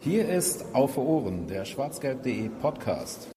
Hier ist Auf Ohren, der schwarzgelb.de Podcast.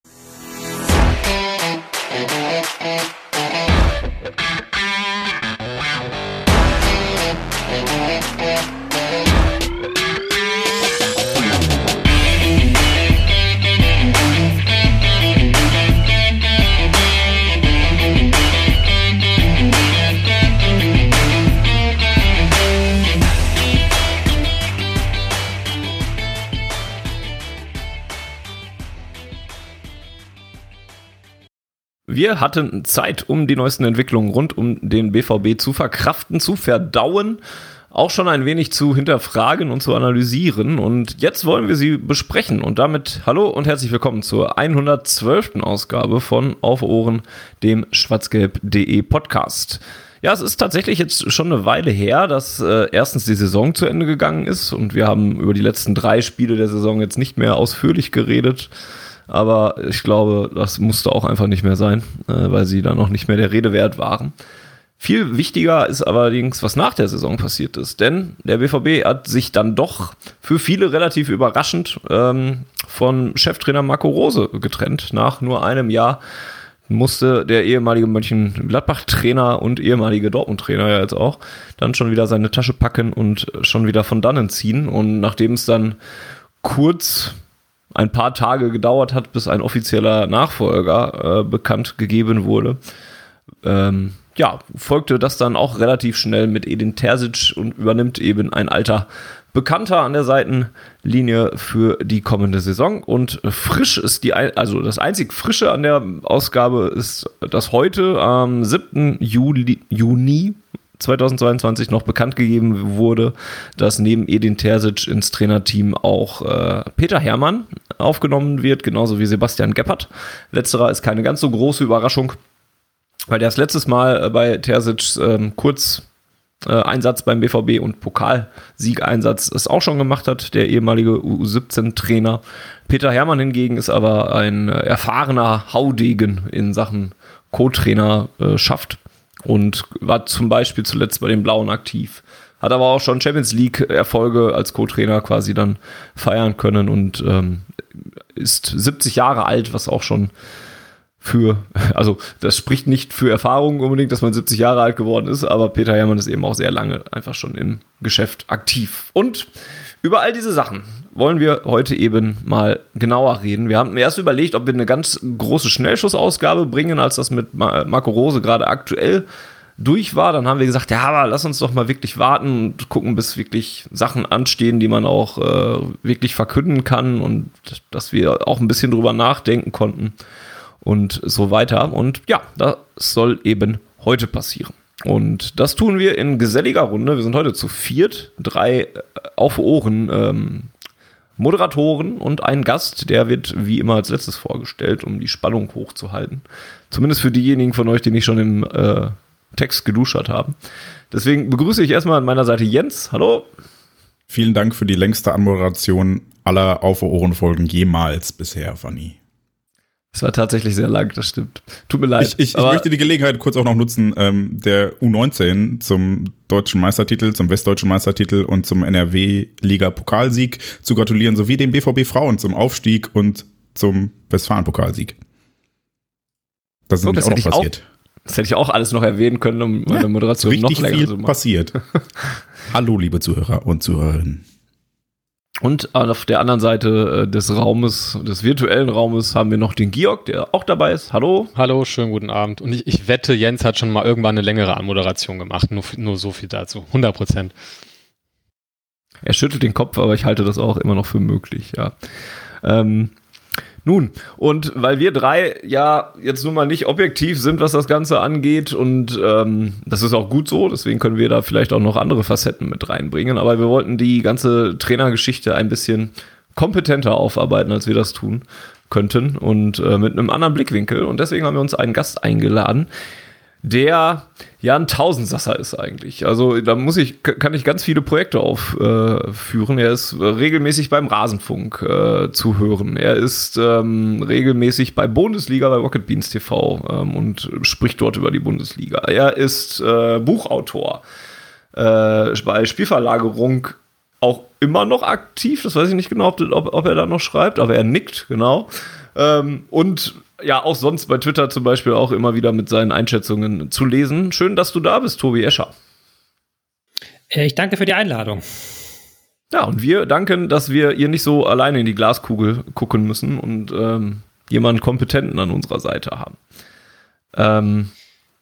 Wir hatten Zeit, um die neuesten Entwicklungen rund um den BVB zu verkraften, zu verdauen, auch schon ein wenig zu hinterfragen und zu analysieren. Und jetzt wollen wir sie besprechen. Und damit hallo und herzlich willkommen zur 112. Ausgabe von Auf Ohren, dem schwarzgelb.de Podcast. Ja, es ist tatsächlich jetzt schon eine Weile her, dass erstens die Saison zu Ende gegangen ist. Und wir haben über die letzten 3 Spiele der Saison jetzt nicht mehr ausführlich geredet. Aber ich glaube, das musste auch einfach nicht mehr sein, weil sie dann auch nicht mehr der Rede wert waren. Viel wichtiger ist allerdings, was nach der Saison passiert ist. Denn der BVB hat sich dann doch für viele relativ überraschend von Cheftrainer Marco Rose getrennt. Nach nur einem Jahr musste der ehemalige Mönchengladbach-Trainer und ehemalige Dortmund-Trainer ja jetzt auch dann schon wieder seine Tasche packen und schon wieder von dannen ziehen. Und nachdem es dann kurz ein paar Tage gedauert hat, bis ein offizieller Nachfolger bekannt gegeben wurde, folgte das dann auch relativ schnell mit Edin Terzic und übernimmt eben ein alter Bekannter an der Seitenlinie für die kommende Saison. Und frisch ist das einzig Frische an der Ausgabe ist, dass heute am 7. Juni 2022 noch bekannt gegeben wurde, dass neben Edin Terzic ins Trainerteam auch Peter Hermann aufgenommen wird, genauso wie Sebastian Gebhardt. Letzterer ist keine ganz so große Überraschung, weil der das letztes Mal bei Terzic Einsatz beim BVB und Pokalsiegeinsatz es auch schon gemacht hat, der ehemalige U17-Trainer. Peter Hermann hingegen ist aber ein erfahrener Haudegen in Sachen Co-Trainerschaft. Und war zum Beispiel zuletzt bei den Blauen aktiv. Hat aber auch schon Champions League-Erfolge als Co-Trainer quasi dann feiern können und ist 70 Jahre alt, was auch schon das spricht nicht für Erfahrung unbedingt, dass man 70 Jahre alt geworden ist, aber Peter Hermann ist eben auch sehr lange einfach schon im Geschäft aktiv. Und über all diese Sachen wollen wir heute eben mal genauer reden. Wir haben erst überlegt, ob wir eine ganz große Schnellschussausgabe bringen, als das mit Marco Rose gerade aktuell durch war. Dann haben wir gesagt, ja, aber lass uns doch mal wirklich warten und gucken, bis wirklich Sachen anstehen, die man auch wirklich verkünden kann und dass wir auch ein bisschen drüber nachdenken konnten und so weiter. Und ja, das soll eben heute passieren. Und das tun wir in geselliger Runde. Wir sind heute zu 4, 3 Auf Ohren Moderatoren und ein Gast, der wird wie immer als letztes vorgestellt, um die Spannung hochzuhalten. Zumindest für diejenigen von euch, die nicht schon im Text geduschert haben. Deswegen begrüße ich erstmal an meiner Seite Jens. Hallo. Vielen Dank für die längste Anmoderation aller Auf Ohren-Folgen jemals bisher, Fanny. Es war tatsächlich sehr lang, das stimmt. Tut mir leid. Ich möchte die Gelegenheit kurz auch noch nutzen, der U19 zum deutschen Meistertitel, zum westdeutschen Meistertitel und zum NRW-Liga-Pokalsieg zu gratulieren, sowie dem BVB Frauen zum Aufstieg und zum Westfalen-Pokalsieg. Das ist nämlich auch noch passiert. Das hätte ich auch alles noch erwähnen können, um meine Moderation noch länger zu machen. Passiert. Hallo, liebe Zuhörer und Zuhörerinnen. Und auf der anderen Seite des virtuellen Raumes, haben wir noch den Georg, der auch dabei ist. Hallo. Hallo, schönen guten Abend. Und ich wette, Jens hat schon mal irgendwann eine längere Anmoderation gemacht. Nur so viel dazu. 100%. Er schüttelt den Kopf, aber ich halte das auch immer noch für möglich, ja. Nun, und weil wir 3 ja jetzt nun mal nicht objektiv sind, was das Ganze angeht, und das ist auch gut so, deswegen können wir da vielleicht auch noch andere Facetten mit reinbringen, aber wir wollten die ganze Trainergeschichte ein bisschen kompetenter aufarbeiten, als wir das tun könnten und mit einem anderen Blickwinkel, und deswegen haben wir uns einen Gast eingeladen, der ja ein Tausendsasser ist eigentlich. Also da kann ich ganz viele Projekte aufführen. Er ist regelmäßig beim Rasenfunk zu hören. Er ist regelmäßig bei Bundesliga bei Rocket Beans TV und spricht dort über die Bundesliga. Er ist Buchautor bei Spielverlagerung auch immer noch aktiv. Das weiß ich nicht genau, ob er da noch schreibt, aber er nickt, genau. Und ja, auch sonst bei Twitter zum Beispiel auch immer wieder mit seinen Einschätzungen zu lesen. Schön, dass du da bist, Tobi Escher. Ich danke für die Einladung. Ja, und wir danken, dass wir ihr nicht so alleine in die Glaskugel gucken müssen und jemanden Kompetenten an unserer Seite haben.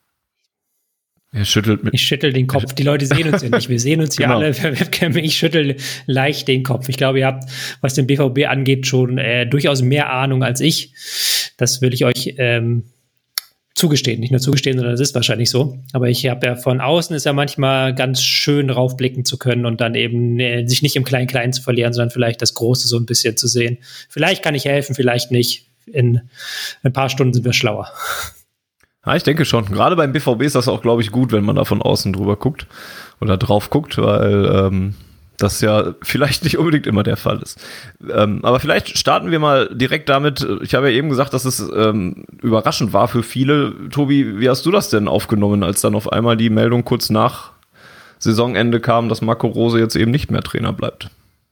Er schüttelt mit. Ich schüttel den Kopf. Die Leute sehen uns ja nicht. Wir sehen uns hier alle per Webcam. Ich schüttel leicht den Kopf. Ich glaube, ihr habt, was den BVB angeht, schon durchaus mehr Ahnung als ich. Das will ich euch zugestehen. Nicht nur zugestehen, sondern das ist wahrscheinlich so. Aber ich habe ja von außen ist ja manchmal ganz schön raufblicken zu können und dann eben sich nicht im Klein-Klein zu verlieren, sondern vielleicht das Große so ein bisschen zu sehen. Vielleicht kann ich helfen, vielleicht nicht. In ein paar Stunden sind wir schlauer. Ja, ich denke schon. Gerade beim BVB ist das auch, glaube ich, gut, wenn man da von außen drüber guckt oder drauf guckt, weil das ja vielleicht nicht unbedingt immer der Fall ist. Aber vielleicht starten wir mal direkt damit. Ich habe ja eben gesagt, dass es überraschend war für viele. Tobi, wie hast du das denn aufgenommen, als dann auf einmal die Meldung kurz nach Saisonende kam, dass Marco Rose jetzt eben nicht mehr Trainer bleibt?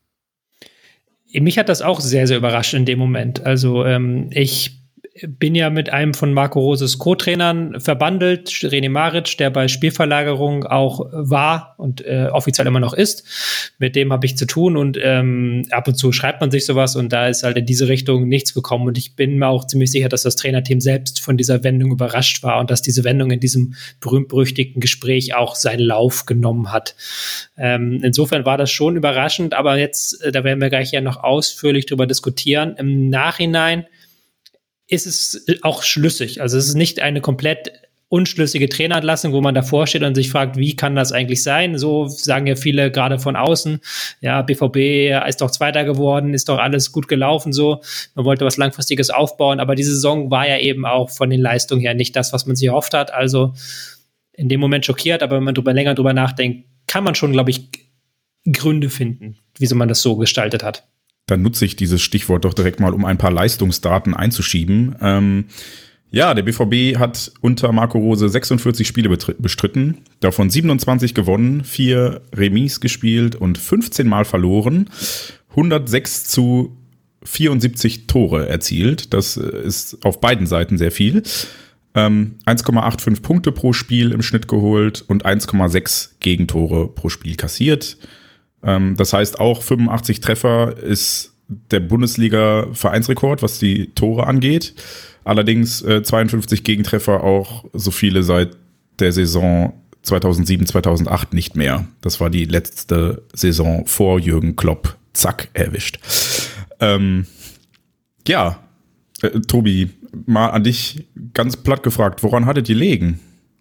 Mich hat das auch sehr, sehr überrascht in dem Moment. Also ich bin ja mit einem von Marco Roses Co-Trainern verbandelt, René Maric, der bei Spielverlagerung auch war und offiziell immer noch ist. Mit dem habe ich zu tun und ab und zu schreibt man sich sowas und da ist halt in diese Richtung nichts gekommen und ich bin mir auch ziemlich sicher, dass das Trainerteam selbst von dieser Wendung überrascht war und dass diese Wendung in diesem berühmt-berüchtigten Gespräch auch seinen Lauf genommen hat. Insofern war das schon überraschend, aber jetzt, da werden wir gleich ja noch ausführlich drüber diskutieren. Im Nachhinein ist es auch schlüssig. Also es ist nicht eine komplett unschlüssige Trainerentlassung, wo man davor steht und sich fragt, wie kann das eigentlich sein? So sagen ja viele gerade von außen, ja, BVB ist doch Zweiter geworden, ist doch alles gut gelaufen so. Man wollte was Langfristiges aufbauen, aber diese Saison war ja eben auch von den Leistungen her nicht das, was man sich erhofft hat. Also in dem Moment schockiert, aber wenn man länger drüber nachdenkt, kann man schon, glaube ich, Gründe finden, wieso man das so gestaltet hat. Dann nutze ich dieses Stichwort doch direkt mal, um ein paar Leistungsdaten einzuschieben. Ja, der BVB hat unter Marco Rose 46 Spiele bestritten, davon 27 gewonnen, 4 Remis gespielt und 15 Mal verloren, 106 zu 74 Tore erzielt. Das ist auf beiden Seiten sehr viel. 1,85 Punkte pro Spiel im Schnitt geholt und 1,6 Gegentore pro Spiel kassiert. Das heißt, auch 85 Treffer ist der Bundesliga-Vereinsrekord, was die Tore angeht. Allerdings 52 Gegentreffer, auch so viele seit der Saison 2007, 2008 nicht mehr. Das war die letzte Saison vor Jürgen Klopp. Zack, erwischt. Tobi, mal an dich ganz platt gefragt, woran hattet ihr gelegen?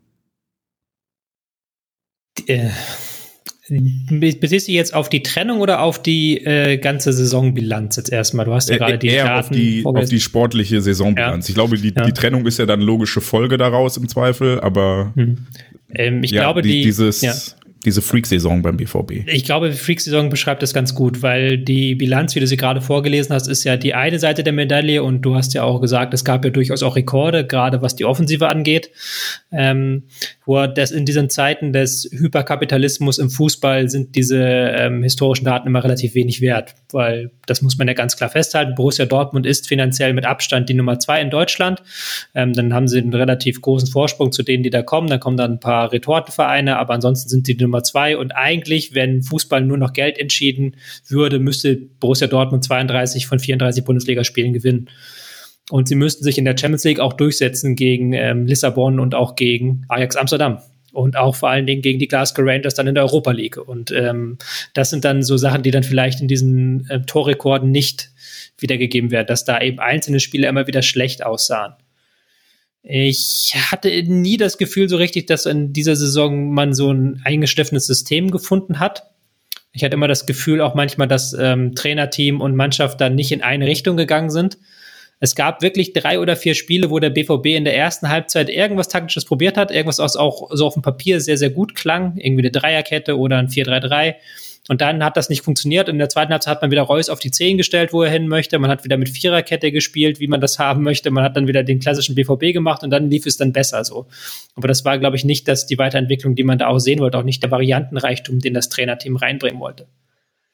Beziehst du jetzt auf die Trennung oder auf die ganze Saisonbilanz jetzt erstmal? Du hast ja gerade die Daten auf die sportliche Saisonbilanz. Ja. Ich glaube, die Trennung ist ja dann logische Folge daraus im Zweifel, aber ich glaube, diese Freak-Saison beim BVB. Ich glaube, die Freak-Saison beschreibt das ganz gut, weil die Bilanz, wie du sie gerade vorgelesen hast, ist ja die eine Seite der Medaille und du hast ja auch gesagt, es gab ja durchaus auch Rekorde, gerade was die Offensive angeht, wo das in diesen Zeiten des Hyperkapitalismus im Fußball sind diese historischen Daten immer relativ wenig wert, weil das muss man ja ganz klar festhalten. Borussia Dortmund ist finanziell mit Abstand die Nummer 2 in Deutschland. Dann haben sie einen relativ großen Vorsprung zu denen, die da kommen. Dann kommen dann ein paar Retortenvereine, aber ansonsten sind die Nummer 2 und eigentlich, wenn Fußball nur noch Geld entschieden würde, müsste Borussia Dortmund 32 von 34 Bundesligaspielen gewinnen. Und sie müssten sich in der Champions League auch durchsetzen gegen Lissabon und auch gegen Ajax Amsterdam. Und auch vor allen Dingen gegen die Glasgow Rangers dann in der Europa League. Und das sind dann so Sachen, die dann vielleicht in diesen Torrekorden nicht wiedergegeben werden, dass da eben einzelne Spiele immer wieder schlecht aussahen. Ich hatte nie das Gefühl so richtig, dass in dieser Saison man so ein eingeschliffenes System gefunden hat. Ich hatte immer das Gefühl auch manchmal, dass Trainerteam und Mannschaft dann nicht in eine Richtung gegangen sind. Es gab wirklich 3 oder 4 Spiele, wo der BVB in der ersten Halbzeit irgendwas Taktisches probiert hat, irgendwas, was auch so auf dem Papier sehr, sehr gut klang, irgendwie eine Dreierkette oder ein 4-3-3. Und dann hat das nicht funktioniert. In der zweiten Halbzeit hat man wieder Reus auf die 10 gestellt, wo er hin möchte. Man hat wieder mit Viererkette gespielt, wie man das haben möchte. Man hat dann wieder den klassischen BVB gemacht und dann lief es dann besser so. Aber das war, glaube ich, nicht die Weiterentwicklung, die man da auch sehen wollte, auch nicht der Variantenreichtum, den das Trainerteam reinbringen wollte.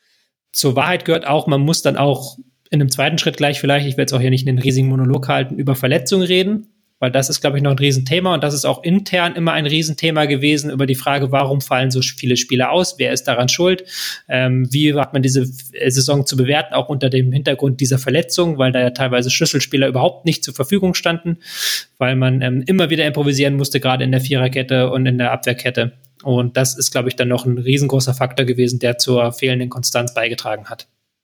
zur Wahrheit gehört auch, man muss dann auch in einem zweiten Schritt gleich vielleicht, ich werde jetzt auch hier nicht einen riesigen Monolog halten, über Verletzungen reden, weil das ist, glaube ich, noch ein Riesenthema und das ist auch intern immer ein Riesenthema gewesen, über die Frage, warum fallen so viele Spieler aus, wer ist daran schuld, wie hat man diese Saison zu bewerten, auch unter dem Hintergrund dieser Verletzung, weil da ja teilweise Schlüsselspieler überhaupt nicht zur Verfügung standen, weil man immer wieder improvisieren musste, gerade in der Viererkette und in der Abwehrkette. Und das ist, glaube ich, dann noch ein riesengroßer Faktor gewesen, der zur fehlenden Konstanz beigetragen hat.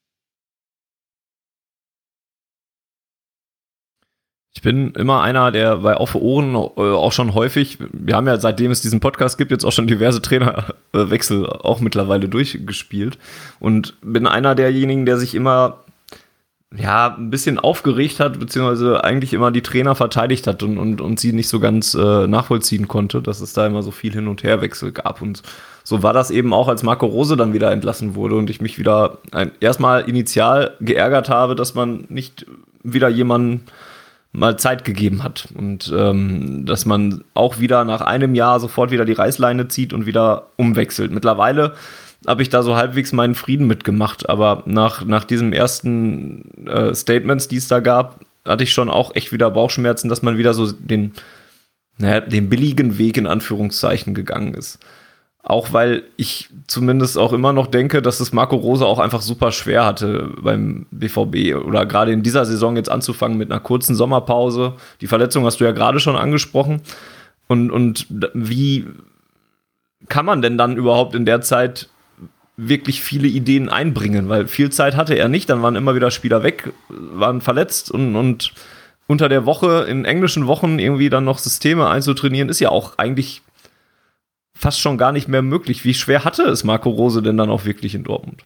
Ich bin immer einer, der bei Auf Ohren auch schon häufig, wir haben ja seitdem es diesen Podcast gibt, jetzt auch schon diverse Trainerwechsel auch mittlerweile durchgespielt und bin einer derjenigen, der sich immer ein bisschen aufgeregt hat, beziehungsweise eigentlich immer die Trainer verteidigt hat und sie nicht so ganz nachvollziehen konnte, dass es da immer so viel Hin- und Herwechsel gab. Und so war das eben auch, als Marco Rose dann wieder entlassen wurde und ich mich wieder erstmal initial geärgert habe, dass man nicht wieder jemanden mal Zeit gegeben hat und dass man auch wieder nach einem Jahr sofort wieder die Reißleine zieht und wieder umwechselt. Mittlerweile habe ich da so halbwegs meinen Frieden mitgemacht, aber nach diesem ersten Statements, die es da gab, hatte ich schon auch echt wieder Bauchschmerzen, dass man wieder so den billigen Weg in Anführungszeichen gegangen ist. Auch weil ich zumindest auch immer noch denke, dass es Marco Rose auch einfach super schwer hatte beim BVB oder gerade in dieser Saison jetzt anzufangen mit einer kurzen Sommerpause. Die Verletzung hast du ja gerade schon angesprochen. Und wie kann man denn dann überhaupt in der Zeit wirklich viele Ideen einbringen? Weil viel Zeit hatte er nicht, dann waren immer wieder Spieler weg, waren verletzt und unter der Woche, in englischen Wochen irgendwie dann noch Systeme einzutrainieren, ist ja auch eigentlich fast schon gar nicht mehr möglich. Wie schwer hatte es Marco Rose denn dann auch wirklich in Dortmund?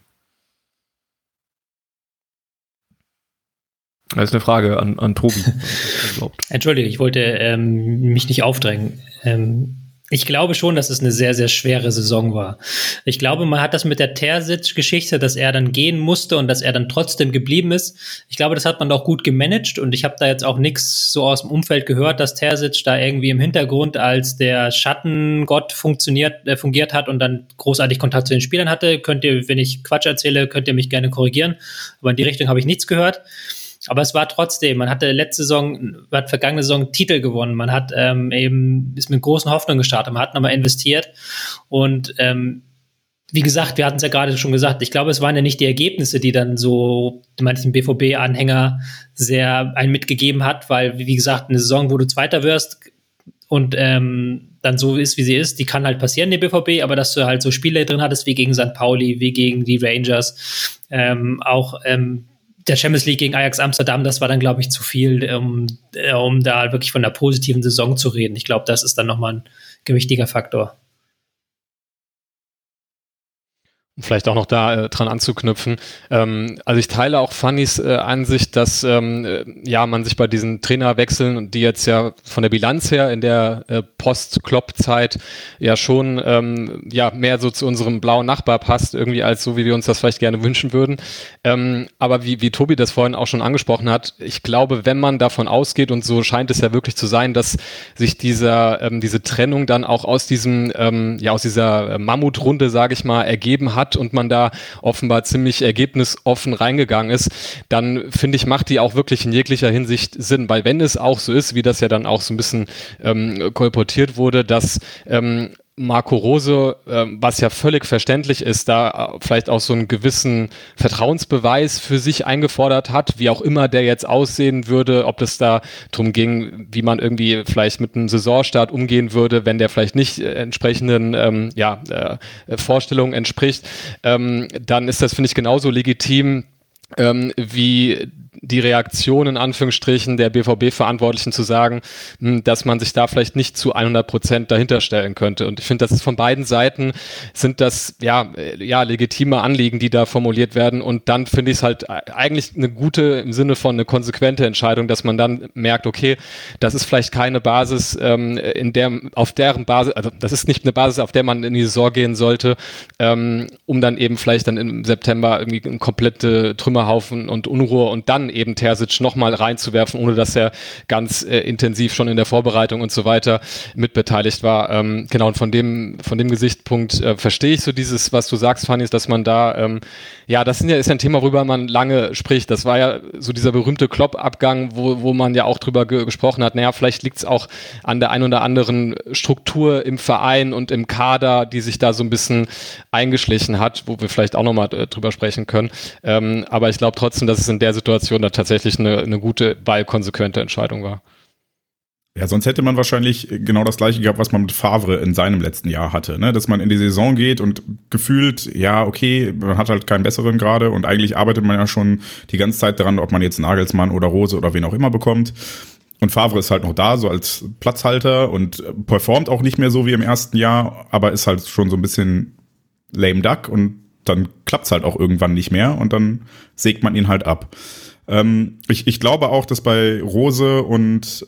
Das ist eine Frage an Tobi. Entschuldige, ich wollte mich nicht aufdrängen. Ich glaube schon, dass es eine sehr, sehr schwere Saison war. Ich glaube, man hat das mit der Terzic-Geschichte, dass er dann gehen musste und dass er dann trotzdem geblieben ist. Ich glaube, das hat man auch gut gemanagt und ich habe da jetzt auch nichts so aus dem Umfeld gehört, dass Terzic da irgendwie im Hintergrund als der Schattengott fungiert hat und dann großartig Kontakt zu den Spielern hatte. Könnt ihr, wenn ich Quatsch erzähle, könnt ihr mich gerne korrigieren. Aber in die Richtung habe ich nichts gehört. Aber es war trotzdem, man hat vergangene Saison Titel gewonnen, man hat ist mit großen Hoffnungen gestartet, man hat nochmal investiert und wie gesagt, wir hatten es ja gerade schon gesagt, ich glaube, es waren ja nicht die Ergebnisse, die dann so manchen BVB-Anhänger sehr einen mitgegeben hat, weil, wie gesagt, eine Saison, wo du Zweiter wirst und dann so ist, wie sie ist, die kann halt passieren, den BVB, aber dass du halt so Spiele drin hattest, wie gegen St. Pauli, wie gegen die Rangers, der Champions League gegen Ajax Amsterdam, das war dann, glaube ich, zu viel, um da wirklich von einer positiven Saison zu reden. Ich glaube, das ist dann nochmal ein gewichtiger Faktor. Vielleicht auch noch da dran anzuknüpfen. Also ich teile auch Fannys Ansicht, dass man sich bei diesen Trainerwechseln, die jetzt ja von der Bilanz her in der Post-Klopp-Zeit ja schon mehr so zu unserem blauen Nachbar passt, irgendwie als so, wie wir uns das vielleicht gerne wünschen würden. Aber wie Tobi das vorhin auch schon angesprochen hat, ich glaube, wenn man davon ausgeht, und so scheint es ja wirklich zu sein, dass sich diese Trennung dann auch aus diesem aus dieser Mammutrunde, sage ich mal, ergeben hat und man da offenbar ziemlich ergebnisoffen reingegangen ist, dann finde ich, macht die auch wirklich in jeglicher Hinsicht Sinn, weil wenn es auch so ist, wie das ja dann auch so ein bisschen kolportiert wurde, dass Marco Rose, was ja völlig verständlich ist, da vielleicht auch so einen gewissen Vertrauensbeweis für sich eingefordert hat, wie auch immer der jetzt aussehen würde, ob es da drum ging, wie man irgendwie vielleicht mit einem Saisonstart umgehen würde, wenn der vielleicht nicht entsprechenden Vorstellungen entspricht, dann ist das, finde ich, genauso legitim, wie die Reaktion in Anführungsstrichen der BVB-Verantwortlichen zu sagen, dass man sich da vielleicht nicht zu 100% dahinter stellen könnte. Und ich finde, das ist von beiden Seiten sind das legitime Anliegen, die da formuliert werden. Und dann finde ich es halt eigentlich eine gute, im Sinne von eine konsequente Entscheidung, dass man dann merkt, okay, das ist vielleicht keine Basis, auf deren Basis, also das ist nicht eine Basis, auf der man in die Saison gehen sollte, um dann eben vielleicht dann im September irgendwie eine komplette Trümmer Trümmerhaufen und Unruhe und dann eben Terzic nochmal reinzuwerfen, ohne dass er ganz intensiv schon in der Vorbereitung und so weiter mitbeteiligt war. Genau, und von dem Gesichtspunkt verstehe ich so dieses, was du sagst, Fanny, dass man da, das ist ja ein Thema, worüber man lange spricht. Das war ja so dieser berühmte Klopp-Abgang, wo man ja auch drüber gesprochen hat, vielleicht liegt es auch an der ein oder anderen Struktur im Verein und im Kader, die sich da so ein bisschen eingeschlichen hat, wo wir vielleicht auch nochmal drüber sprechen können. Aber ich glaube trotzdem, dass es in der Situation da tatsächlich eine gute, konsequente Entscheidung war. Ja, sonst hätte man wahrscheinlich genau das Gleiche gehabt, was man mit Favre in seinem letzten Jahr hatte, ne? Dass man in die Saison geht und gefühlt, ja, okay, man hat halt keinen besseren gerade und eigentlich arbeitet man ja schon die ganze Zeit daran, ob man jetzt Nagelsmann oder Rose oder wen auch immer bekommt. Und Favre ist halt noch da, so als Platzhalter und performt auch nicht mehr so wie im ersten Jahr, aber ist halt schon so ein bisschen lame duck und dann klappt's halt auch irgendwann nicht mehr und dann sägt man ihn halt ab. Ich glaube auch, dass bei Rose und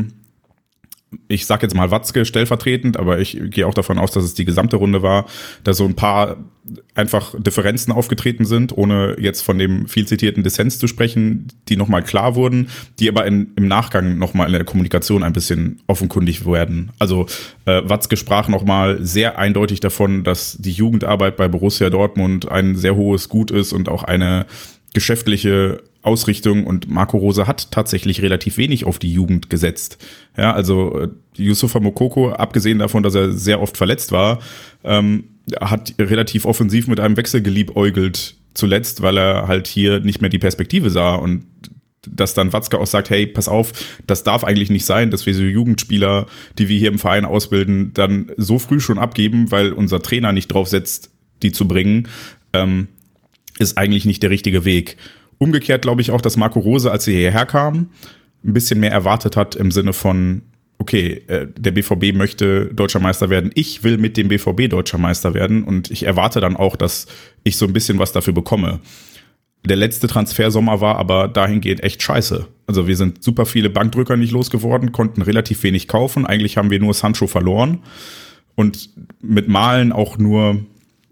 ich sag jetzt mal Watzke stellvertretend, aber ich gehe auch davon aus, dass es die gesamte Runde war, da so ein paar einfach Differenzen aufgetreten sind, ohne jetzt von dem viel zitierten Dissens zu sprechen, die nochmal klar wurden, die aber im Nachgang nochmal in der Kommunikation ein bisschen offenkundig werden. Also Watzke sprach nochmal sehr eindeutig davon, dass die Jugendarbeit bei Borussia Dortmund ein sehr hohes Gut ist und auch eine geschäftliche Ausrichtung, und Marco Rose hat tatsächlich relativ wenig auf die Jugend gesetzt. Ja, also Youssoufa Moukoko, abgesehen davon, dass er sehr oft verletzt war, hat relativ offensiv mit einem Wechsel geliebäugelt zuletzt, weil er halt hier nicht mehr die Perspektive sah, und dass dann Watzke auch sagt, hey, pass auf, das darf eigentlich nicht sein, dass wir so Jugendspieler, die wir hier im Verein ausbilden, dann so früh schon abgeben, weil unser Trainer nicht drauf setzt, die zu bringen, ist eigentlich nicht der richtige Weg. Umgekehrt glaube ich auch, dass Marco Rose, als er hierher kam, ein bisschen mehr erwartet hat im Sinne von, okay, der BVB möchte Deutscher Meister werden, ich will mit dem BVB Deutscher Meister werden, und ich erwarte dann auch, dass ich so ein bisschen was dafür bekomme. Der letzte Transfersommer war aber dahingehend echt scheiße. Also wir sind super viele Bankdrücker nicht losgeworden, konnten relativ wenig kaufen, eigentlich haben wir nur Sancho verloren und mit Malen auch nur,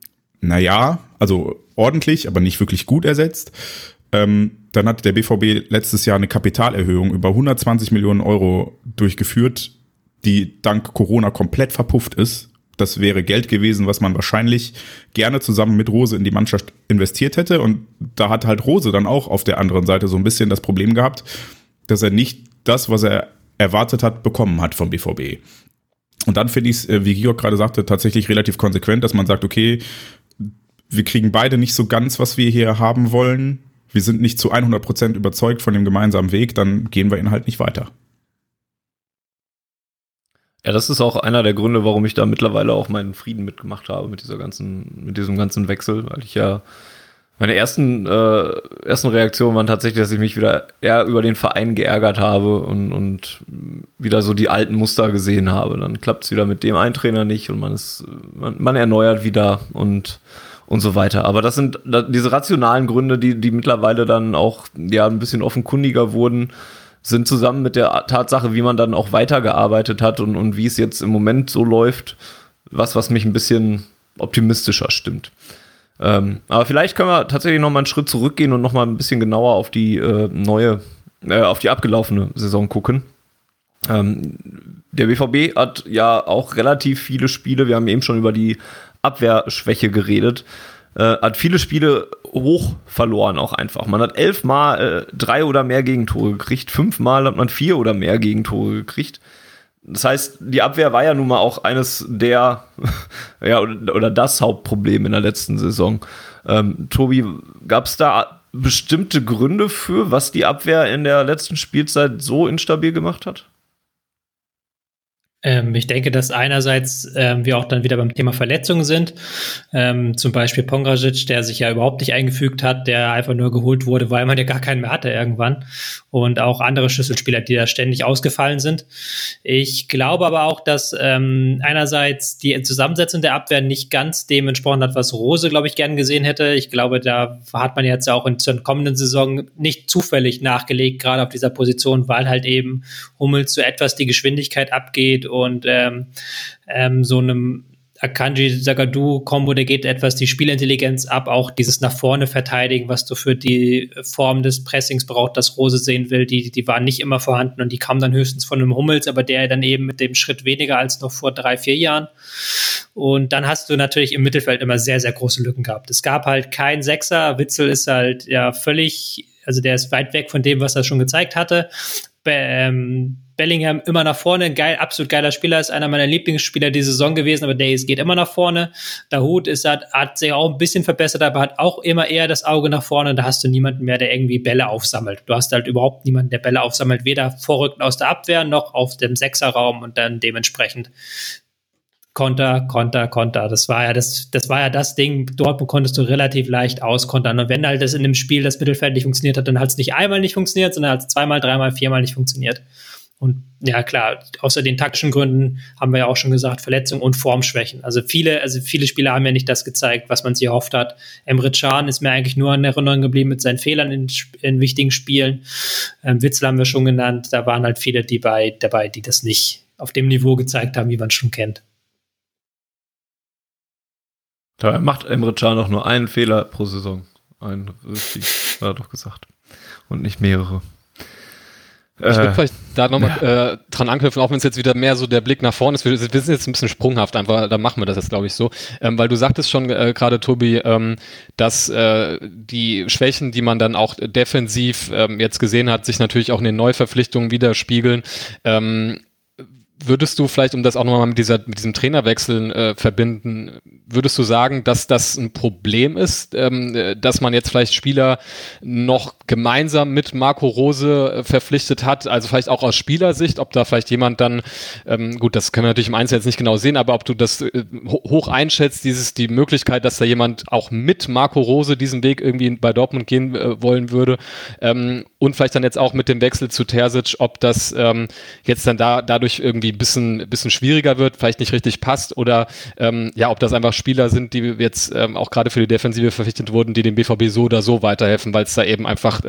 also ordentlich, aber nicht wirklich gut ersetzt. Dann hat der BVB letztes Jahr eine Kapitalerhöhung über 120 Millionen Euro durchgeführt, die dank Corona komplett verpufft ist. Das wäre Geld gewesen, was man wahrscheinlich gerne zusammen mit Rose in die Mannschaft investiert hätte. Und da hat halt Rose dann auch auf der anderen Seite so ein bisschen das Problem gehabt, dass er nicht das, was er erwartet hat, bekommen hat vom BVB. Und dann finde ich es, wie Georg gerade sagte, tatsächlich relativ konsequent, dass man sagt, okay, wir kriegen beide nicht so ganz, was wir hier haben wollen. Wir sind nicht zu 100% überzeugt von dem gemeinsamen Weg, dann gehen wir ihn halt nicht weiter. Ja, das ist auch einer der Gründe, warum ich da mittlerweile auch meinen Frieden mitgemacht habe mit diesem ganzen Wechsel, weil ich ja meine ersten Reaktionen waren tatsächlich, dass ich mich wieder eher über den Verein geärgert habe und wieder so die alten Muster gesehen habe. Dann klappt es wieder mit dem einen Trainer nicht und man erneuert wieder und so weiter. Aber das sind diese rationalen Gründe, die mittlerweile dann auch ein bisschen offenkundiger wurden, sind zusammen mit der Tatsache, wie man dann auch weitergearbeitet hat und wie es jetzt im Moment so läuft, was mich ein bisschen optimistischer stimmt. Aber vielleicht können wir tatsächlich noch mal einen Schritt zurückgehen und noch mal ein bisschen genauer auf die auf die abgelaufene Saison gucken. Der BVB hat ja auch relativ viele Spiele, wir haben eben schon über die Abwehrschwäche geredet, hat viele Spiele hoch verloren auch einfach. Man hat 11 Mal 3 oder mehr Gegentore gekriegt, 5 Mal hat man 4 oder mehr Gegentore gekriegt. Das heißt, die Abwehr war ja nun mal auch eines der, oder das Hauptproblem in der letzten Saison. Tobi, gab es da bestimmte Gründe für, was die Abwehr in der letzten Spielzeit so instabil gemacht hat? Ich denke, dass einerseits wir auch dann wieder beim Thema Verletzungen sind. Zum Beispiel Pongracic, der sich ja überhaupt nicht eingefügt hat, der einfach nur geholt wurde, weil man ja gar keinen mehr hatte irgendwann. Und auch andere Schlüsselspieler, die da ständig ausgefallen sind. Ich glaube aber auch, dass einerseits die Zusammensetzung der Abwehr nicht ganz dem entsprochen hat, was Rose, glaube ich, gern gesehen hätte. Ich glaube, da hat man jetzt auch in der kommenden Saison nicht zufällig nachgelegt, gerade auf dieser Position, weil halt eben Hummels so etwas die Geschwindigkeit abgeht und so einem Akanji-Zagadou-Kombo, der geht etwas die Spielintelligenz ab, auch dieses nach vorne verteidigen, was du für die Form des Pressings braucht, das Rose sehen will, die waren nicht immer vorhanden und die kamen dann höchstens von einem Hummels, aber der dann eben mit dem Schritt weniger als noch vor 3-4 Jahren. Und dann hast du natürlich im Mittelfeld immer sehr, sehr große Lücken gehabt. Es gab halt keinen Sechser, Witsel ist halt ja völlig, also der ist weit weg von dem, was er schon gezeigt hatte. Bellingham immer nach vorne, absolut geiler Spieler, ist einer meiner Lieblingsspieler die Saison gewesen, aber der geht immer nach vorne. Dahoud hat sich auch ein bisschen verbessert, aber hat auch immer eher das Auge nach vorne. Da hast du niemanden mehr, der irgendwie Bälle aufsammelt. Du hast halt überhaupt niemanden, der Bälle aufsammelt, weder vorrückend aus der Abwehr noch auf dem Sechserraum und dann dementsprechend Konter. Das war ja das Ding. Dort konntest du relativ leicht auskontern. Und wenn halt das in dem Spiel das Mittelfeld nicht funktioniert hat, dann hat es nicht einmal nicht funktioniert, sondern hat es zweimal, dreimal, viermal nicht funktioniert. Und ja, klar, außer den taktischen Gründen haben wir ja auch schon gesagt, Verletzungen und Formschwächen. Also viele Spieler haben ja nicht das gezeigt, was man sich erhofft hat. Emre Can ist mir eigentlich nur in Erinnerung geblieben mit seinen Fehlern in wichtigen Spielen. Witsel haben wir schon genannt. Da waren halt viele dabei, die das nicht auf dem Niveau gezeigt haben, wie man es schon kennt. Da macht Emre Can noch nur einen Fehler pro Saison. Einen richtig, war doch gesagt. Und nicht mehrere. Ich würde vielleicht da nochmal dran anknüpfen, auch wenn es jetzt wieder mehr so der Blick nach vorne ist. Wir sind jetzt ein bisschen sprunghaft, einfach, da machen wir das jetzt, glaube ich, so. Weil du sagtest schon gerade, Tobi, dass die Schwächen, die man dann auch defensiv jetzt gesehen hat, sich natürlich auch in den Neuverpflichtungen widerspiegeln. Würdest du vielleicht, um das auch nochmal mit diesem Trainerwechseln verbinden, würdest du sagen, dass das ein Problem ist, dass man jetzt vielleicht Spieler noch gemeinsam mit Marco Rose verpflichtet hat, also vielleicht auch aus Spielersicht, ob da vielleicht jemand dann, gut, das können wir natürlich im Einzelnen jetzt nicht genau sehen, aber ob du das hoch einschätzt, die Möglichkeit, dass da jemand auch mit Marco Rose diesen Weg irgendwie bei Dortmund gehen wollen würde, und vielleicht dann jetzt auch mit dem Wechsel zu Terzic, ob das jetzt dann dadurch irgendwie ein bisschen schwieriger wird, vielleicht nicht richtig passt oder ob das einfach Spieler sind, die jetzt auch gerade für die Defensive verpflichtet wurden, die dem BVB so oder so weiterhelfen, weil es da eben einfach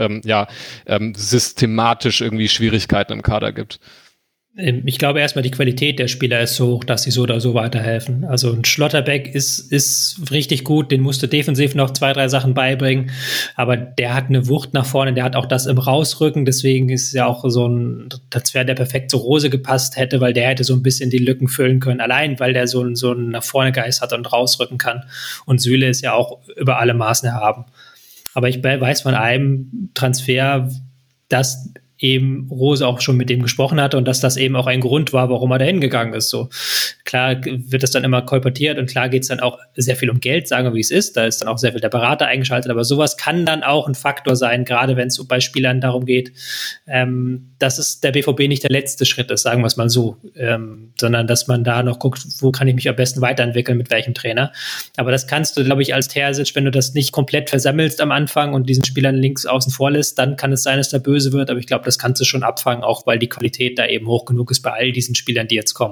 systematisch irgendwie Schwierigkeiten im Kader gibt. Ich glaube erstmal, die Qualität der Spieler ist so hoch, dass sie so oder so weiterhelfen. Also ein Schlotterbeck ist richtig gut, den musst du defensiv noch 2-3 Sachen beibringen, aber der hat eine Wucht nach vorne, der hat auch das im Rausrücken, deswegen ist ja auch so ein Transfer, der perfekt zu Rose gepasst hätte, weil der hätte so ein bisschen die Lücken füllen können, allein weil der so einen nach vorne Geist hat und rausrücken kann. Und Süle ist ja auch über alle Maßen erhaben. Aber ich weiß von einem Transfer, dass eben Rose auch schon mit dem gesprochen hatte und dass das eben auch ein Grund war, warum er da hingegangen ist. So klar wird es dann immer kolportiert und klar geht es dann auch sehr viel um Geld, sagen wir, wie es ist. Da ist dann auch sehr viel der Berater eingeschaltet, aber sowas kann dann auch ein Faktor sein, gerade wenn es bei Spielern darum geht, dass es der BVB nicht der letzte Schritt ist, sagen wir es mal so, sondern dass man da noch guckt, wo kann ich mich am besten weiterentwickeln, mit welchem Trainer. Aber das kannst du, glaube ich, als Terzic, wenn du das nicht komplett versammelst am Anfang und diesen Spielern links außen vor lässt, dann kann es sein, dass der böse wird, aber ich glaube, das kannst du schon abfangen, auch weil die Qualität da eben hoch genug ist bei all diesen Spielern, die jetzt kommen.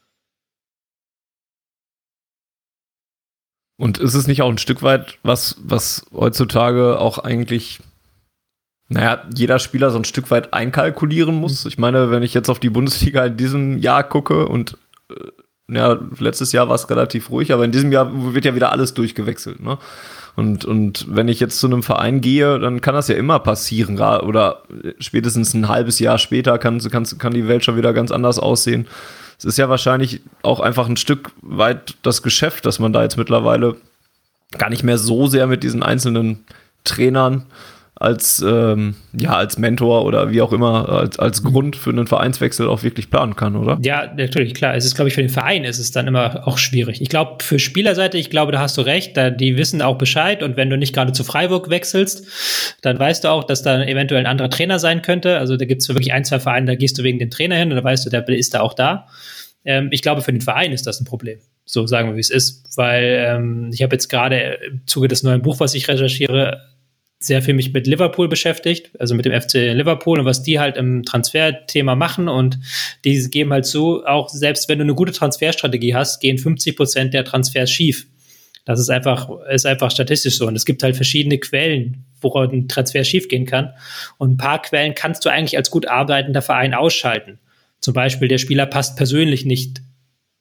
Und ist es nicht auch ein Stück weit was heutzutage auch eigentlich, jeder Spieler so ein Stück weit einkalkulieren muss? Ich meine, wenn ich jetzt auf die Bundesliga in diesem Jahr gucke und letztes Jahr war es relativ ruhig, aber in diesem Jahr wird ja wieder alles durchgewechselt, ne? Und wenn ich jetzt zu einem Verein gehe, dann kann das ja immer passieren, oder spätestens ein halbes Jahr später kann die Welt schon wieder ganz anders aussehen. Es ist ja wahrscheinlich auch einfach ein Stück weit das Geschäft, dass man da jetzt mittlerweile gar nicht mehr so sehr mit diesen einzelnen Trainern als Mentor oder wie auch immer, als Grund für einen Vereinswechsel auch wirklich planen kann, oder? Ja, natürlich, klar. Es ist, glaube ich, für den Verein ist es dann immer auch schwierig. Ich glaube, für Spielerseite, da hast du recht, die wissen auch Bescheid und wenn du nicht gerade zu Freiburg wechselst, dann weißt du auch, dass da eventuell ein anderer Trainer sein könnte. Also da gibt es wirklich 1-2 Vereine, da gehst du wegen dem Trainer hin und da weißt du, der ist da auch da. Ich glaube, für den Verein ist das ein Problem. So sagen wir, wie es ist. Weil ich habe jetzt gerade im Zuge des neuen Buchs, was ich recherchiere, sehr viel mich mit Liverpool beschäftigt, also mit dem FC Liverpool und was die halt im Transferthema machen und die geben halt so, auch selbst wenn du eine gute Transferstrategie hast, gehen 50% der Transfers schief. Das ist einfach statistisch so und es gibt halt verschiedene Quellen, woran ein Transfer schief gehen kann und ein paar Quellen kannst du eigentlich als gut arbeitender Verein ausschalten. Zum Beispiel, der Spieler passt persönlich nicht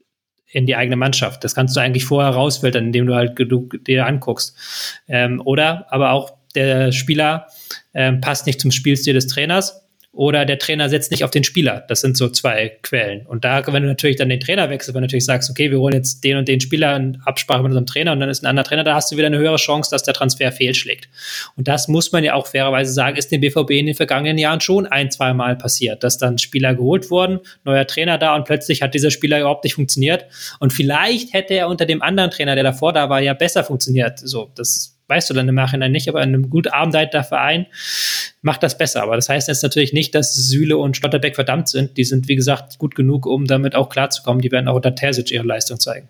in die eigene Mannschaft. Das kannst du eigentlich vorher rausfiltern, indem du halt genug dir anguckst. Oder aber auch der Spieler passt nicht zum Spielstil des Trainers oder der Trainer setzt nicht auf den Spieler. Das sind so zwei Quellen. Und da, wenn du natürlich dann den Trainer wechselst, wenn du natürlich sagst, okay, wir holen jetzt den und den Spieler in Absprache mit unserem Trainer und dann ist ein anderer Trainer, da hast du wieder eine höhere Chance, dass der Transfer fehlschlägt. Und das muss man ja auch fairerweise sagen, ist dem BVB in den vergangenen Jahren schon 1-2 Mal passiert, dass dann Spieler geholt wurden, neuer Trainer da und plötzlich hat dieser Spieler überhaupt nicht funktioniert. Und vielleicht hätte er unter dem anderen Trainer, der davor da war, ja besser funktioniert. So, das weißt du dann im Nachhinein nicht, aber in einem gut arbeitender Verein macht das besser. Aber das heißt jetzt natürlich nicht, dass Süle und Schlotterbeck verdammt sind. Die sind, wie gesagt, gut genug, um damit auch klarzukommen. Die werden auch unter Terzic ihre Leistung zeigen.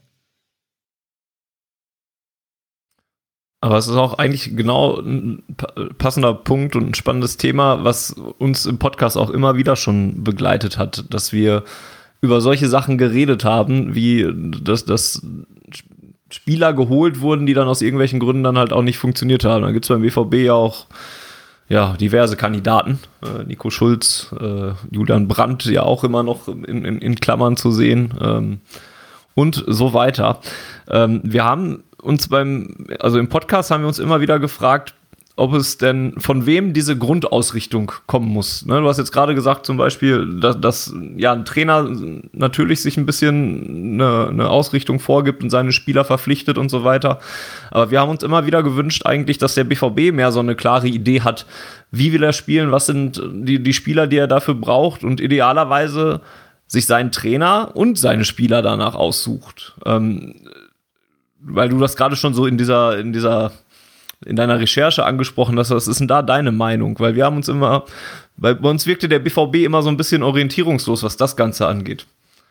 Aber es ist auch eigentlich genau ein passender Punkt und ein spannendes Thema, was uns im Podcast auch immer wieder schon begleitet hat, dass wir über solche Sachen geredet haben, wie das Spieler geholt wurden, die dann aus irgendwelchen Gründen dann halt auch nicht funktioniert haben. Da gibt es beim BVB ja auch diverse Kandidaten. Nico Schulz, Julian Brandt ja auch immer noch in Klammern zu sehen und so weiter. Wir haben uns im Podcast haben wir uns immer wieder gefragt, ob es denn von wem diese Grundausrichtung kommen muss. Ne, du hast jetzt gerade gesagt zum Beispiel, dass ein Trainer natürlich sich ein bisschen eine Ausrichtung vorgibt und seine Spieler verpflichtet und so weiter. Aber wir haben uns immer wieder gewünscht eigentlich, dass der BVB mehr so eine klare Idee hat, wie will er spielen, was sind die Spieler, die er dafür braucht und idealerweise sich seinen Trainer und seine Spieler danach aussucht. Weil du das gerade schon so in deiner Recherche angesprochen hast, was ist denn da deine Meinung? Weil wir haben uns bei uns wirkte der BVB immer so ein bisschen orientierungslos, was das Ganze angeht.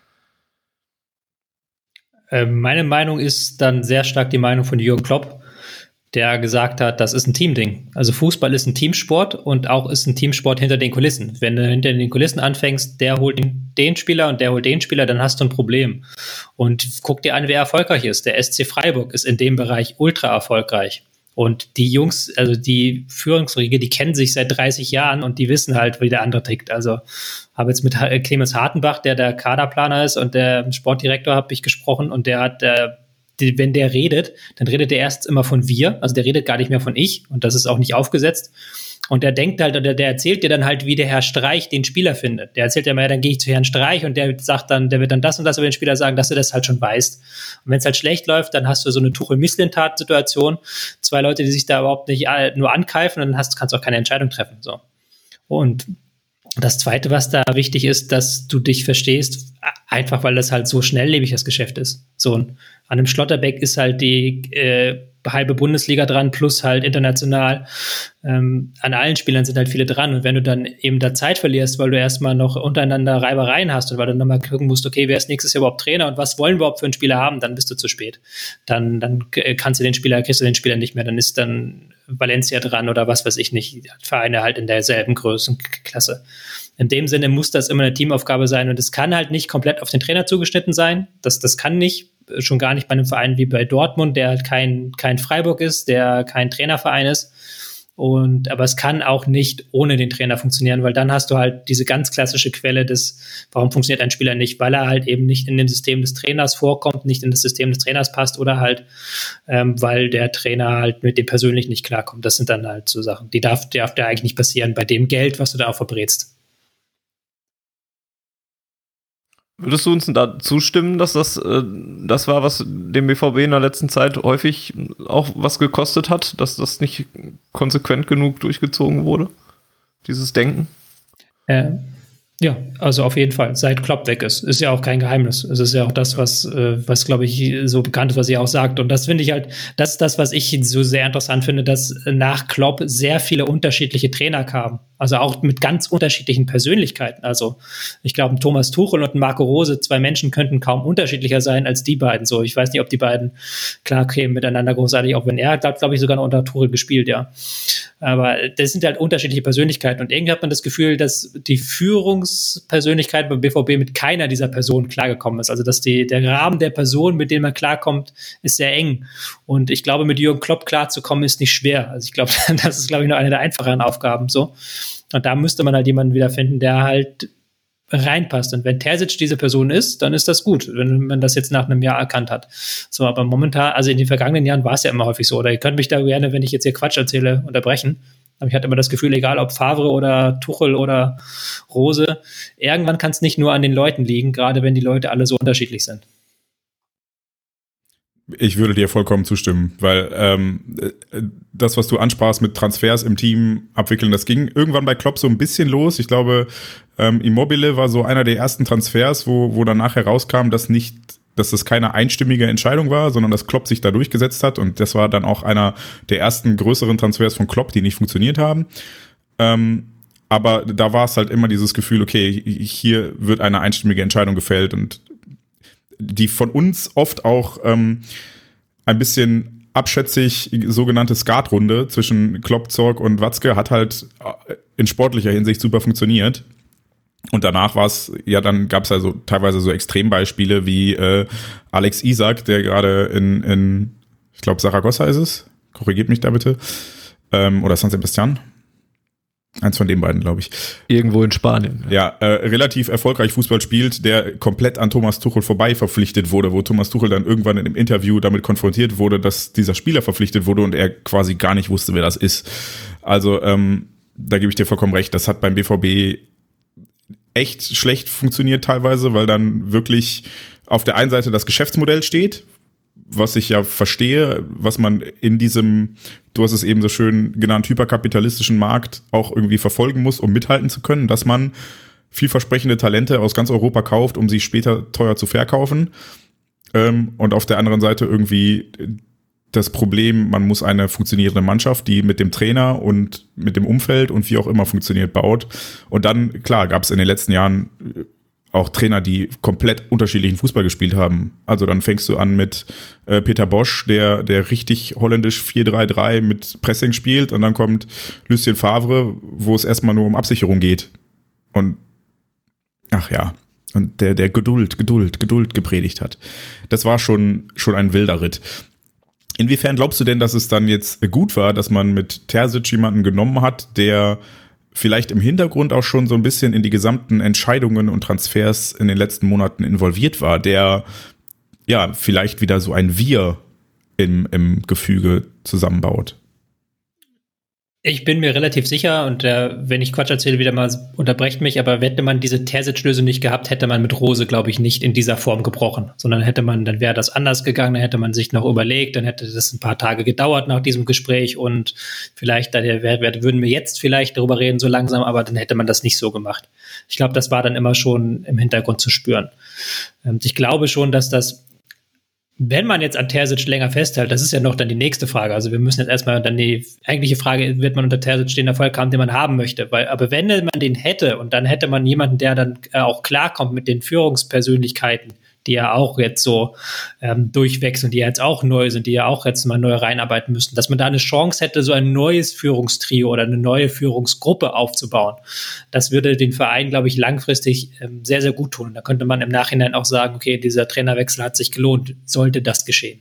Meine Meinung ist dann sehr stark die Meinung von Jürgen Klopp, der gesagt hat, das ist ein Teamding. Also Fußball ist ein Teamsport und auch ist ein Teamsport hinter den Kulissen. Wenn du hinter den Kulissen anfängst, der holt den Spieler und der holt den Spieler, dann hast du ein Problem. Und guck dir an, wer erfolgreich ist. Der SC Freiburg ist in dem Bereich ultra erfolgreich. Und die Jungs, also die Führungsriege, die kennen sich seit 30 Jahren und die wissen halt, wie der andere tickt. Also habe jetzt mit Clemens Hartenbach, der Kaderplaner ist und der Sportdirektor, habe ich gesprochen und der hat, wenn der redet, dann redet der erst immer von wir, also der redet gar nicht mehr von ich und das ist auch nicht aufgesetzt. Und der denkt halt, oder der erzählt dir dann halt, wie der Herr Streich den Spieler findet. Der erzählt ja mal, dann gehe ich zu Herrn Streich und der sagt dann, der wird dann das und das über den Spieler sagen, dass du das halt schon weißt. Und wenn es halt schlecht läuft, dann hast du so eine Tuchel-Mislintat-Situation. 2 Leute, die sich da überhaupt nicht nur ankeifen und dann kannst du auch keine Entscheidung treffen. So. Und das Zweite, was da wichtig ist, dass du dich verstehst, einfach weil das halt so schnelllebig das Geschäft ist. So an einem Schlotterbeck ist halt die halbe Bundesliga dran, plus halt international. An allen Spielern sind halt viele dran. Und wenn du dann eben da Zeit verlierst, weil du erstmal noch untereinander Reibereien hast und weil du dann mal gucken musst, okay, wer ist nächstes Jahr überhaupt Trainer und was wollen wir überhaupt für einen Spieler haben, dann bist du zu spät. Dann kriegst du den Spieler nicht mehr. Dann ist dann Valencia dran oder was weiß ich nicht. Vereine halt in derselben Größenklasse. In dem Sinne muss das immer eine Teamaufgabe sein und es kann halt nicht komplett auf den Trainer zugeschnitten sein. Das kann nicht, schon gar nicht bei einem Verein wie bei Dortmund, der halt kein Freiburg ist, der kein Trainerverein ist. Aber es kann auch nicht ohne den Trainer funktionieren, weil dann hast du halt diese ganz klassische Quelle warum funktioniert ein Spieler nicht, weil er halt eben nicht in dem System des Trainers vorkommt, nicht in das System des Trainers passt oder halt, weil der Trainer halt mit dem persönlich nicht klarkommt. Das sind dann halt so Sachen, die darf dir eigentlich nicht passieren bei dem Geld, was du da auch verbrätst. Würdest du uns da zustimmen, dass das war, was dem BVB in der letzten Zeit häufig auch was gekostet hat, dass das nicht konsequent genug durchgezogen wurde, dieses Denken? Ja, also auf jeden Fall, seit Klopp weg ist. Ist ja auch kein Geheimnis. Es ist ja auch das, was glaube ich, so bekannt ist, was ihr auch sagt. Und das finde ich halt, das ist das, was ich so sehr interessant finde, dass nach Klopp sehr viele unterschiedliche Trainer kamen. Also auch mit ganz unterschiedlichen Persönlichkeiten. Also ich glaube, Thomas Tuchel und Marco Rose, 2 Menschen könnten kaum unterschiedlicher sein als die beiden. So, ich weiß nicht, ob die beiden klar kämen miteinander großartig, auch wenn er hat, glaube ich, sogar noch unter Tuchel gespielt, ja. Aber das sind halt unterschiedliche Persönlichkeiten. Und irgendwie hat man das Gefühl, dass die Führungspersönlichkeit beim BVB mit keiner dieser Personen klargekommen ist. Also dass der Rahmen der Person, mit denen man klarkommt, ist sehr eng. Und ich glaube, mit Jürgen Klopp klarzukommen, ist nicht schwer. Also ich glaube, das ist, glaube ich, noch eine der einfacheren Aufgaben, so. Und da müsste man halt jemanden wiederfinden, der halt reinpasst. Und wenn Terzic diese Person ist, dann ist das gut, wenn man das jetzt nach einem Jahr erkannt hat. So, aber momentan, also in den vergangenen Jahren war es ja immer häufig so. Oder ihr könnt mich da gerne, wenn ich jetzt hier Quatsch erzähle, unterbrechen. Aber ich hatte immer das Gefühl, egal ob Favre oder Tuchel oder Rose, irgendwann kann es nicht nur an den Leuten liegen, gerade wenn die Leute alle so unterschiedlich sind. Ich würde dir vollkommen zustimmen, weil das, was du ansprachst mit Transfers im Team abwickeln, das ging irgendwann bei Klopp so ein bisschen los. Ich glaube, Immobile war so einer der ersten Transfers, wo dann nachher rauskam, dass das keine einstimmige Entscheidung war, sondern dass Klopp sich da durchgesetzt hat. Und das war dann auch einer der ersten größeren Transfers von Klopp, die nicht funktioniert haben. Aber da war es halt immer dieses Gefühl, okay, hier wird eine einstimmige Entscheidung gefällt und die von uns oft auch ein bisschen abschätzig sogenannte Skatrunde zwischen Klopp, Zorc und Watzke hat halt in sportlicher Hinsicht super funktioniert. Und danach war es, ja, dann gab es also teilweise so Extrembeispiele wie Alex Isak, der gerade in ich glaube, Saragossa ist es, korrigiert mich da bitte, oder San Sebastian. Eins von den beiden, glaube ich. Irgendwo in Spanien. Ja, relativ erfolgreich Fußball spielt, der komplett an Thomas Tuchel vorbei verpflichtet wurde, wo Thomas Tuchel dann irgendwann in einem Interview damit konfrontiert wurde, dass dieser Spieler verpflichtet wurde und er quasi gar nicht wusste, wer das ist. Also, da gebe ich dir vollkommen recht. Das hat beim BVB echt schlecht funktioniert teilweise, weil dann wirklich auf der einen Seite das Geschäftsmodell steht, was ich ja verstehe, was man in diesem, du hast es eben so schön genannt, hyperkapitalistischen Markt auch irgendwie verfolgen muss, um mithalten zu können, dass man vielversprechende Talente aus ganz Europa kauft, um sie später teuer zu verkaufen. Und auf der anderen Seite irgendwie das Problem, man muss eine funktionierende Mannschaft, die mit dem Trainer und mit dem Umfeld und wie auch immer funktioniert, baut. Und dann, klar, gab es in den letzten Jahren auch Trainer, die komplett unterschiedlichen Fußball gespielt haben. Also dann fängst du an mit Peter Bosch, der richtig holländisch 4-3-3 mit Pressing spielt, und dann kommt Lucien Favre, wo es erstmal nur um Absicherung geht. Und ach ja, und der Geduld gepredigt hat. Das war schon ein wilder Ritt. Inwiefern glaubst du denn, dass es dann jetzt gut war, dass man mit Terzic jemanden genommen hat, der vielleicht im Hintergrund auch schon so ein bisschen in die gesamten Entscheidungen und Transfers in den letzten Monaten involviert war, der ja vielleicht wieder so ein Wir im Gefüge zusammenbaut? Ich bin mir relativ sicher, und wenn ich Quatsch erzähle, wieder mal unterbrecht mich, aber hätte man diese Terzic-Lösung nicht gehabt, hätte man mit Rose, glaube ich, nicht in dieser Form gebrochen, sondern dann wäre das anders gegangen, dann hätte man sich noch überlegt, dann hätte das ein paar Tage gedauert nach diesem Gespräch und vielleicht, würden wir jetzt vielleicht darüber reden, so langsam, aber dann hätte man das nicht so gemacht. Ich glaube, das war dann immer schon im Hintergrund zu spüren. Ich glaube schon, dass das, wenn man jetzt an Terzic länger festhält, das ist ja noch dann die nächste Frage. Also wir müssen jetzt erstmal dann die eigentliche Frage, wird man unter Terzic den Erfolg haben, den man haben möchte? Aber wenn man den hätte und dann hätte man jemanden, der dann auch klarkommt mit den Führungspersönlichkeiten, die ja auch jetzt so durchwechseln, die ja jetzt auch neu sind, die ja auch jetzt mal neu reinarbeiten müssten, dass man da eine Chance hätte, so ein neues Führungstrio oder eine neue Führungsgruppe aufzubauen. Das würde den Verein, glaube ich, langfristig sehr, sehr gut tun. Da könnte man im Nachhinein auch sagen, okay, dieser Trainerwechsel hat sich gelohnt, sollte das geschehen.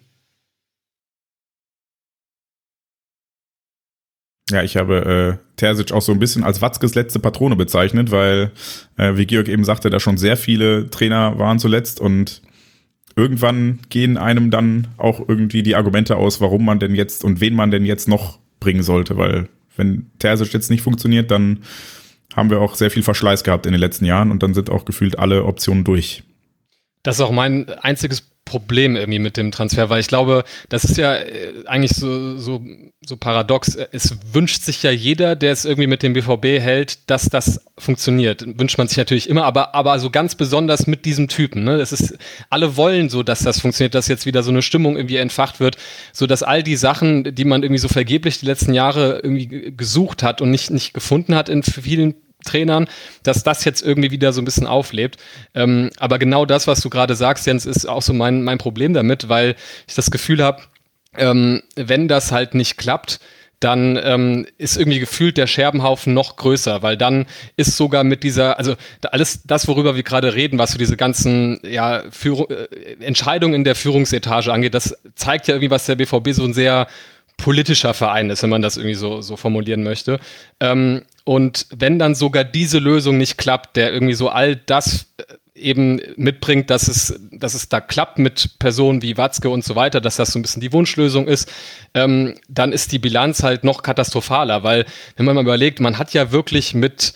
Ja, ich habe Terzic auch so ein bisschen als Watzkes letzte Patrone bezeichnet, weil, wie Georg eben sagte, da schon sehr viele Trainer waren zuletzt, und irgendwann gehen einem dann auch irgendwie die Argumente aus, warum man denn jetzt und wen man denn jetzt noch bringen sollte, weil wenn Terzic jetzt nicht funktioniert, dann haben wir auch sehr viel Verschleiß gehabt in den letzten Jahren und dann sind auch gefühlt alle Optionen durch. Das ist auch mein einziges Problem irgendwie mit dem Transfer, weil ich glaube, das ist ja eigentlich so paradox. Es wünscht sich ja jeder, der es irgendwie mit dem BVB hält, dass das funktioniert. Wünscht man sich natürlich immer, aber so ganz besonders mit diesem Typen. Ne? Das ist, alle wollen so, dass das funktioniert, dass jetzt wieder so eine Stimmung irgendwie entfacht wird, so dass all die Sachen, die man irgendwie so vergeblich die letzten Jahre irgendwie gesucht hat und nicht gefunden hat in vielen Trainern, dass das jetzt irgendwie wieder so ein bisschen auflebt. Aber genau das, was du gerade sagst, Jens, ist auch so mein Problem damit, weil ich das Gefühl habe, wenn das halt nicht klappt, dann ist irgendwie gefühlt der Scherbenhaufen noch größer, weil dann ist sogar mit dieser, also alles das, worüber wir gerade reden, was so diese ganzen Entscheidungen in der Führungsetage angeht, das zeigt ja irgendwie, was der BVB so ein sehr politischer Verein ist, wenn man das irgendwie so formulieren möchte. Und wenn dann sogar diese Lösung nicht klappt, der irgendwie so all das eben mitbringt, dass es da klappt mit Personen wie Watzke und so weiter, dass das so ein bisschen die Wunschlösung ist, dann ist die Bilanz halt noch katastrophaler, weil wenn man mal überlegt, man hat ja wirklich mit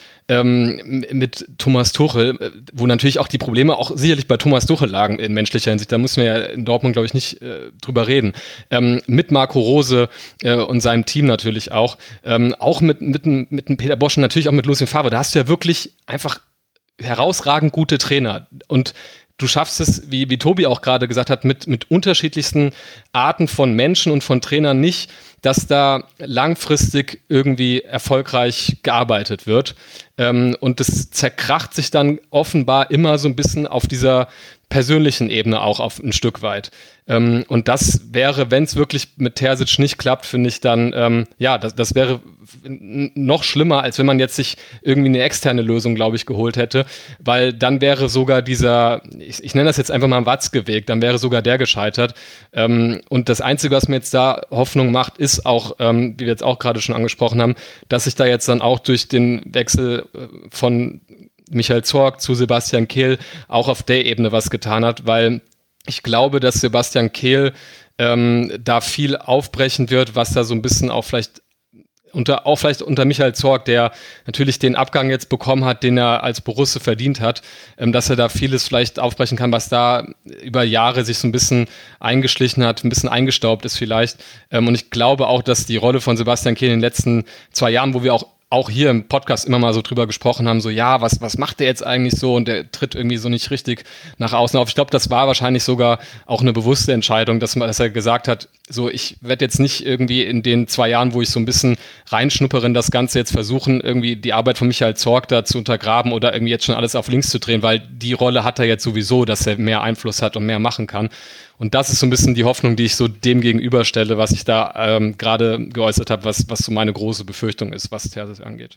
Thomas Tuchel, wo natürlich auch die Probleme auch sicherlich bei Thomas Tuchel lagen in menschlicher Hinsicht, da müssen wir ja in Dortmund, glaube ich, nicht drüber reden, mit Marco Rose und seinem Team natürlich auch mit dem Peter Bosz und natürlich auch mit Lucien Favre, da hast du ja wirklich einfach herausragend gute Trainer und du schaffst es, wie Tobi auch gerade gesagt hat, mit unterschiedlichsten Arten von Menschen und von Trainern nicht, dass da langfristig irgendwie erfolgreich gearbeitet wird. Und das zerkracht sich dann offenbar immer so ein bisschen auf dieser persönlichen Ebene auch auf ein Stück weit. Und das wäre, wenn es wirklich mit Terzic nicht klappt, finde ich dann, das wäre noch schlimmer, als wenn man jetzt sich irgendwie eine externe Lösung, glaube ich, geholt hätte, weil dann wäre sogar dieser, ich nenne das jetzt einfach mal Watzke-Weg, dann wäre sogar der gescheitert. Und das Einzige, was mir jetzt da Hoffnung macht, ist auch, wie wir jetzt auch gerade schon angesprochen haben, dass sich da jetzt dann auch durch den Wechsel von Michael Zorc zu Sebastian Kehl auch auf der Ebene was getan hat, weil ich glaube, dass Sebastian Kehl da viel aufbrechen wird, was da so ein bisschen auch vielleicht unter Michael Zorc, der natürlich den Abgang jetzt bekommen hat, den er als Borusse verdient hat, dass er da vieles vielleicht aufbrechen kann, was da über Jahre sich so ein bisschen eingeschlichen hat, ein bisschen eingestaubt ist vielleicht. Und ich glaube auch, dass die Rolle von Sebastian Kehl in den letzten 2 Jahren, wo wir auch hier im Podcast immer mal so drüber gesprochen haben, so ja, was macht der jetzt eigentlich so und der tritt irgendwie so nicht richtig nach außen auf. Ich glaube, das war wahrscheinlich sogar auch eine bewusste Entscheidung, dass er gesagt hat, so ich werde jetzt nicht irgendwie in den 2 Jahren, wo ich so ein bisschen reinschnuppere in das Ganze, jetzt versuchen, irgendwie die Arbeit von Michael Zorc da zu untergraben oder irgendwie jetzt schon alles auf links zu drehen, weil die Rolle hat er jetzt sowieso, dass er mehr Einfluss hat und mehr machen kann. Und das ist so ein bisschen die Hoffnung, die ich so dem gegenüberstelle, was ich da gerade geäußert habe, was so meine große Befürchtung ist, was Terzic angeht.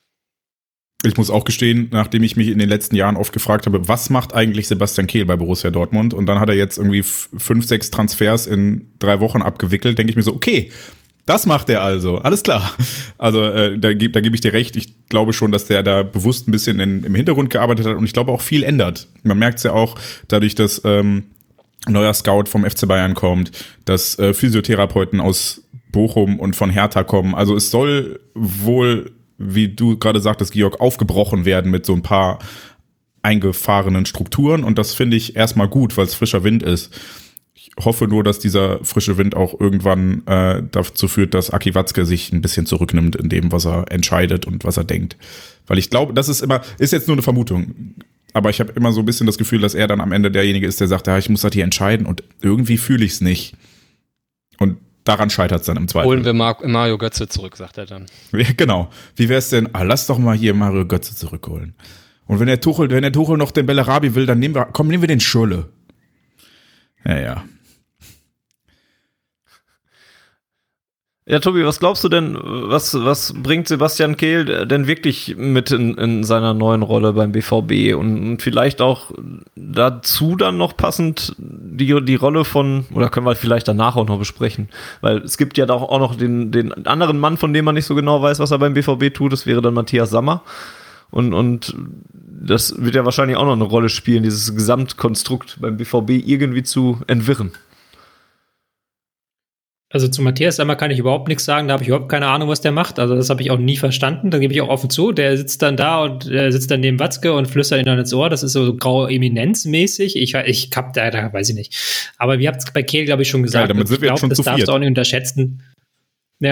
Ich muss auch gestehen, nachdem ich mich in den letzten Jahren oft gefragt habe, was macht eigentlich Sebastian Kehl bei Borussia Dortmund? Und dann hat er jetzt irgendwie 5, 6 Transfers in 3 Wochen abgewickelt, denke ich mir so, okay, das macht er also, alles klar. Also da gebe ich dir recht, ich glaube schon, dass der da bewusst ein bisschen im Hintergrund gearbeitet hat und ich glaube auch viel ändert. Man merkt es ja auch dadurch, dass neuer Scout vom FC Bayern kommt, dass Physiotherapeuten aus Bochum und von Hertha kommen. Also es soll wohl, wie du gerade sagtest, Georg, aufgebrochen werden mit so ein paar eingefahrenen Strukturen und das finde ich erstmal gut, weil es frischer Wind ist. Ich hoffe nur, dass dieser frische Wind auch irgendwann dazu führt, dass Aki Watzke sich ein bisschen zurücknimmt in dem, was er entscheidet und was er denkt. Weil ich glaube, das ist jetzt nur eine Vermutung. Aber ich habe immer so ein bisschen das Gefühl, dass er dann am Ende derjenige ist, der sagt, ja, ich muss das hier entscheiden und irgendwie fühle ich es nicht. Und daran scheitert es dann im Zweifel. Holen wir Mario Götze zurück, sagt er dann. Ja, genau. Wie wär's denn? Lass doch mal hier Mario Götze zurückholen. Und wenn der Tuchel noch den Bellarabi will, dann nehmen wir den Schürrle. Ja. Ja, Tobi, was glaubst du denn, was bringt Sebastian Kehl denn wirklich mit in seiner neuen Rolle beim BVB und vielleicht auch dazu dann noch passend die Rolle von, oder können wir vielleicht danach auch noch besprechen, weil es gibt ja auch noch den anderen Mann, von dem man nicht so genau weiß, was er beim BVB tut, das wäre dann Matthias Sammer und das wird ja wahrscheinlich auch noch eine Rolle spielen, dieses Gesamtkonstrukt beim BVB irgendwie zu entwirren. Also zu Matthias Sammer kann ich überhaupt nichts sagen, da habe ich überhaupt keine Ahnung, was der macht. Also das habe ich auch nie verstanden, da gebe ich auch offen zu. Der sitzt dann da und sitzt dann neben Watzke und flüstert ihm dann ins Ohr. Das ist so graue Eminenz-mäßig. Ich hab da weiß ich nicht. Aber wir habt es bei Kehl, glaube ich, schon gesagt. Ja, damit sind wir jetzt schon zu viert. Das darfst du auch nicht unterschätzen. Ja.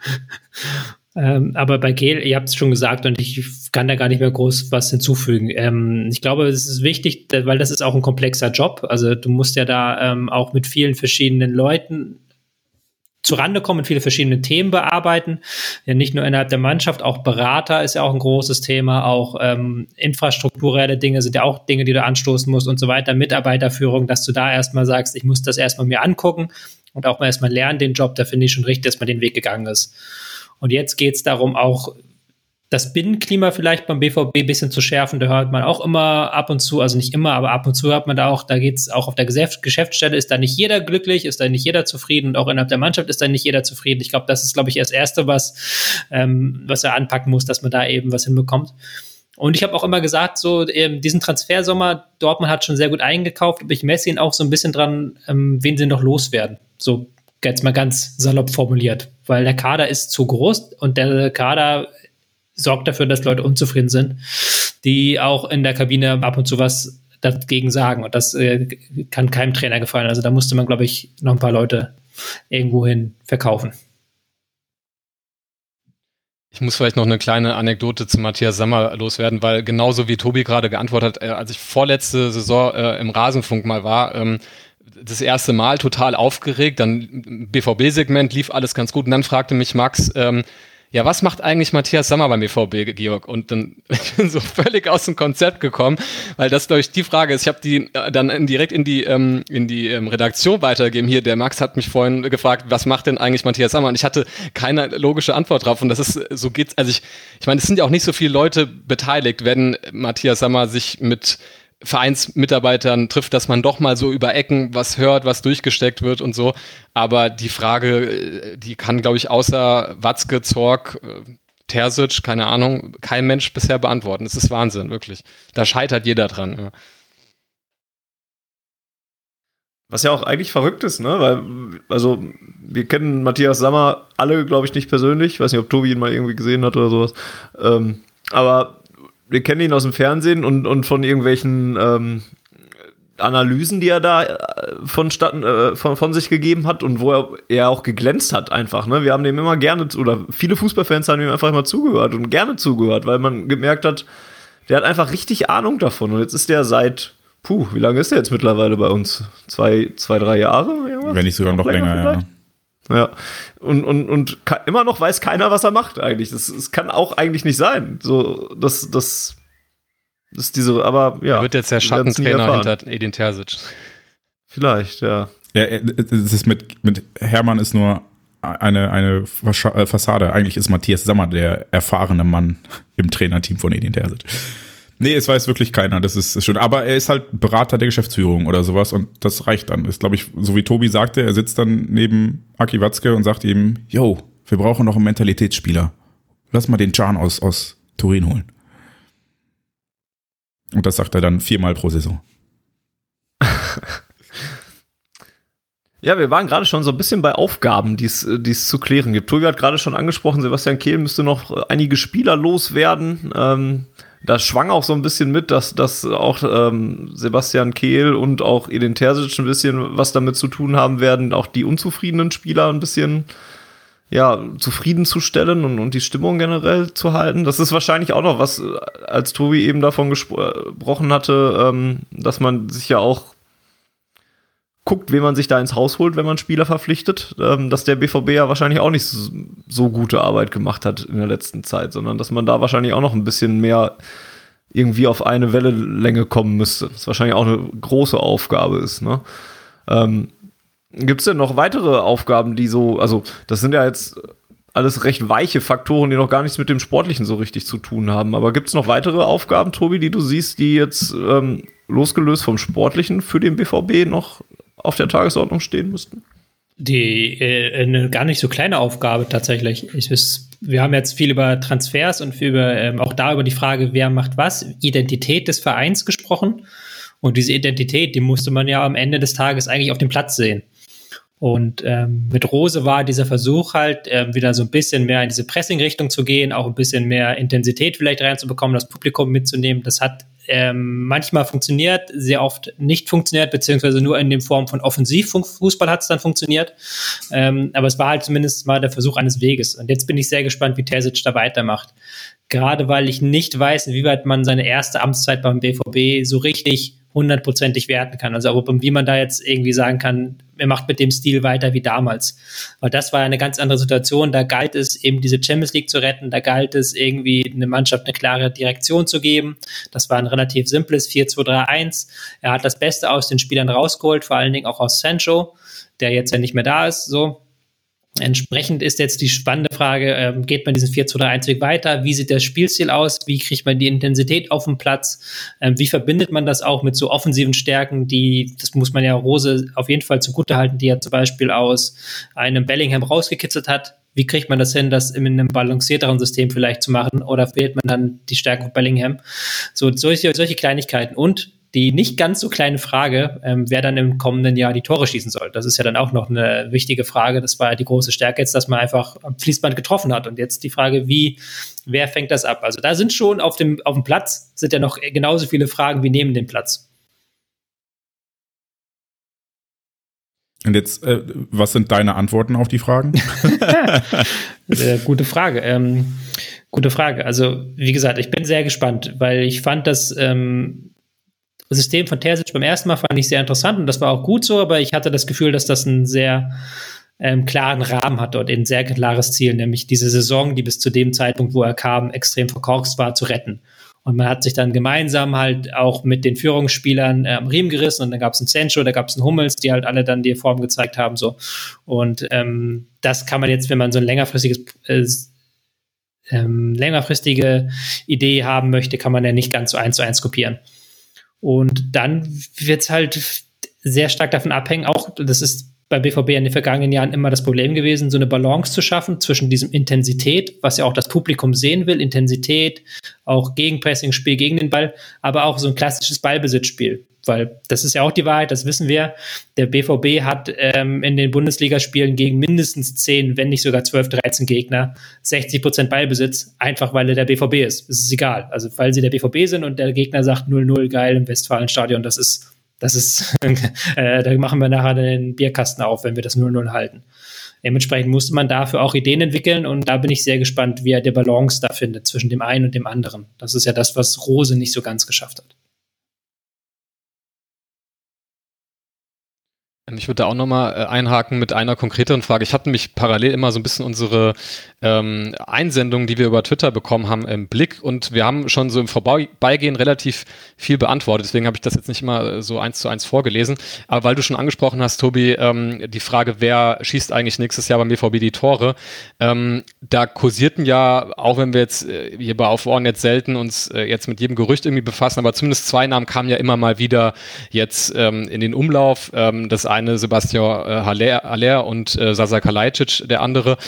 Aber bei Kehl, ihr habt es schon gesagt und ich kann da gar nicht mehr groß was hinzufügen. Ich glaube, es ist wichtig, weil das ist auch ein komplexer Job. Also du musst ja da auch mit vielen verschiedenen Leuten zurande kommen und viele verschiedene Themen bearbeiten. Ja, nicht nur innerhalb der Mannschaft, auch Berater ist ja auch ein großes Thema, auch infrastrukturelle Dinge sind ja auch Dinge, die du anstoßen musst und so weiter, Mitarbeiterführung, dass du da erstmal sagst, ich muss das erstmal mir angucken und auch mal erstmal lernen, den Job, da finde ich schon richtig, dass man den Weg gegangen ist. Und jetzt geht es darum, auch das Binnenklima vielleicht beim BVB ein bisschen zu schärfen. Da hört man auch immer ab und zu, also nicht immer, aber ab und zu hört man da auch, da geht's auch auf der Geschäftsstelle, ist da nicht jeder glücklich, ist da nicht jeder zufrieden und auch innerhalb der Mannschaft ist da nicht jeder zufrieden. Ich glaube, das ist, das Erste, was er anpacken muss, dass man da eben was hinbekommt. Und ich habe auch immer gesagt, so diesen Transfersommer, Dortmund hat schon sehr gut eingekauft, aber ich messe ihn auch so ein bisschen dran, wen sie noch loswerden. So jetzt mal ganz salopp formuliert, weil der Kader ist zu groß und der Kader sorgt dafür, dass Leute unzufrieden sind, die auch in der Kabine ab und zu was dagegen sagen. Und das kann keinem Trainer gefallen. Also da musste man, glaube ich, noch ein paar Leute irgendwohin verkaufen. Ich muss vielleicht noch eine kleine Anekdote zu Matthias Sammer loswerden, weil genauso wie Tobi gerade geantwortet hat, als ich vorletzte Saison im Rasenfunk mal war, das erste Mal total aufgeregt, dann BVB-Segment, lief alles ganz gut und dann fragte mich Max, ja, was macht eigentlich Matthias Sammer beim BVB, Georg? Und dann ich bin so völlig aus dem Konzept gekommen, weil das, glaube ich, die Frage ist. Ich habe die dann direkt in die Redaktion weitergegeben. Hier, der Max hat mich vorhin gefragt, was macht denn eigentlich Matthias Sammer? Und ich hatte keine logische Antwort drauf. Und das ist, so geht's. Also ich meine, es sind ja auch nicht so viele Leute beteiligt, wenn Matthias Sammer sich mit Vereinsmitarbeitern trifft, dass man doch mal so über Ecken was hört, was durchgesteckt wird und so. Aber die Frage, die kann, glaube ich, außer Watzke, Zorc, Terzic, keine Ahnung, kein Mensch bisher beantworten. Das ist Wahnsinn, wirklich. Da scheitert jeder dran. Ja. Was ja auch eigentlich verrückt ist, ne? Weil, also, wir kennen Matthias Sammer alle, glaube ich, nicht persönlich. Ich weiß nicht, ob Tobi ihn mal irgendwie gesehen hat oder sowas. Aber wir kennen ihn aus dem Fernsehen und von irgendwelchen Analysen, die er da von sich gegeben hat und wo er auch geglänzt hat einfach. Ne? Wir haben dem immer gerne, oder viele Fußballfans haben ihm einfach immer zugehört und gerne zugehört, weil man gemerkt hat, der hat einfach richtig Ahnung davon. Und jetzt ist der seit, wie lange ist der jetzt mittlerweile bei uns? 3 Jahre? Wenn nicht sogar noch länger, ja. Ja, und immer noch weiß keiner, was er macht eigentlich. Das kann auch eigentlich nicht sein. So, das ist diese, aber ja. Er wird jetzt der Schattentrainer hinter Edin Terzic. Vielleicht, ja. Ja, es ist mit Hermann ist nur eine Fassade. Eigentlich ist Matthias Sammer der erfahrene Mann im Trainerteam von Edin Terzic. Nee, es weiß wirklich keiner, das ist schön. Aber er ist halt Berater der Geschäftsführung oder sowas und das reicht dann. Ist, glaube ich, so wie Tobi sagte, er sitzt dann neben Aki Watzke und sagt ihm, yo, wir brauchen noch einen Mentalitätsspieler. Lass mal den Can aus Turin holen. Und das sagt er dann 4-mal pro Saison. Ja, wir waren gerade schon so ein bisschen bei Aufgaben, die es zu klären gibt. Tobi hat gerade schon angesprochen, Sebastian Kehl müsste noch einige Spieler loswerden. Da schwang auch so ein bisschen mit, dass auch Sebastian Kehl und auch Edin Terzic ein bisschen was damit zu tun haben werden, auch die unzufriedenen Spieler ein bisschen zufriedenzustellen und die Stimmung generell zu halten. Das ist wahrscheinlich auch noch was, als Tobi eben davon gesprochen hatte, dass man sich ja auch guckt, wen man sich da ins Haus holt, wenn man Spieler verpflichtet, dass der BVB ja wahrscheinlich auch nicht so gute Arbeit gemacht hat in der letzten Zeit, sondern dass man da wahrscheinlich auch noch ein bisschen mehr irgendwie auf eine Wellenlänge kommen müsste. Das wahrscheinlich auch eine große Aufgabe ist, ne? Gibt es denn noch weitere Aufgaben, die so, also das sind ja jetzt alles recht weiche Faktoren, die noch gar nichts mit dem Sportlichen so richtig zu tun haben, aber gibt es noch weitere Aufgaben, Tobi, die du siehst, die jetzt losgelöst vom Sportlichen für den BVB noch auf der Tagesordnung stehen müssten? Eine gar nicht so kleine Aufgabe tatsächlich. Wir haben jetzt viel über Transfers und auch da über die Frage, wer macht was, Identität des Vereins gesprochen. Und diese Identität, die musste man ja am Ende des Tages eigentlich auf dem Platz sehen. Und mit Rose war dieser Versuch halt, wieder so ein bisschen mehr in diese Pressing-Richtung zu gehen, auch ein bisschen mehr Intensität vielleicht reinzubekommen, das Publikum mitzunehmen. Das hat manchmal funktioniert, sehr oft nicht funktioniert, beziehungsweise nur in der Form von Offensivfußball hat es dann funktioniert. Aber es war halt zumindest mal der Versuch eines Weges. Und jetzt bin ich sehr gespannt, wie Terzic da weitermacht. Gerade weil ich nicht weiß, inwieweit man seine erste Amtszeit beim BVB so richtig 100%ig werten kann. Also wie man da jetzt irgendwie sagen kann, er macht mit dem Stil weiter wie damals. Weil das war eine ganz andere Situation. Da galt es eben diese Champions League zu retten. Da galt es irgendwie eine Mannschaft eine klare Direktion zu geben. Das war ein relativ simples 4-2-3-1. Er hat das Beste aus den Spielern rausgeholt, vor allen Dingen auch aus Sancho, der jetzt ja nicht mehr da ist, so. Entsprechend ist jetzt die spannende Frage, geht man diesen 4-2-3-1-Weg weiter? Wie sieht der Spielstil aus? Wie kriegt man die Intensität auf den Platz? Wie verbindet man das auch mit so offensiven Stärken, das muss man ja Rose auf jeden Fall zugutehalten, die er zum Beispiel aus einem Bellingham rausgekitzelt hat. Wie kriegt man das hin, das in einem balancierteren System vielleicht zu machen? Oder wählt man dann die Stärken von Bellingham? So, solche Kleinigkeiten. Und die nicht ganz so kleine Frage, wer dann im kommenden Jahr die Tore schießen soll. Das ist ja dann auch noch eine wichtige Frage. Das war ja die große Stärke jetzt, dass man einfach am Fließband getroffen hat. Und jetzt die Frage, wer fängt das ab? Also da sind schon auf dem Platz sind ja noch genauso viele Fragen wie neben dem Platz. Und jetzt, was sind deine Antworten auf die Fragen? Gute Frage. Gute Frage. Also, wie gesagt, ich bin sehr gespannt, weil ich fand das System von Terzic beim ersten Mal fand ich sehr interessant und das war auch gut so, aber ich hatte das Gefühl, dass das einen sehr klaren Rahmen hat dort, ein sehr klares Ziel, nämlich diese Saison, die bis zu dem Zeitpunkt, wo er kam, extrem verkorkst war, zu retten. Und man hat sich dann gemeinsam halt auch mit den Führungsspielern am Riemen gerissen und dann gab es einen Sancho, da gab es einen Hummels, die halt alle dann die Form gezeigt haben. So. Und das kann man jetzt, wenn man so ein längerfristige Idee haben möchte, kann man ja nicht ganz so 1:1 kopieren. Und dann wird es halt sehr stark davon abhängen, auch das ist bei BVB in den vergangenen Jahren immer das Problem gewesen, so eine Balance zu schaffen zwischen diesem Intensität, was ja auch das Publikum sehen will, Intensität, auch Gegenpressing-Spiel gegen den Ball, aber auch so ein klassisches Ballbesitzspiel, weil das ist ja auch die Wahrheit, das wissen wir, der BVB hat in den Bundesligaspielen gegen mindestens 10, wenn nicht sogar 12, 13 Gegner 60% Ballbesitz, einfach weil er der BVB ist. Es ist egal, also weil sie der BVB sind und der Gegner sagt 0-0 geil im Westfalenstadion, das ist da machen wir nachher den Bierkasten auf, wenn wir das 0-0 halten. Dementsprechend musste man dafür auch Ideen entwickeln und da bin ich sehr gespannt, wie er die Balance da findet zwischen dem einen und dem anderen. Das ist ja das, was Rose nicht so ganz geschafft hat. Ich würde da auch nochmal einhaken mit einer konkreteren Frage. Ich hatte mich parallel immer so ein bisschen unsere Einsendungen, die wir über Twitter bekommen haben, im Blick und wir haben schon so im Vorbeigehen relativ viel beantwortet. Deswegen habe ich das jetzt nicht immer so 1:1 vorgelesen. Aber weil du schon angesprochen hast, Tobi, die Frage, wer schießt eigentlich nächstes Jahr beim BVB die Tore? Da kursierten ja, auch wenn wir jetzt hier bei Auf Ohren jetzt selten uns jetzt mit jedem Gerücht irgendwie befassen, aber zumindest 2 Namen kamen ja immer mal wieder jetzt in den Umlauf. Das eine Sebastian Haller und Sasa Kalajdzic, der andere.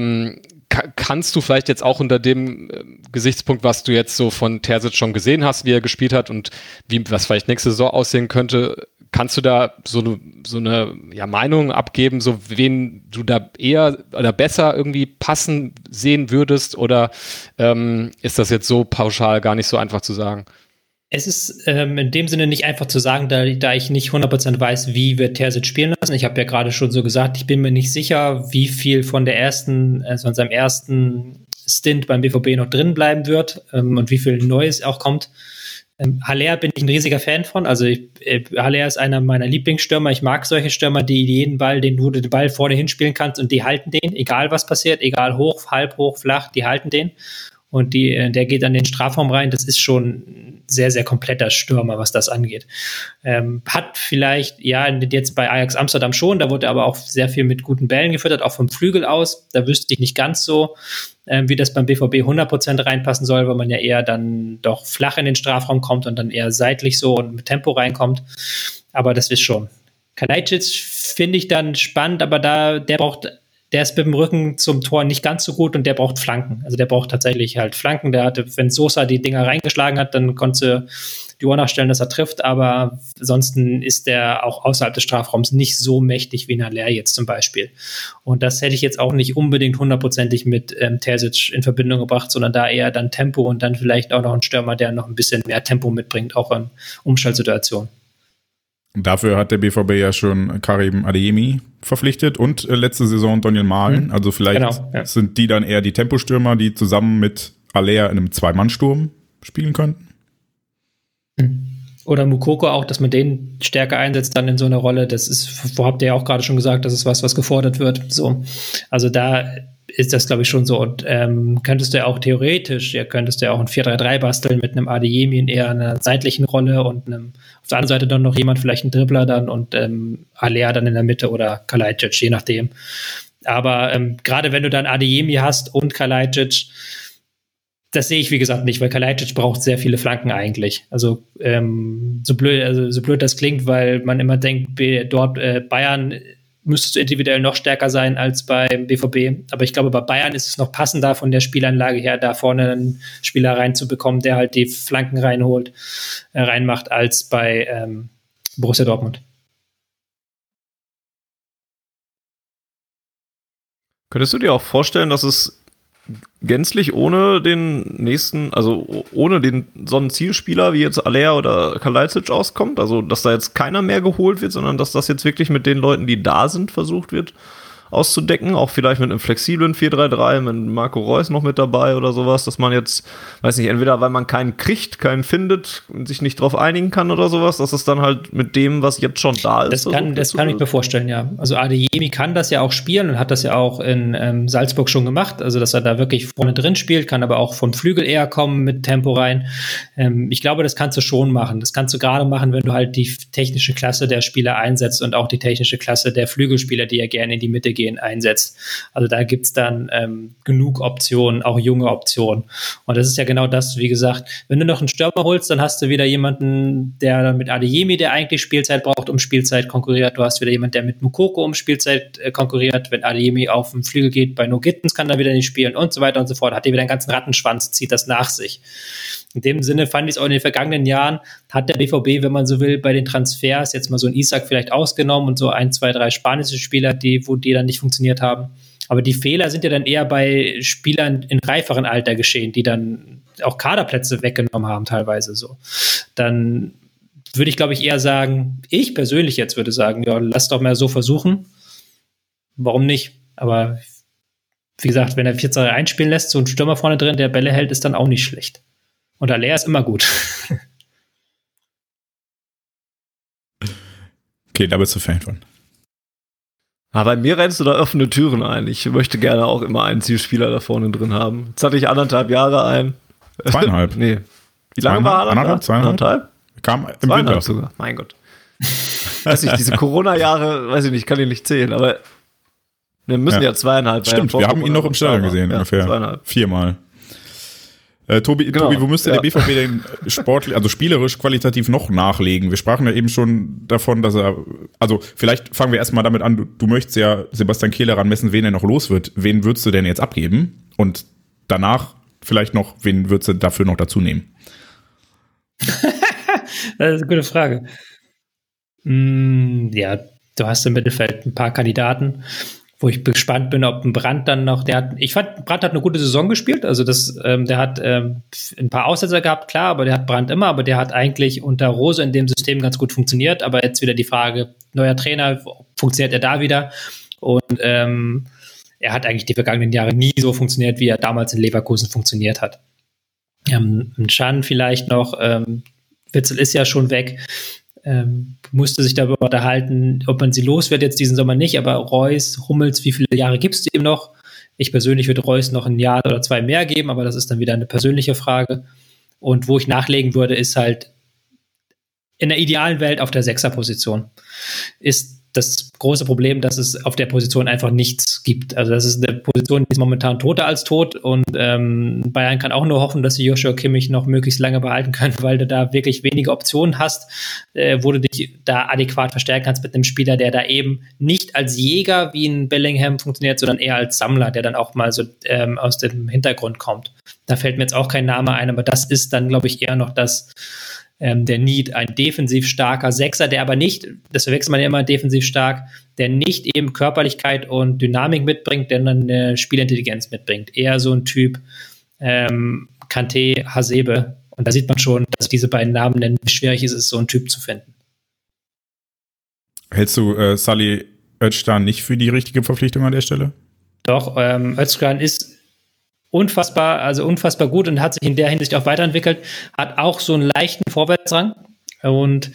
Kannst du vielleicht jetzt auch unter dem Gesichtspunkt, was du jetzt so von Terzic schon gesehen hast, wie er gespielt hat und was vielleicht nächste Saison aussehen könnte, kannst du da so eine Meinung abgeben, so wen du da eher oder besser irgendwie passen sehen würdest oder ist das jetzt so pauschal gar nicht so einfach zu sagen? Es ist in dem Sinne nicht einfach zu sagen, da ich nicht 100% weiß, wie wird Terzic spielen lassen. Ich habe ja gerade schon so gesagt, ich bin mir nicht sicher, wie viel von seinem ersten Stint beim BVB noch drin bleiben wird und wie viel Neues auch kommt. Haller bin ich ein riesiger Fan von. Also Haller ist einer meiner Lieblingsstürmer. Ich mag solche Stürmer, die jeden Ball, den du den Ball vorne hinspielen kannst und die halten den, egal was passiert, egal hoch, halb hoch, flach, die halten den. Und der geht an den Strafraum rein. Das ist schon ein sehr, sehr kompletter Stürmer, was das angeht. Hat vielleicht, jetzt bei Ajax Amsterdam schon, da wurde er aber auch sehr viel mit guten Bällen gefüttert, auch vom Flügel aus. Da wüsste ich nicht ganz so, wie das beim BVB 100% reinpassen soll, weil man ja eher dann doch flach in den Strafraum kommt und dann eher seitlich so und mit Tempo reinkommt. Aber das ist schon. Kalajdzic finde ich dann spannend, aber der ist mit dem Rücken zum Tor nicht ganz so gut und der braucht Flanken. Also der braucht tatsächlich halt Flanken. Der hatte, wenn Sosa die Dinger reingeschlagen hat, dann konnte die Uhr nachstellen, dass er trifft. Aber ansonsten ist der auch außerhalb des Strafraums nicht so mächtig wie ein Haller jetzt zum Beispiel. Und das hätte ich jetzt auch nicht unbedingt hundertprozentig mit Terzic in Verbindung gebracht, sondern da eher dann Tempo und dann vielleicht auch noch ein Stürmer, der noch ein bisschen mehr Tempo mitbringt, auch in Umschaltsituationen. Dafür hat der BVB ja schon Karim Adeyemi verpflichtet und letzte Saison Daniel Mahlen. Also vielleicht sind die dann eher die Tempostürmer, die zusammen mit Haller in einem Zwei-Mann-Sturm spielen könnten. Oder Moukoko auch, dass man den stärker einsetzt dann in so einer Rolle. Das ist, habt ihr ja auch gerade schon gesagt, das ist was gefordert wird. So, also da ist das, glaube ich, schon so. Und könntest du ja auch theoretisch, könntest du ja auch ein 4-3-3 basteln mit einem Adeyemi in eher einer seitlichen Rolle und auf der anderen Seite dann noch jemand, vielleicht ein Dribbler dann und Haller dann in der Mitte oder Kalajdzic, je nachdem. Aber gerade wenn du dann Adeyemi hast und Kalajdzic, das sehe ich, wie gesagt, nicht, weil Kalajdzic braucht sehr viele Flanken eigentlich. Also so blöd das klingt, weil man immer denkt, Bayern müsste individuell noch stärker sein als beim BVB. Aber ich glaube, bei Bayern ist es noch passender von der Spielanlage her, da vorne einen Spieler reinzubekommen, der halt die Flanken reinmacht, als bei Borussia Dortmund. Könntest du dir auch vorstellen, dass es gänzlich ohne den nächsten, also ohne so einen Zielspieler wie jetzt Aller oder Kalajdzic auskommt? Also, dass da jetzt keiner mehr geholt wird, sondern dass das jetzt wirklich mit den Leuten, die da sind, versucht wird auszudecken? Auch vielleicht mit einem flexiblen 4-3-3, mit Marco Reus noch mit dabei oder sowas, dass man jetzt, weiß nicht, entweder weil man keinen kriegt, keinen findet und sich nicht drauf einigen kann oder sowas, dass es dann halt mit dem, was jetzt schon da ist. Das kann ich mir vorstellen, ja. Also Adeyemi kann das ja auch spielen und hat das ja auch in Salzburg schon gemacht, also dass er da wirklich vorne drin spielt, kann aber auch vom Flügel eher kommen mit Tempo rein. Ich glaube, das kannst du schon machen. Das kannst du gerade machen, wenn du halt die technische Klasse der Spieler einsetzt und auch die technische Klasse der Flügelspieler, die ja gerne in die Mitte gehen, einsetzt. Also da gibt's dann genug Optionen, auch junge Optionen. Und das ist ja genau das, wie gesagt, wenn du noch einen Stürmer holst, dann hast du wieder jemanden, der dann mit Adeyemi, der eigentlich Spielzeit braucht, um Spielzeit konkurriert. Du hast wieder jemanden, der mit Moukoko um Spielzeit konkurriert. Wenn Adeyemi auf den Flügel geht, bei No Gittens kann er wieder nicht spielen und so weiter und so fort. Hat er wieder einen ganzen Rattenschwanz, zieht das nach sich. In dem Sinne fand ich es auch in den vergangenen Jahren, hat der BVB, wenn man so will, bei den Transfers jetzt mal so ein Isak vielleicht ausgenommen und so 1, 2, 3 spanische Spieler, wo die dann nicht funktioniert haben. Aber die Fehler sind ja dann eher bei Spielern in reiferen Alter geschehen, die dann auch Kaderplätze weggenommen haben teilweise so. Dann würde ich, glaube ich, eher sagen, ich persönlich jetzt würde sagen, ja, lass doch mal so versuchen. Warum nicht? Aber wie gesagt, wenn er 4-2 einspielen lässt, so ein Stürmer vorne drin, der Bälle hält, ist dann auch nicht schlecht. Und Aller ist immer gut. Okay, da bist du Fan von. Aber bei mir rennst du da offene Türen ein. Ich möchte gerne auch immer einen Zielspieler da vorne drin haben. Jetzt hatte ich 1,5 Jahre ein. 2,5. Nee. Wie lange war er? 1,5? Kam im Winter sogar. Mein Gott. Weiß nicht, diese Corona-Jahre, weiß ich nicht, kann ich nicht zählen, aber wir müssen ja 2,5. Stimmt, wir haben ihn noch im Stadion gesehen, ungefähr 2,5. 4-mal. Tobi, wo müsste der BVB denn sportlich, also spielerisch qualitativ noch nachlegen? Wir sprachen ja eben schon davon, dass also vielleicht fangen wir erstmal damit an, du möchtest ja Sebastian Kehl daran messen, wen er noch los wird. Wen würdest du denn jetzt abgeben? Und danach vielleicht noch, wen würdest du dafür noch dazu nehmen? Das ist eine gute Frage. Ja, du hast im Mittelfeld ein paar Kandidaten, wo ich gespannt bin, ob ein Brandt dann noch, ich fand, Brandt hat eine gute Saison gespielt, also der hat ein paar Aussetzer gehabt, klar, aber der hat Brandt immer, aber der hat eigentlich unter Rose in dem System ganz gut funktioniert, aber jetzt wieder die Frage, neuer Trainer, funktioniert er da wieder? Und er hat eigentlich die vergangenen Jahre nie so funktioniert, wie er damals in Leverkusen funktioniert hat. Can vielleicht noch, Witzel ist ja schon weg, musste sich darüber unterhalten, ob man sie los wird jetzt diesen Sommer nicht, aber Reus, Hummels, wie viele Jahre gibt es ihm noch? Ich persönlich würde Reus noch 1 Jahr oder 2 mehr geben, aber das ist dann wieder eine persönliche Frage. Und wo ich nachlegen würde, ist halt in der idealen Welt auf der 6er-Position. Ist das große Problem, dass es auf der Position einfach nichts gibt. Also das ist eine Position, die ist momentan toter als tot und Bayern kann auch nur hoffen, dass sie Joshua Kimmich noch möglichst lange behalten können, weil du da wirklich wenige Optionen hast, wo du dich da adäquat verstärken kannst mit einem Spieler, der da eben nicht als Jäger wie ein Bellingham funktioniert, sondern eher als Sammler, der dann auch mal so aus dem Hintergrund kommt. Da fällt mir jetzt auch kein Name ein, aber das ist dann, glaube ich, eher noch das der Need, ein defensiv starker Sechser, der aber nicht, das verwechselt man ja immer, defensiv stark, der nicht eben Körperlichkeit und Dynamik mitbringt, der dann eine Spielintelligenz mitbringt. Eher so ein Typ Kanté, Hasebe. Und da sieht man schon, dass diese beiden Namen nennen, wie schwierig es ist, so einen Typ zu finden. Hältst du Salih Özcan nicht für die richtige Verpflichtung an der Stelle? Doch, Özcan ist unfassbar gut und hat sich in der Hinsicht auch weiterentwickelt, hat auch so einen leichten Vorwärtsdrang und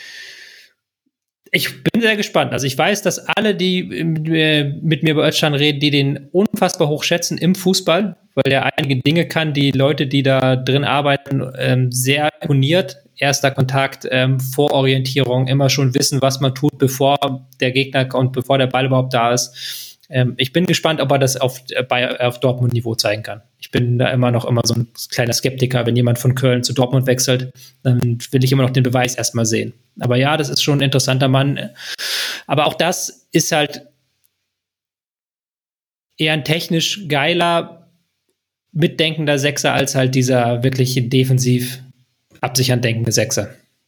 ich bin sehr gespannt. Also ich weiß, dass alle, die mit mir über Özcan reden, die den unfassbar hoch schätzen im Fußball, weil der einige Dinge kann, die Leute, die da drin arbeiten, sehr imponiert. Erster Kontakt, Vororientierung, immer schon wissen, was man tut, bevor der Gegner kommt, bevor der Ball überhaupt da ist. Ich bin gespannt, ob er das auf Dortmund-Niveau zeigen kann. Ich bin da immer so ein kleiner Skeptiker, wenn jemand von Köln zu Dortmund wechselt, dann will ich immer noch den Beweis erstmal sehen. Aber ja, das ist schon ein interessanter Mann. Aber auch das ist halt eher ein technisch geiler, mitdenkender Sechser als halt dieser wirklich defensiv absichernd denkende Sechser.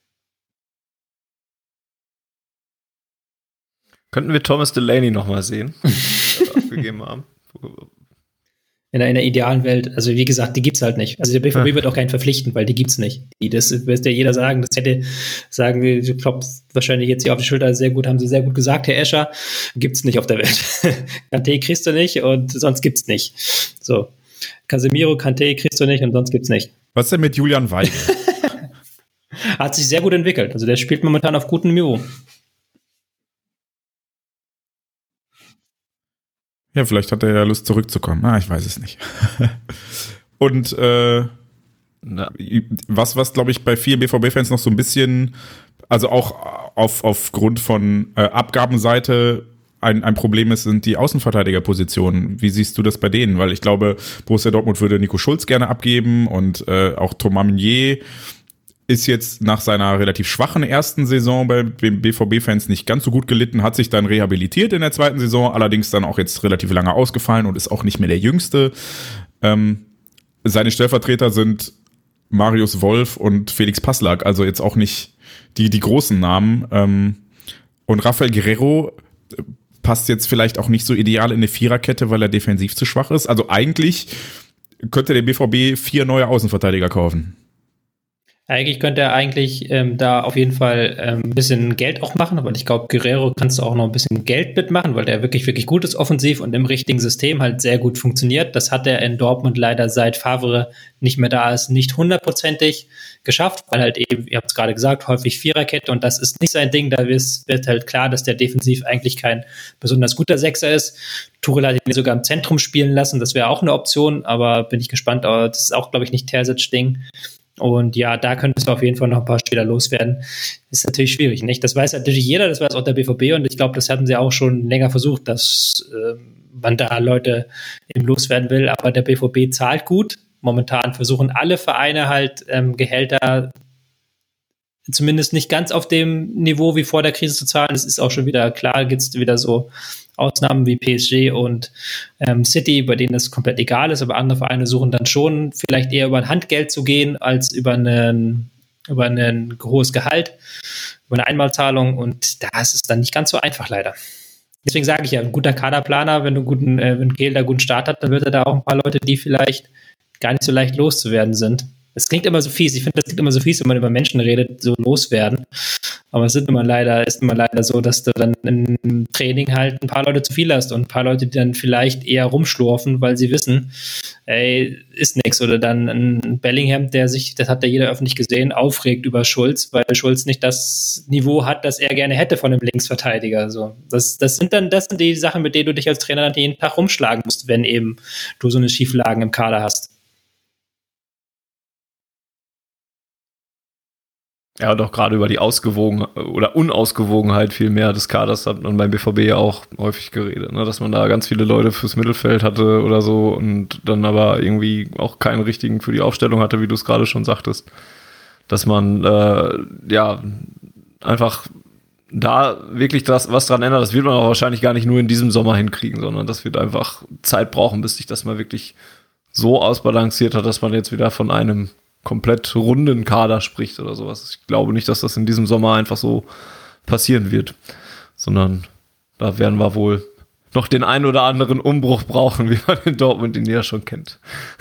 Könnten wir Thomas Delaney nochmal sehen? Abgegeben haben. In einer idealen Welt, also wie gesagt, die gibt's halt nicht. Also der BVB wird auch keinen verpflichten, weil die gibt's nicht. Das wird ja jeder sagen, sagen wir, ich glaube, wahrscheinlich jetzt hier auf die Schulter, haben sie sehr gut gesagt, Herr Escher, gibt's nicht auf der Welt. Kanté kriegst du nicht und sonst gibt's nicht. So. Casemiro, Kanté kriegst du nicht und sonst gibt's nicht. Was denn mit Julian Weigl? Hat sich sehr gut entwickelt. Also der spielt momentan auf gutem Niveau. Ja, vielleicht hat er ja Lust zurückzukommen. Ich weiß es nicht. Und was glaube ich bei vielen BVB-Fans noch so ein bisschen, also auch aufgrund von Abgabenseite ein Problem ist, sind die Außenverteidigerpositionen. Wie siehst du das bei denen? Weil ich glaube, Borussia Dortmund würde Nico Schulz gerne abgeben und auch Thomas Meunier ist jetzt nach seiner relativ schwachen ersten Saison bei den BVB-Fans nicht ganz so gut gelitten, hat sich dann rehabilitiert in der zweiten Saison, allerdings dann auch jetzt relativ lange ausgefallen und ist auch nicht mehr der Jüngste. Seine Stellvertreter sind Marius Wolf und Felix Passlack, also jetzt auch nicht die großen Namen. Und Rafael Guerreiro passt jetzt vielleicht auch nicht so ideal in eine Viererkette, weil er defensiv zu schwach ist. Also eigentlich könnte der BVB 4 neue Außenverteidiger kaufen. Eigentlich könnte er da auf jeden Fall ein bisschen Geld auch machen, aber ich glaube, Guerreiro kannst du auch noch ein bisschen Geld mitmachen, weil der wirklich, wirklich gut ist offensiv und im richtigen System halt sehr gut funktioniert. Das hat er in Dortmund leider seit Favre nicht mehr da ist, nicht 100%ig geschafft, weil halt eben, ihr habt es gerade gesagt, häufig Viererkette und das ist nicht sein Ding. Da wird halt klar, dass der defensiv eigentlich kein besonders guter Sechser ist. Tuchel hat ihn sogar im Zentrum spielen lassen, das wäre auch eine Option, aber bin ich gespannt. Aber das ist auch, glaube ich, nicht Terzic-Ding. Und ja, da könntest du auf jeden Fall noch ein paar Spieler loswerden. Ist natürlich schwierig, nicht? Das weiß natürlich jeder, das weiß auch der BVB und ich glaube, das hatten sie auch schon länger versucht, dass man da Leute eben loswerden will, aber der BVB zahlt gut. Momentan versuchen alle Vereine halt Gehälter zumindest nicht ganz auf dem Niveau wie vor der Krise zu zahlen. Das ist auch schon wieder klar, gibt es wieder so Ausnahmen wie PSG und City, bei denen das komplett egal ist, aber andere Vereine suchen dann schon vielleicht eher über ein Handgeld zu gehen, als über ein hohes Gehalt, über eine Einmalzahlung und da ist es dann nicht ganz so einfach leider. Deswegen sage ich ja, ein guter Kaderplaner, wenn Kehl da guten Start hat, dann wird er da auch ein paar Leute, die vielleicht gar nicht so leicht loszuwerden sind. Es klingt immer so fies. Ich finde, das klingt immer so fies, wenn man über Menschen redet, so loswerden. Aber es ist immer leider so, dass du dann im Training halt ein paar Leute zu viel hast und ein paar Leute, die dann vielleicht eher rumschlurfen, weil sie wissen, ey, ist nix. Oder dann ein Bellingham, das hat ja jeder öffentlich gesehen, aufregt über Schulz, weil Schulz nicht das Niveau hat, das er gerne hätte von einem Linksverteidiger. So. Das sind die Sachen, mit denen du dich als Trainer dann jeden Tag rumschlagen musst, wenn eben du so eine Schieflagen im Kader hast. Ja, doch gerade über die Unausgewogenheit vielmehr des Kaders hat man beim BVB ja auch häufig geredet, ne? Dass man da ganz viele Leute fürs Mittelfeld hatte oder so und dann aber irgendwie auch keinen richtigen für die Aufstellung hatte, wie du es gerade schon sagtest. Dass man einfach da wirklich was dran ändert, das wird man auch wahrscheinlich gar nicht nur in diesem Sommer hinkriegen, sondern das wird einfach Zeit brauchen, bis sich das mal wirklich so ausbalanciert hat, dass man jetzt wieder von einem komplett runden Kader spricht oder sowas. Ich glaube nicht, dass das in diesem Sommer einfach so passieren wird, sondern da werden wir wohl noch den einen oder anderen Umbruch brauchen, wie man in Dortmund ihn ja schon kennt.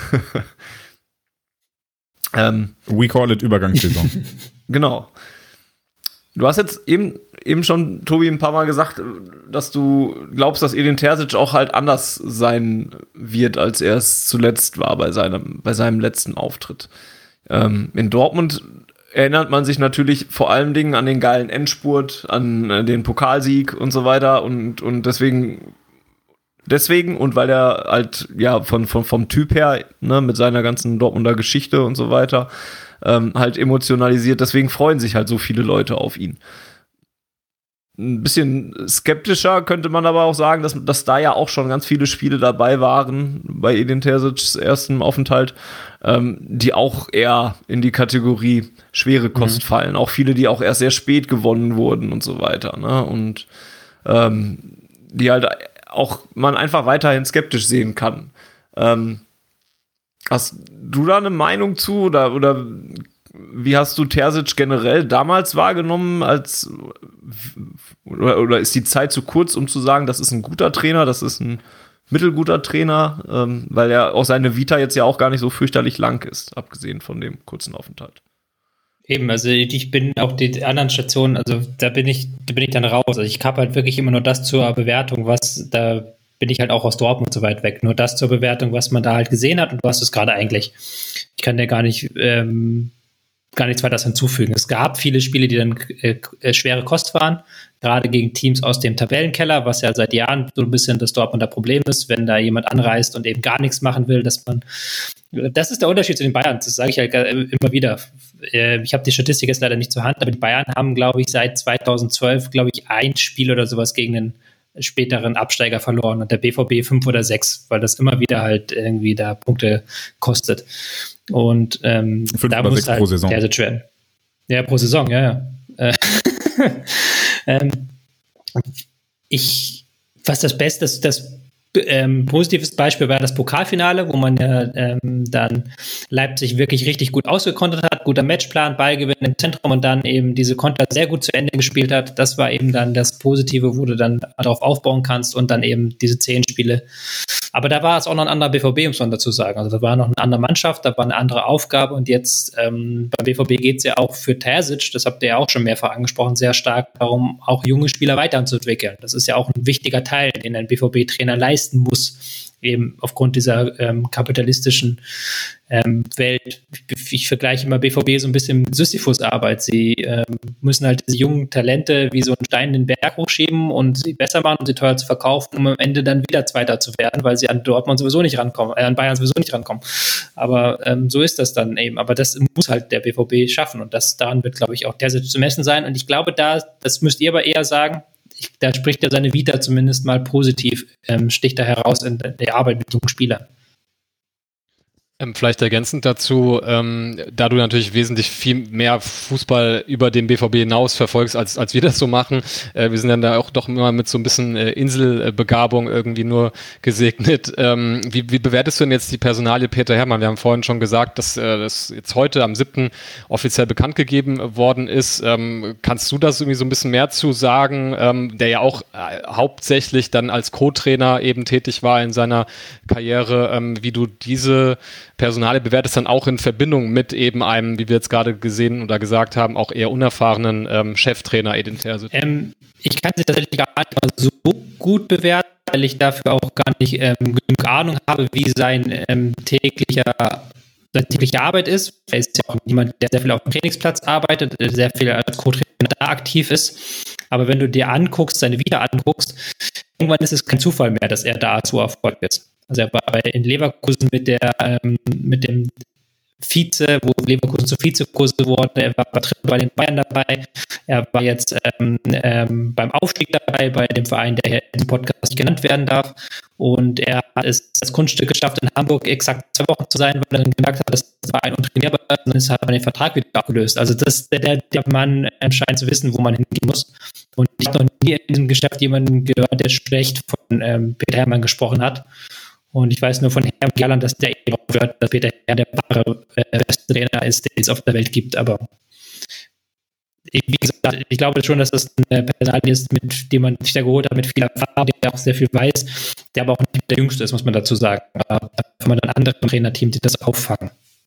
We call it Übergangssaison. Genau. Du hast jetzt eben schon, Tobi, ein paar Mal gesagt, dass du glaubst, dass Edin Terzic auch halt anders sein wird, als er es zuletzt war bei seinem letzten Auftritt. In Dortmund erinnert man sich natürlich vor allen Dingen an den geilen Endspurt, an den Pokalsieg und so weiter und deswegen und weil er halt vom Typ her, ne, mit seiner ganzen Dortmunder Geschichte und so weiter halt emotionalisiert, deswegen freuen sich halt so viele Leute auf ihn. Ein bisschen skeptischer könnte man aber auch sagen, dass da ja auch schon ganz viele Spiele dabei waren bei Edin Terzic's ersten Aufenthalt, die auch eher in die Kategorie schwere Kost fallen. Auch viele, die auch erst sehr spät gewonnen wurden und so weiter. Ne? Und die halt auch man einfach weiterhin skeptisch sehen kann. Hast du da eine Meinung zu oder wie hast du Terzic generell damals wahrgenommen oder ist die Zeit zu kurz, um zu sagen, das ist ein guter Trainer, das ist ein mittelguter Trainer, weil ja auch seine Vita jetzt ja auch gar nicht so fürchterlich lang ist, abgesehen von dem kurzen Aufenthalt. Eben, also ich bin auch die anderen Stationen, also da bin ich dann raus. Also ich habe halt wirklich immer nur das zur Bewertung, da bin ich halt auch aus Dortmund so weit weg. Nur das zur Bewertung, was man da halt gesehen hat, und du hast es gerade eigentlich. Ich kann dir gar nichts weiter hinzufügen. Es gab viele Spiele, die dann schwere Kost waren, gerade gegen Teams aus dem Tabellenkeller, was ja seit Jahren so ein bisschen das Dortmunder Problem ist, wenn da jemand anreist und eben gar nichts machen will, das ist der Unterschied zu den Bayern, das sage ich halt immer wieder. Ich habe die Statistik jetzt leider nicht zur Hand, aber die Bayern haben, glaube ich, seit 2012, ein Spiel oder sowas gegen einen späteren Absteiger verloren und der BVB 5 oder 6, weil das immer wieder halt irgendwie da Punkte kostet. Und 5 da oder muss 6 halt pro Saison. Terzic werden. Ja, pro Saison, ja. Was das Beste, das positives Beispiel war das Pokalfinale, wo man ja dann Leipzig wirklich richtig gut ausgekontert hat, guter Matchplan, Ballgewinn im Zentrum und dann eben diese Konter sehr gut zu Ende gespielt hat. Das war eben dann das Positive, wo du dann darauf aufbauen kannst und dann eben diese 10 Spiele. Aber da war es auch noch ein anderer BVB, muss man dazu sagen. Also da war noch eine andere Mannschaft, da war eine andere Aufgabe und jetzt beim BVB geht es ja auch für Terzic, das habt ihr ja auch schon mehrfach angesprochen, sehr stark darum, auch junge Spieler weiterzuentwickeln. Das ist ja auch ein wichtiger Teil, den ein BVB-Trainer leisten muss, eben aufgrund dieser kapitalistischen Welt. Ich vergleiche immer BVB so ein bisschen mit Sisyphus-Arbeit. Sie müssen halt diese jungen Talente wie so einen Stein in den Berg hochschieben und sie besser machen und sie teuer zu verkaufen, um am Ende dann wieder Zweiter zu werden, weil sie an Dortmund sowieso nicht rankommen, an Bayern sowieso nicht rankommen. Aber so ist das dann eben. Aber das muss halt der BVB schaffen und daran wird, glaube ich, auch Terzic zu messen sein. Und ich glaube, das müsst ihr aber eher sagen, da spricht ja seine Vita zumindest mal positiv, sticht da heraus in der Arbeit mit jungen Spielern. Vielleicht ergänzend dazu, da du natürlich wesentlich viel mehr Fußball über den BVB hinaus verfolgst, als wir das so machen. Wir sind dann da auch doch immer mit so ein bisschen Inselbegabung irgendwie nur gesegnet. Wie bewertest du denn jetzt die Personalie Peter Herrmann? Wir haben vorhin schon gesagt, dass das jetzt heute am 7. offiziell bekannt gegeben worden ist. Kannst du das irgendwie so ein bisschen mehr zu sagen, der ja auch hauptsächlich dann als Co-Trainer eben tätig war in seiner Karriere, wie du diese Personale bewertest dann auch in Verbindung mit eben einem, wie wir jetzt gerade gesehen oder gesagt haben, auch eher unerfahrenen Cheftrainer Edin Terzic? Ich kann sie tatsächlich gar nicht mal so gut bewerten, weil ich dafür auch gar nicht genug Ahnung habe, wie seine tägliche Arbeit ist. Er ist ja auch jemand, der sehr viel auf dem Trainingsplatz arbeitet, sehr viel als Co-Trainer da aktiv ist. Aber wenn du dir seine Vita anguckst, irgendwann ist es kein Zufall mehr, dass er da so erfolgreich ist. Also er war in Leverkusen mit dem Vize, wo Leverkusen zu Vizekurse wurde. Er war bei den Bayern dabei. Er war jetzt beim Aufstieg dabei, bei dem Verein, der hier im Podcast nicht genannt werden darf. Und er hat es das Kunststück geschafft, in Hamburg exakt 2 Wochen zu sein, weil er dann gemerkt hat, dass der Verein untrainierbar ist. Und dann hat man den Vertrag wieder abgelöst. Also der Mann scheint zu wissen, wo man hingehen muss. Und ich habe noch nie in diesem Geschäft jemanden gehört, der schlecht von Peter Herrmann gesprochen hat. Und ich weiß nur von Herrn Gerland, dass der eben auch gehört, dass Peter Herrmann der wahre beste Trainer ist, den es auf der Welt gibt. Aber wie gesagt, ich glaube schon, dass das eine Personalie ist, mit dem man sich da geholt hat, mit viel Erfahrung, der auch sehr viel weiß, der aber auch nicht der Jüngste ist, muss man dazu sagen. Aber da kann man dann andere Trainerteams, die das auffangen.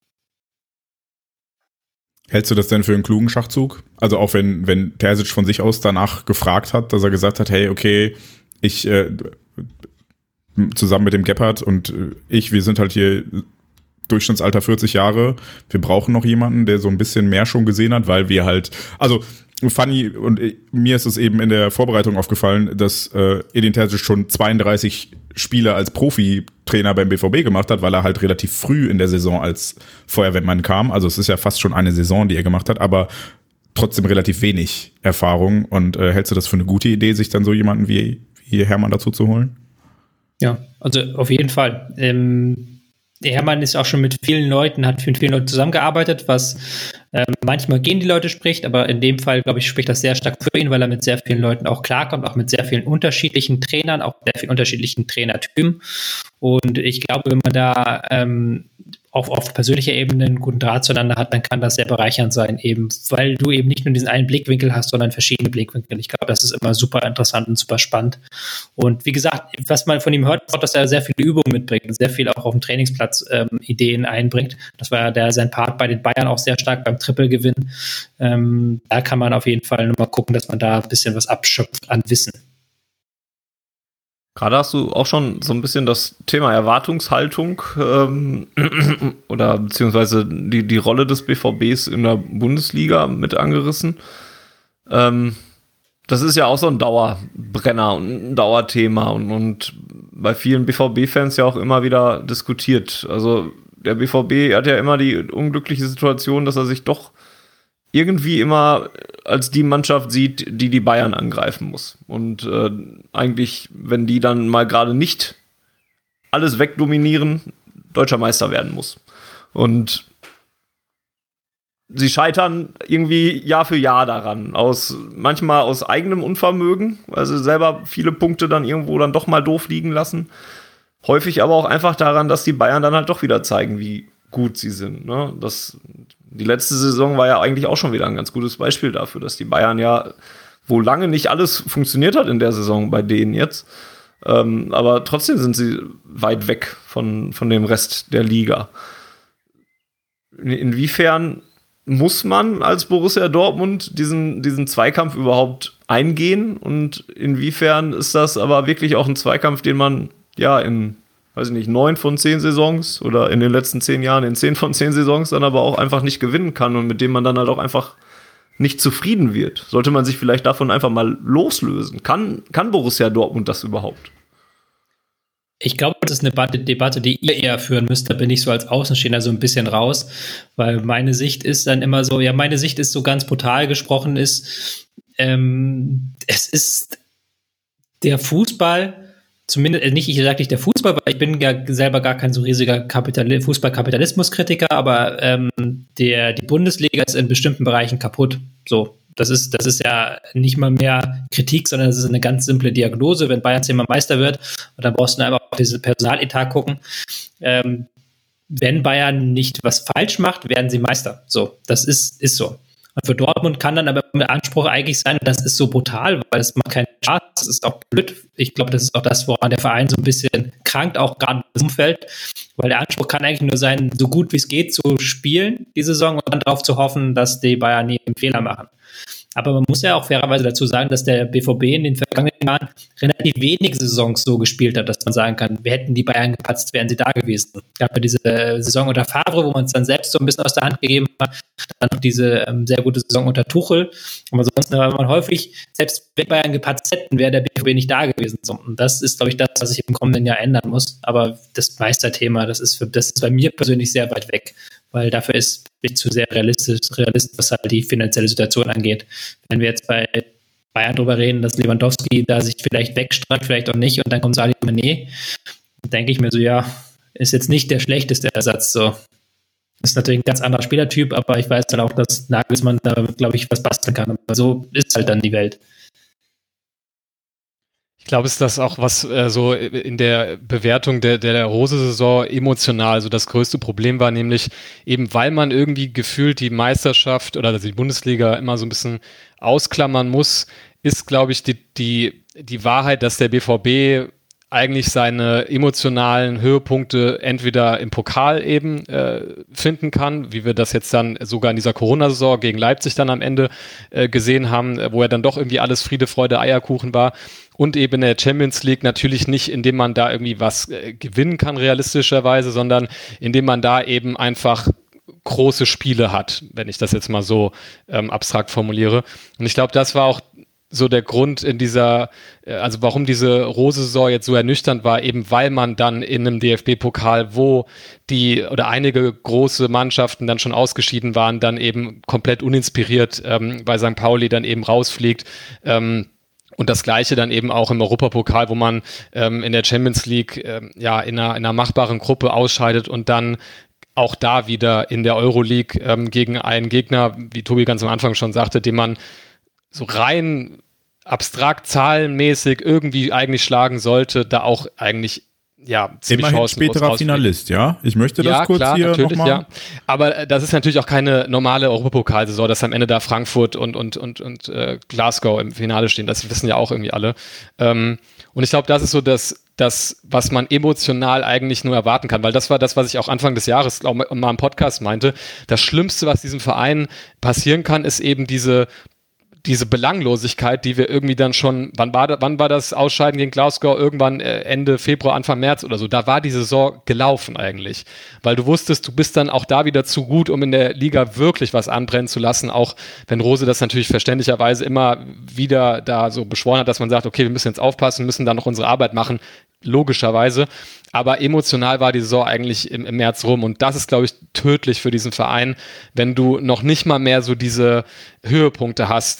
Hältst du das denn für einen klugen Schachzug? Also auch wenn Terzic von sich aus danach gefragt hat, dass er gesagt hat, hey, okay, ich zusammen mit dem Gebhardt und wir sind halt hier Durchschnittsalter 40 Jahre. Wir brauchen noch jemanden, der so ein bisschen mehr schon gesehen hat, weil wir halt, also Fanny und mir ist es eben in der Vorbereitung aufgefallen, dass Edin Terzic schon 32 Spiele als Profitrainer beim BVB gemacht hat, weil er halt relativ früh in der Saison als Feuerwehrmann kam. Also es ist ja fast schon eine Saison, die er gemacht hat, aber trotzdem relativ wenig Erfahrung. Und hältst du das für eine gute Idee, sich dann so jemanden wie Hermann dazu zu holen? Ja, also auf jeden Fall. Der Hermann ist auch schon mit vielen Leuten, hat mit vielen Leuten zusammengearbeitet, was manchmal gegen die Leute spricht, aber in dem Fall, glaube ich, spricht das sehr stark für ihn, weil er mit sehr vielen Leuten auch klarkommt, auch mit sehr vielen unterschiedlichen Trainern, auch sehr vielen unterschiedlichen Trainertypen. Und ich glaube, wenn man da auf persönlicher Ebene einen guten Draht zueinander hat, dann kann das sehr bereichernd sein, eben weil du eben nicht nur diesen einen Blickwinkel hast, sondern verschiedene Blickwinkel. Ich glaube, das ist immer super interessant und super spannend. Und wie gesagt, was man von ihm hört, ist, dass er sehr viele Übungen mitbringt, sehr viel auch auf dem Trainingsplatz Ideen einbringt. Das war ja sein Part bei den Bayern auch sehr stark beim Triple-Gewinn. Da kann man auf jeden Fall nochmal gucken, dass man da ein bisschen was abschöpft an Wissen. Gerade hast du auch schon so ein bisschen das Thema Erwartungshaltung oder beziehungsweise die Rolle des BVBs in der Bundesliga mit angerissen. Das ist ja auch so ein Dauerbrenner und ein Dauerthema und bei vielen BVB-Fans ja auch immer wieder diskutiert. Also der BVB hat ja immer die unglückliche Situation, dass er sich doch irgendwie immer als die Mannschaft sieht, die Bayern angreifen muss. Und eigentlich, wenn die dann mal gerade nicht alles wegdominieren, deutscher Meister werden muss. Und sie scheitern irgendwie Jahr für Jahr daran. Manchmal aus eigenem Unvermögen, weil sie selber viele Punkte dann irgendwo dann doch mal doof liegen lassen. Häufig aber auch einfach daran, dass die Bayern dann halt doch wieder zeigen, wie gut sie sind. Ne? Die letzte Saison war ja eigentlich auch schon wieder ein ganz gutes Beispiel dafür, dass die Bayern ja, wo lange nicht alles funktioniert hat in der Saison bei denen jetzt, aber trotzdem sind sie weit weg von dem Rest der Liga. Inwiefern muss man als Borussia Dortmund diesen Zweikampf überhaupt eingehen und inwiefern ist das aber wirklich auch ein Zweikampf, den man ja in 9 von 10 Saisons oder in den letzten 10 Jahren in 10 von 10 Saisons dann aber auch einfach nicht gewinnen kann und mit dem man dann halt auch einfach nicht zufrieden wird. Sollte man sich vielleicht davon einfach mal loslösen? Kann Borussia Dortmund das überhaupt? Ich glaube, das ist eine Debatte, die ihr eher führen müsst. Da bin ich so als Außenstehender so ein bisschen raus, weil meine Sicht ist dann immer so, meine Sicht ist so ganz brutal gesprochen ist, es ist der Fußball, zumindest nicht, ich sage nicht der Fußball, weil ich bin ja selber gar kein so riesiger Fußball-Kapitalismus-Kritiker, aber die Bundesliga ist in bestimmten Bereichen kaputt. So, das ist ja nicht mal mehr Kritik, sondern das ist eine ganz simple Diagnose. Wenn Bayern 10-mal Meister wird, und dann brauchst du einfach auf diese Personaletat gucken. Wenn Bayern nicht was falsch macht, werden sie Meister. So, das ist so. Und für Dortmund kann dann aber der Anspruch eigentlich sein, das ist so brutal, weil es macht keinen Spaß, das ist auch blöd. Ich glaube, das ist auch das, woran der Verein so ein bisschen krankt, auch gerade im Umfeld, weil der Anspruch kann eigentlich nur sein, so gut wie es geht zu spielen, die Saison, und dann darauf zu hoffen, dass die Bayern nie einen Fehler machen. Aber man muss ja auch fairerweise dazu sagen, dass der BVB in den vergangenen Jahren relativ wenige Saisons so gespielt hat, dass man sagen kann, wir hätten die Bayern gepatzt, wären sie da gewesen. Es gab ja diese Saison unter Favre, wo man es dann selbst so ein bisschen aus der Hand gegeben hat. Dann noch diese sehr gute Saison unter Tuchel. Aber sonst war man häufig, selbst wenn Bayern gepatzt hätten, wäre der BVB nicht da gewesen. Und das ist, glaube ich, das, was sich im kommenden Jahr ändern muss. Aber das Meisterthema, das ist bei mir persönlich sehr weit weg. Weil dafür ist ich zu sehr realistisch, was halt die finanzielle Situation angeht. Wenn wir jetzt bei Bayern drüber reden, dass Lewandowski da sich vielleicht wegstreckt, vielleicht auch nicht, und dann kommt Sadio Mané, denke ich mir so, ja, ist jetzt nicht der schlechteste Ersatz. So. Ist natürlich ein ganz anderer Spielertyp, aber ich weiß dann auch, dass Nagelsmann da, glaube ich, was basteln kann. Aber so ist halt dann die Welt. Ich glaube, ist das auch was so in der Bewertung der Rose-Saison emotional so das größte Problem war, nämlich eben, weil man irgendwie gefühlt die Meisterschaft oder die Bundesliga immer so ein bisschen ausklammern muss, ist, glaube ich, die Wahrheit, dass der BVB eigentlich seine emotionalen Höhepunkte entweder im Pokal eben finden kann, wie wir das jetzt dann sogar in dieser Corona-Saison gegen Leipzig dann am Ende gesehen haben, wo er dann doch irgendwie alles Friede, Freude, Eierkuchen war, und eben in der Champions League natürlich nicht, indem man da irgendwie was gewinnen kann realistischerweise, sondern indem man da eben einfach große Spiele hat, wenn ich das jetzt mal so abstrakt formuliere. Und ich glaube, das war auch so der Grund in dieser, also warum diese Rose-Saison jetzt so ernüchternd war, eben weil man dann in einem DFB-Pokal, wo die oder einige große Mannschaften dann schon ausgeschieden waren, dann eben komplett uninspiriert bei St. Pauli dann eben rausfliegt. Und das Gleiche dann eben auch im Europapokal, wo man in der Champions League in einer machbaren Gruppe ausscheidet und dann auch da wieder in der Euroleague gegen einen Gegner, wie Tobi ganz am Anfang schon sagte, den man so rein abstrakt zahlenmäßig irgendwie eigentlich schlagen sollte, da auch eigentlich ziemlich immerhin späterer Finalist, ja? Ich möchte das kurz klar, hier nochmal. Ja. Aber das ist natürlich auch keine normale Europapokalsaison, dass am Ende da Frankfurt und Glasgow im Finale stehen. Das wissen ja auch irgendwie alle. Und ich glaube, das ist so das, was man emotional eigentlich nur erwarten kann, weil das war das, was ich auch Anfang des Jahres mal im Podcast meinte. Das Schlimmste, was diesem Verein passieren kann, ist eben diese Belanglosigkeit, die wir irgendwie dann schon, wann war das Ausscheiden gegen Glasgow? Irgendwann Ende Februar, Anfang März oder so. Da war die Saison gelaufen eigentlich. Weil du wusstest, du bist dann auch da wieder zu gut, um in der Liga wirklich was anbrennen zu lassen. Auch wenn Rose das natürlich verständlicherweise immer wieder da so beschworen hat, dass man sagt, okay, wir müssen jetzt aufpassen, müssen da noch unsere Arbeit machen. Logischerweise. Aber emotional war die Saison eigentlich im März rum. Und das ist, glaube ich, tödlich für diesen Verein, wenn du noch nicht mal mehr so diese Höhepunkte hast,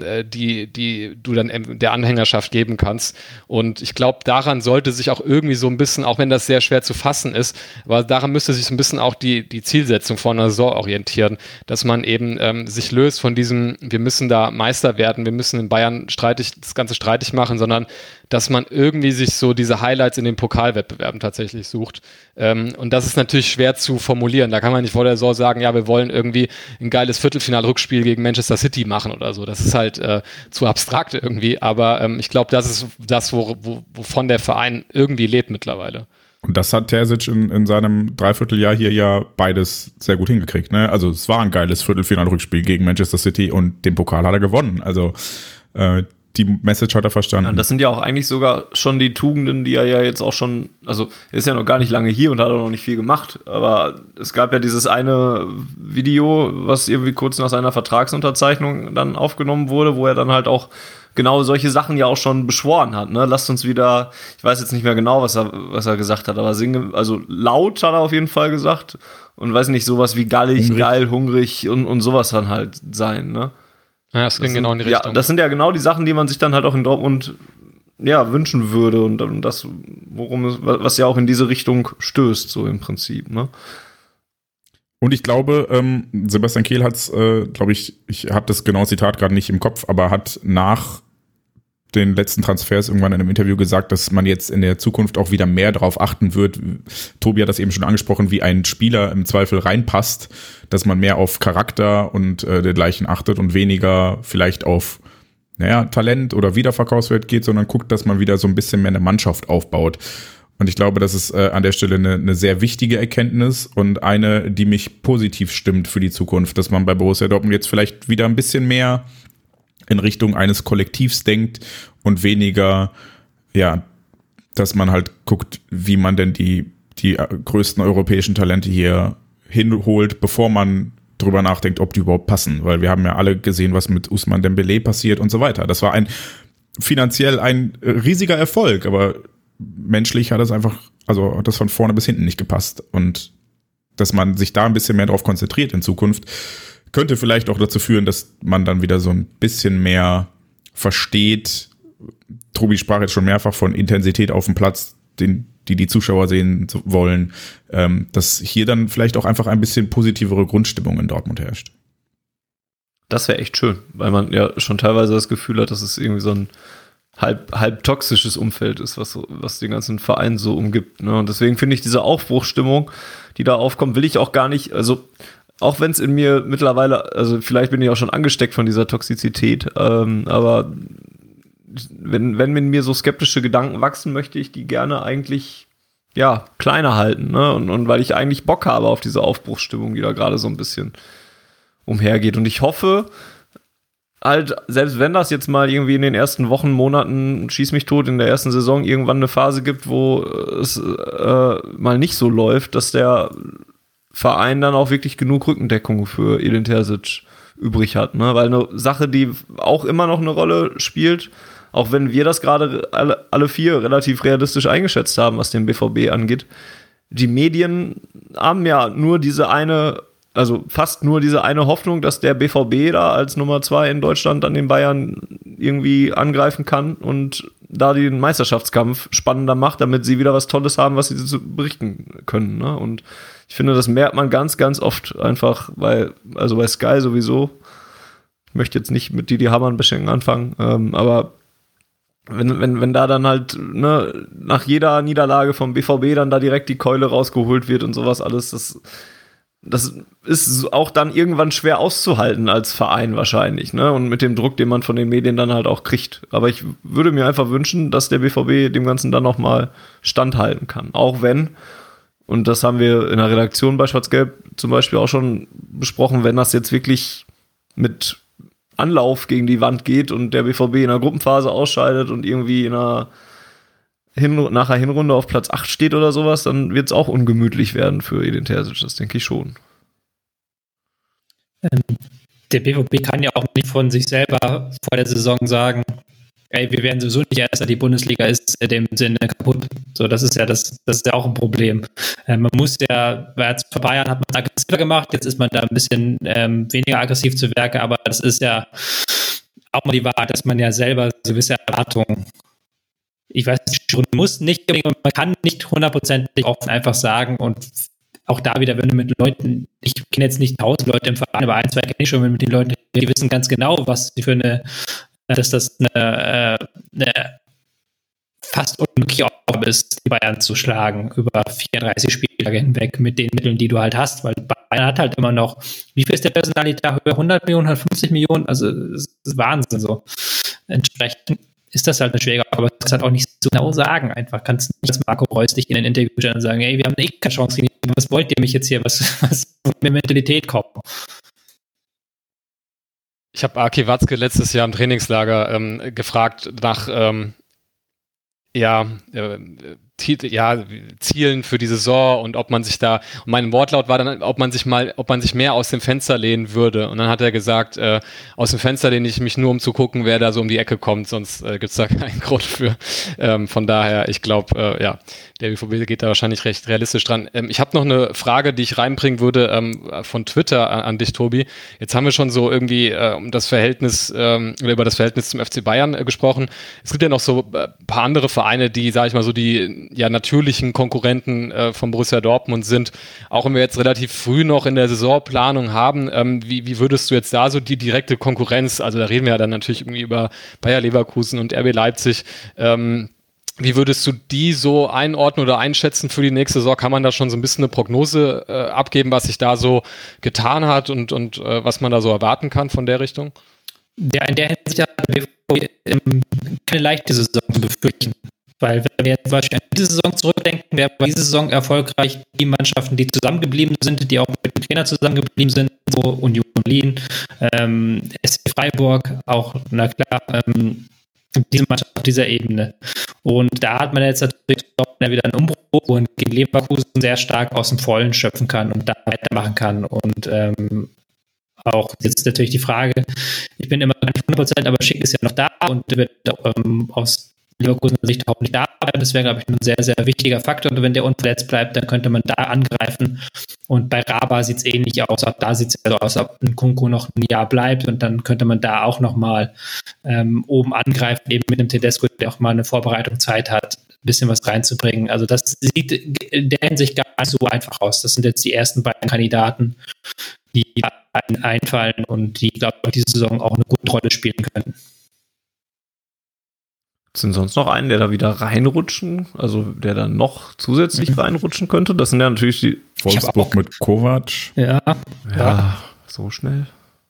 die du dann der Anhängerschaft geben kannst. Und ich glaube, daran sollte sich auch irgendwie so ein bisschen, auch wenn das sehr schwer zu fassen ist, aber daran müsste sich so ein bisschen auch die Zielsetzung von einer Saison orientieren, dass man eben sich löst von diesem, wir müssen da Meister werden, wir müssen in Bayern das Ganze streitig machen, sondern dass man irgendwie sich so diese Highlights in den Pokalwettbewerben tatsächlich sucht. Und das ist natürlich schwer zu formulieren. Da kann man nicht vor der Saison sagen, ja, wir wollen irgendwie ein geiles Viertelfinal-Rückspiel gegen Manchester City machen oder so. Das ist halt zu abstrakt irgendwie. Aber ich glaube, das ist das, wovon der Verein irgendwie lebt mittlerweile. Und das hat Terzic in seinem Dreivierteljahr hier ja beides sehr gut hingekriegt. Ne? Also es war ein geiles Viertelfinal-Rückspiel gegen Manchester City und den Pokal hat er gewonnen. Also die Message hat er verstanden. Ja, das sind ja auch eigentlich sogar schon die Tugenden, die er ja jetzt auch schon, also er ist ja noch gar nicht lange hier und hat auch noch nicht viel gemacht, aber es gab ja dieses eine Video, was irgendwie kurz nach seiner Vertragsunterzeichnung dann aufgenommen wurde, wo er dann halt auch genau solche Sachen ja auch schon beschworen hat, ne? Lasst uns wieder, ich weiß jetzt nicht mehr genau, was er gesagt hat, aber also laut hat er auf jeden Fall gesagt und weiß nicht, sowas wie gallig, geil, hungrig und sowas dann halt sein, ne? Ja, das ging genau in die Richtung. Ja, das sind ja genau die Sachen, die man sich dann halt auch in Dortmund wünschen würde und das, was ja auch in diese Richtung stößt, so im Prinzip, ne? Und ich glaube, Sebastian Kehl hat's, glaube ich habe das genaue Zitat gerade nicht im Kopf, aber hat nach den letzten Transfers irgendwann in einem Interview gesagt, dass man jetzt in der Zukunft auch wieder mehr darauf achten wird. Tobi hat das eben schon angesprochen, wie ein Spieler im Zweifel reinpasst, dass man mehr auf Charakter und dergleichen achtet und weniger vielleicht auf Talent oder Wiederverkaufswert geht, sondern guckt, dass man wieder so ein bisschen mehr eine Mannschaft aufbaut. Und ich glaube, das ist an der Stelle eine sehr wichtige Erkenntnis und eine, die mich positiv stimmt für die Zukunft, dass man bei Borussia Dortmund jetzt vielleicht wieder ein bisschen mehr in Richtung eines Kollektivs denkt und weniger, dass man halt guckt, wie man denn die größten europäischen Talente hier hinholt, bevor man drüber nachdenkt, ob die überhaupt passen. Weil wir haben ja alle gesehen, was mit Ousmane Dembélé passiert und so weiter. Das war finanziell ein riesiger Erfolg, aber menschlich hat es einfach, also hat das von vorne bis hinten nicht gepasst. Und dass man sich da ein bisschen mehr drauf konzentriert in Zukunft, könnte vielleicht auch dazu führen, dass man dann wieder so ein bisschen mehr versteht. Tobi sprach jetzt schon mehrfach von Intensität auf dem Platz, die Zuschauer sehen wollen, dass hier dann vielleicht auch einfach ein bisschen positivere Grundstimmung in Dortmund herrscht. Das wäre echt schön, weil man ja schon teilweise das Gefühl hat, dass es irgendwie so ein halb toxisches Umfeld ist, was den ganzen Verein so umgibt. Ne? Und deswegen finde ich diese Aufbruchsstimmung, die da aufkommt, will ich auch gar nicht, also auch wenn es in mir mittlerweile, also vielleicht bin ich auch schon angesteckt von dieser Toxizität, aber wenn in mir so skeptische Gedanken wachsen, möchte ich die gerne eigentlich kleiner halten, ne? Und weil ich eigentlich Bock habe auf diese Aufbruchsstimmung, die da gerade so ein bisschen umhergeht. Und ich hoffe halt, selbst wenn das jetzt mal irgendwie in den ersten Wochen, Monaten, schieß mich tot, in der ersten Saison irgendwann eine Phase gibt, wo es mal nicht so läuft, dass der Verein dann auch wirklich genug Rückendeckung für Edin Terzic übrig hat, ne? Weil eine Sache, die auch immer noch eine Rolle spielt, auch wenn wir das gerade alle vier relativ realistisch eingeschätzt haben, was den BVB angeht, die Medien haben ja nur diese eine, also fast nur diese eine Hoffnung, dass der BVB da als Nummer 2 in Deutschland an den Bayern irgendwie angreifen kann und da den Meisterschaftskampf spannender macht, damit sie wieder was Tolles haben, was sie zu berichten können, ne? Und ich finde, das merkt man ganz, ganz oft einfach, bei Sky sowieso. Ich möchte jetzt nicht mit Didi Hamann-Beschenken anfangen, aber wenn da dann halt, ne, nach jeder Niederlage vom BVB dann da direkt die Keule rausgeholt wird und sowas alles, das ist auch dann irgendwann schwer auszuhalten als Verein wahrscheinlich, ne? Und mit dem Druck, den man von den Medien dann halt auch kriegt. Aber ich würde mir einfach wünschen, dass der BVB dem Ganzen dann noch mal standhalten kann. Auch wenn, und das haben wir in der Redaktion bei Schwarz-Gelb zum Beispiel auch schon besprochen, wenn das jetzt wirklich mit Anlauf gegen die Wand geht und der BVB in der Gruppenphase ausscheidet und irgendwie nach der Hinrunde auf Platz 8 steht oder sowas, dann wird es auch ungemütlich werden für Edin Terzic, das denke ich schon. Der BVB kann ja auch nicht von sich selber vor der Saison sagen, ey, wir werden sowieso nicht Erster, die Bundesliga ist in dem Sinne kaputt. So, das ist ja auch ein Problem. Man muss ja, weil vor Bayern hat man es aggressiver gemacht, jetzt ist man da ein bisschen weniger aggressiv zu Werke, aber das ist ja auch mal die Wahrheit, dass man ja selber gewisse Erwartungen, ich weiß nicht, man kann nicht hundertprozentig offen einfach sagen und auch da wieder, wenn du mit Leuten, ich kenne jetzt nicht 1000 Leute im Verein, aber 1, 2 kenne ich schon, wenn mit den Leuten, die wissen ganz genau, was die dass das eine fast unmögliche Aufgabe ist, die Bayern zu schlagen über 34 Spieltage hinweg mit den Mitteln, die du halt hast, weil Bayern hat halt immer noch, wie viel ist der Personalita höher? 100 Millionen, 150 Millionen? Also das ist Wahnsinn so. Entsprechend ist das halt eine schwere Aufgabe, aber du kannst halt auch nicht so genau sagen einfach. Kannst nicht, dass Marco Reus dich in ein Interview stellen und sagen, ey, wir haben keine Chance gegen ihn, was wollt ihr mich jetzt hier, was mit Mentalität kommen? Ich habe Aki Watzke letztes Jahr im Trainingslager gefragt nach Zielen für die Saison und ob man sich da, und mein Wortlaut war dann, ob man sich mehr aus dem Fenster lehnen würde. Und dann hat er gesagt, aus dem Fenster lehne ich mich nur, um zu gucken, wer da so um die Ecke kommt, sonst gibt's da keinen Grund für. Von daher, ich glaube, der BVB geht da wahrscheinlich recht realistisch dran. Ich habe noch eine Frage, die ich reinbringen würde von Twitter an dich, Tobi. Jetzt haben wir schon so irgendwie über das Verhältnis zum FC Bayern gesprochen. Es gibt ja noch so ein paar andere Vereine, die, sage ich mal so, die natürlichen Konkurrenten von Borussia Dortmund sind. Auch wenn wir jetzt relativ früh noch in der Saisonplanung haben, wie würdest du jetzt da so die direkte Konkurrenz, also da reden wir ja dann natürlich irgendwie über Bayer Leverkusen und RB Leipzig, wie würdest du die so einordnen oder einschätzen für die nächste Saison? Kann man da schon so ein bisschen eine Prognose abgeben, was sich da so getan hat und was man da so erwarten kann von der Richtung? Ja, in der Hinsicht hat der BVB keine leichte Saison zu befürchten. Weil wenn wir jetzt wahrscheinlich an diese Saison zurückdenken, wer war diese Saison erfolgreich? Die Mannschaften, die zusammengeblieben sind, die auch mit dem Trainer zusammengeblieben sind, so Union Berlin, SC Freiburg, auch, na klar, diese Mannschaft auf dieser Ebene. Und da hat man jetzt natürlich wieder einen Umbruch, wo man gegen Leverkusen sehr stark aus dem Vollen schöpfen kann und da weitermachen kann. Und auch jetzt natürlich die Frage, ich bin immer nicht 100%, aber Schick ist ja noch da und wird aus Leverkusen Sicht hoffentlich da bleiben. Das wäre, glaube ich, ein sehr, sehr wichtiger Faktor. Und wenn der unverletzt bleibt, dann könnte man da angreifen. Und bei Raba sieht es ähnlich aus. Auch da sieht es ja so aus, ob ein Kunku noch ein Jahr bleibt. Und dann könnte man da auch nochmal oben angreifen, eben mit einem Tedesco, der auch mal eine Vorbereitungszeit hat, ein bisschen was reinzubringen. Also das sieht in der Hinsicht gar nicht so einfach aus. Das sind jetzt die ersten beiden Kandidaten, die einfallen und die, glaube ich, diese Saison auch eine gute Rolle spielen können. Sind sonst noch einen, der da wieder reinrutschen, also der dann noch zusätzlich reinrutschen könnte? Das sind ja natürlich die Wolfsburg mit Kovac. Ja, so schnell.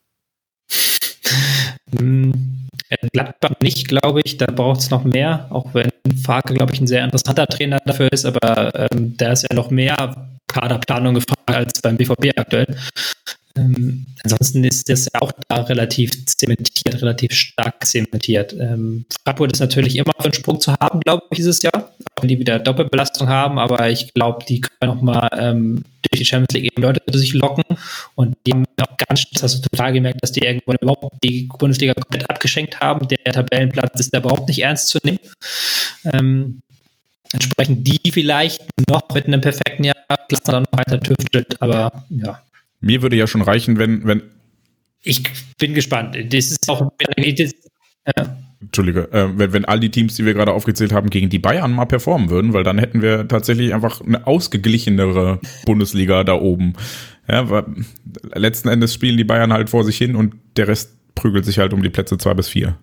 Gladbach nicht, glaube ich. Da braucht es noch mehr, auch wenn Farke, glaube ich, ein sehr interessanter Trainer dafür ist, aber da ist ja noch mehr Kaderplanung gefragt als beim BVB aktuell. Ansonsten ist das ja auch da relativ stark zementiert. Frankfurt ist natürlich immer für einen Sprung zu haben, glaube ich, dieses Jahr. wenn die wieder Doppelbelastung haben, aber ich glaube, die können nochmal durch die Champions League eben Leute zu sich locken und die haben auch ganz, das hast du total gemerkt, dass die irgendwann überhaupt die Bundesliga komplett abgeschenkt haben. Der Tabellenplatz ist da überhaupt nicht ernst zu nehmen. Entsprechend die vielleicht noch mit einem perfekten Jahr dann noch weiter tüftelt, aber ja. Mir würde ja schon reichen, wenn ich bin gespannt. Das ist auch Entschuldige, wenn all die Teams, die wir gerade aufgezählt haben, gegen die Bayern mal performen würden, weil dann hätten wir tatsächlich einfach eine ausgeglichenere Bundesliga da oben. Ja, weil letzten Endes spielen die Bayern halt vor sich hin und der Rest prügelt sich halt um die Plätze 2 bis 4.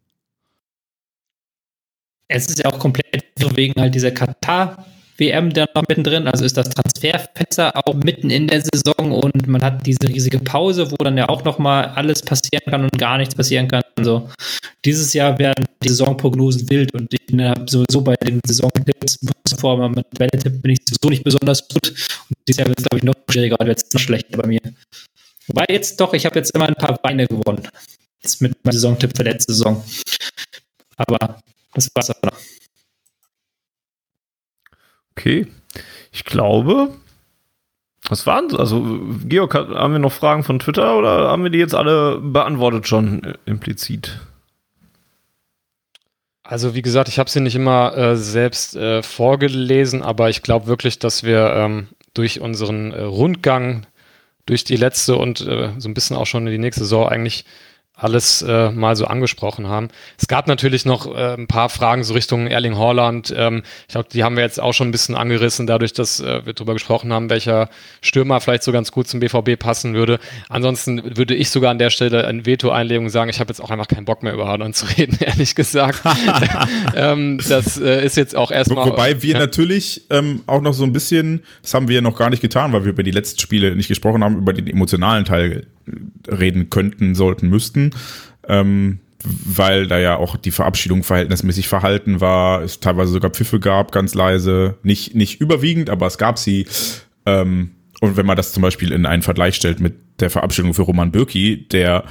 Es ist ja auch komplett wegen halt dieser Katar-WM da noch mittendrin, also ist das Transferfenster auch mitten in der Saison und man hat diese riesige Pause, wo dann ja auch nochmal alles passieren kann und gar nichts passieren kann. Also dieses Jahr werden die Saisonprognosen wild und ich bin sowieso bei den Saisontipps, bevor man mit Welle-Tipp bin ich sowieso nicht besonders gut und dieses Jahr wird es, glaube ich, noch schwieriger, wird es noch schlechter bei mir. Wobei jetzt doch, ich habe jetzt immer ein paar Weine gewonnen. Jetzt mit meinem Saisontipp für letzte Saison. Aber das war's aber noch. Okay, ich glaube, was waren also Georg, haben wir noch Fragen von Twitter oder haben wir die jetzt alle beantwortet schon implizit? Also wie gesagt, ich habe sie nicht immer selbst vorgelesen, aber ich glaube wirklich, dass wir durch unseren Rundgang durch die letzte und so ein bisschen auch schon in die nächste Saison eigentlich alles mal so angesprochen haben. Es gab natürlich noch ein paar Fragen so Richtung Erling Haaland. Ich glaube, die haben wir jetzt auch schon ein bisschen angerissen, dadurch, dass wir darüber gesprochen haben, welcher Stürmer vielleicht so ganz gut zum BVB passen würde. Ansonsten würde ich sogar an der Stelle ein Veto einlegen und sagen, ich habe jetzt auch einfach keinen Bock mehr über Haaland zu reden, ehrlich gesagt. Das ist jetzt auch erstmal... Wobei wir natürlich auch noch so ein bisschen, das haben wir ja noch gar nicht getan, weil wir über die letzten Spiele nicht gesprochen haben, über den emotionalen Teil reden könnten, sollten, müssten, weil da ja auch die Verabschiedung verhältnismäßig verhalten war, es teilweise sogar Pfiffe gab, ganz leise, nicht überwiegend, aber es gab sie. Und wenn man das zum Beispiel in einen Vergleich stellt mit der Verabschiedung für Roman Bürki, der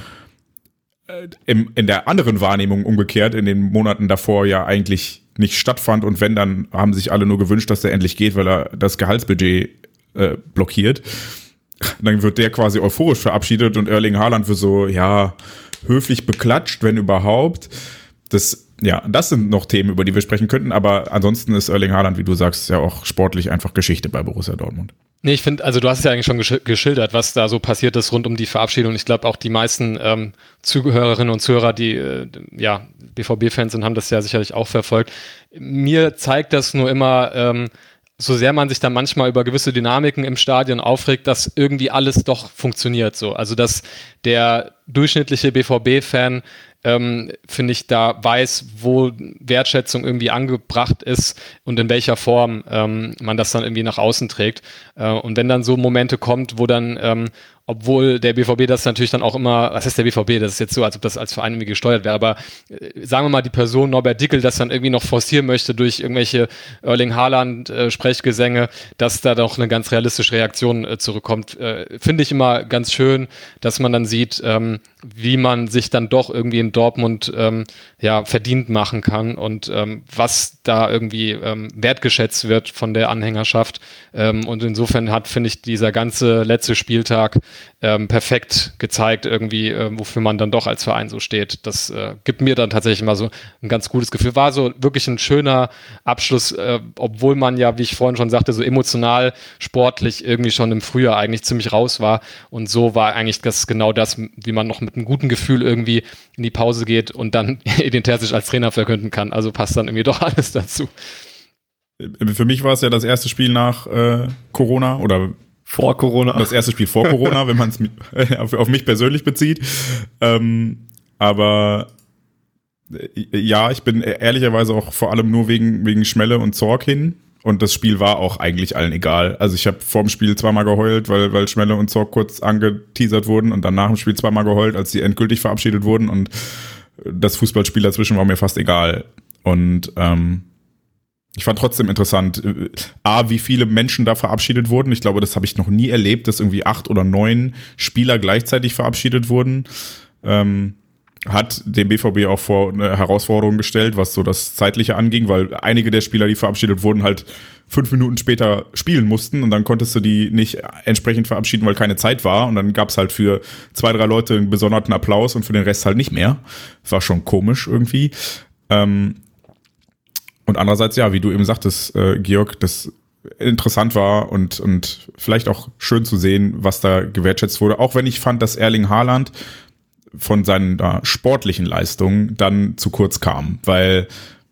in der anderen Wahrnehmung umgekehrt in den Monaten davor ja eigentlich nicht stattfand und wenn, dann haben sich alle nur gewünscht, dass der endlich geht, weil er das Gehaltsbudget blockiert. Dann wird der quasi euphorisch verabschiedet und Erling Haaland wird so, ja, höflich beklatscht, wenn überhaupt. Das sind noch Themen, über die wir sprechen könnten, aber ansonsten ist Erling Haaland, wie du sagst, ja auch sportlich einfach Geschichte bei Borussia Dortmund. Nee, ich finde, also du hast es ja eigentlich schon geschildert, was da so passiert ist rund um die Verabschiedung. Ich glaube auch die meisten Zuhörerinnen und Zuhörer, die BVB-Fans sind, haben das ja sicherlich auch verfolgt. Mir zeigt das nur immer, so sehr man sich da manchmal über gewisse Dynamiken im Stadion aufregt, dass irgendwie alles doch funktioniert so. Also dass der durchschnittliche BVB-Fan, finde ich, da weiß, wo Wertschätzung irgendwie angebracht ist und in welcher Form man das dann irgendwie nach außen trägt. Und wenn dann so Momente kommt, wo dann obwohl der BVB das natürlich dann auch immer, was heißt der BVB, das ist jetzt so, als ob das als Verein irgendwie gesteuert wäre, aber sagen wir mal, die Person Norbert Dickel das dann irgendwie noch forcieren möchte durch irgendwelche Erling Haaland Sprechgesänge, dass da doch eine ganz realistische Reaktion zurückkommt, finde ich immer ganz schön, dass man dann sieht, wie man sich dann doch irgendwie in Dortmund verdient machen kann und was da irgendwie wertgeschätzt wird von der Anhängerschaft und insofern finde ich, dieser ganze letzte Spieltag perfekt gezeigt irgendwie, wofür man dann doch als Verein so steht. Das gibt mir dann tatsächlich mal so ein ganz gutes Gefühl. War so wirklich ein schöner Abschluss, obwohl man ja, wie ich vorhin schon sagte, so emotional, sportlich irgendwie schon im Frühjahr eigentlich ziemlich raus war und so war eigentlich das genau das, wie man noch mit einem guten Gefühl irgendwie in die Pause geht und dann Edin Terzic als Trainer verkünden kann. Also passt dann irgendwie doch alles dazu. Für mich war es ja das erste Spiel nach Corona oder vor Corona. Das erste Spiel vor Corona, wenn man es auf mich persönlich bezieht. Aber ja, ich bin ehrlicherweise auch vor allem nur wegen Schmelle und Zorc hin. Und das Spiel war auch eigentlich allen egal. Also ich habe vor dem Spiel zweimal geheult, weil Schmelle und Zorc kurz angeteasert wurden und dann nach dem Spiel zweimal geheult, als sie endgültig verabschiedet wurden. Und das Fußballspiel dazwischen war mir fast egal. Und ich fand trotzdem interessant, wie viele Menschen da verabschiedet wurden. Ich glaube, das habe ich noch nie erlebt, dass irgendwie 8 oder 9 Spieler gleichzeitig verabschiedet wurden. hat den BVB auch vor eine Herausforderung gestellt, was so das Zeitliche anging, weil einige der Spieler, die verabschiedet wurden, halt 5 Minuten später spielen mussten und dann konntest du die nicht entsprechend verabschieden, weil keine Zeit war und dann gab's halt für 2, 3 Leute einen besonderten Applaus und für den Rest halt nicht mehr. Das war schon komisch irgendwie. Und andererseits, ja, wie du eben sagtest, Georg, das interessant war und vielleicht auch schön zu sehen, was da gewertschätzt wurde. Auch wenn ich fand, dass Erling Haaland von seinen sportlichen Leistungen dann zu kurz kam, weil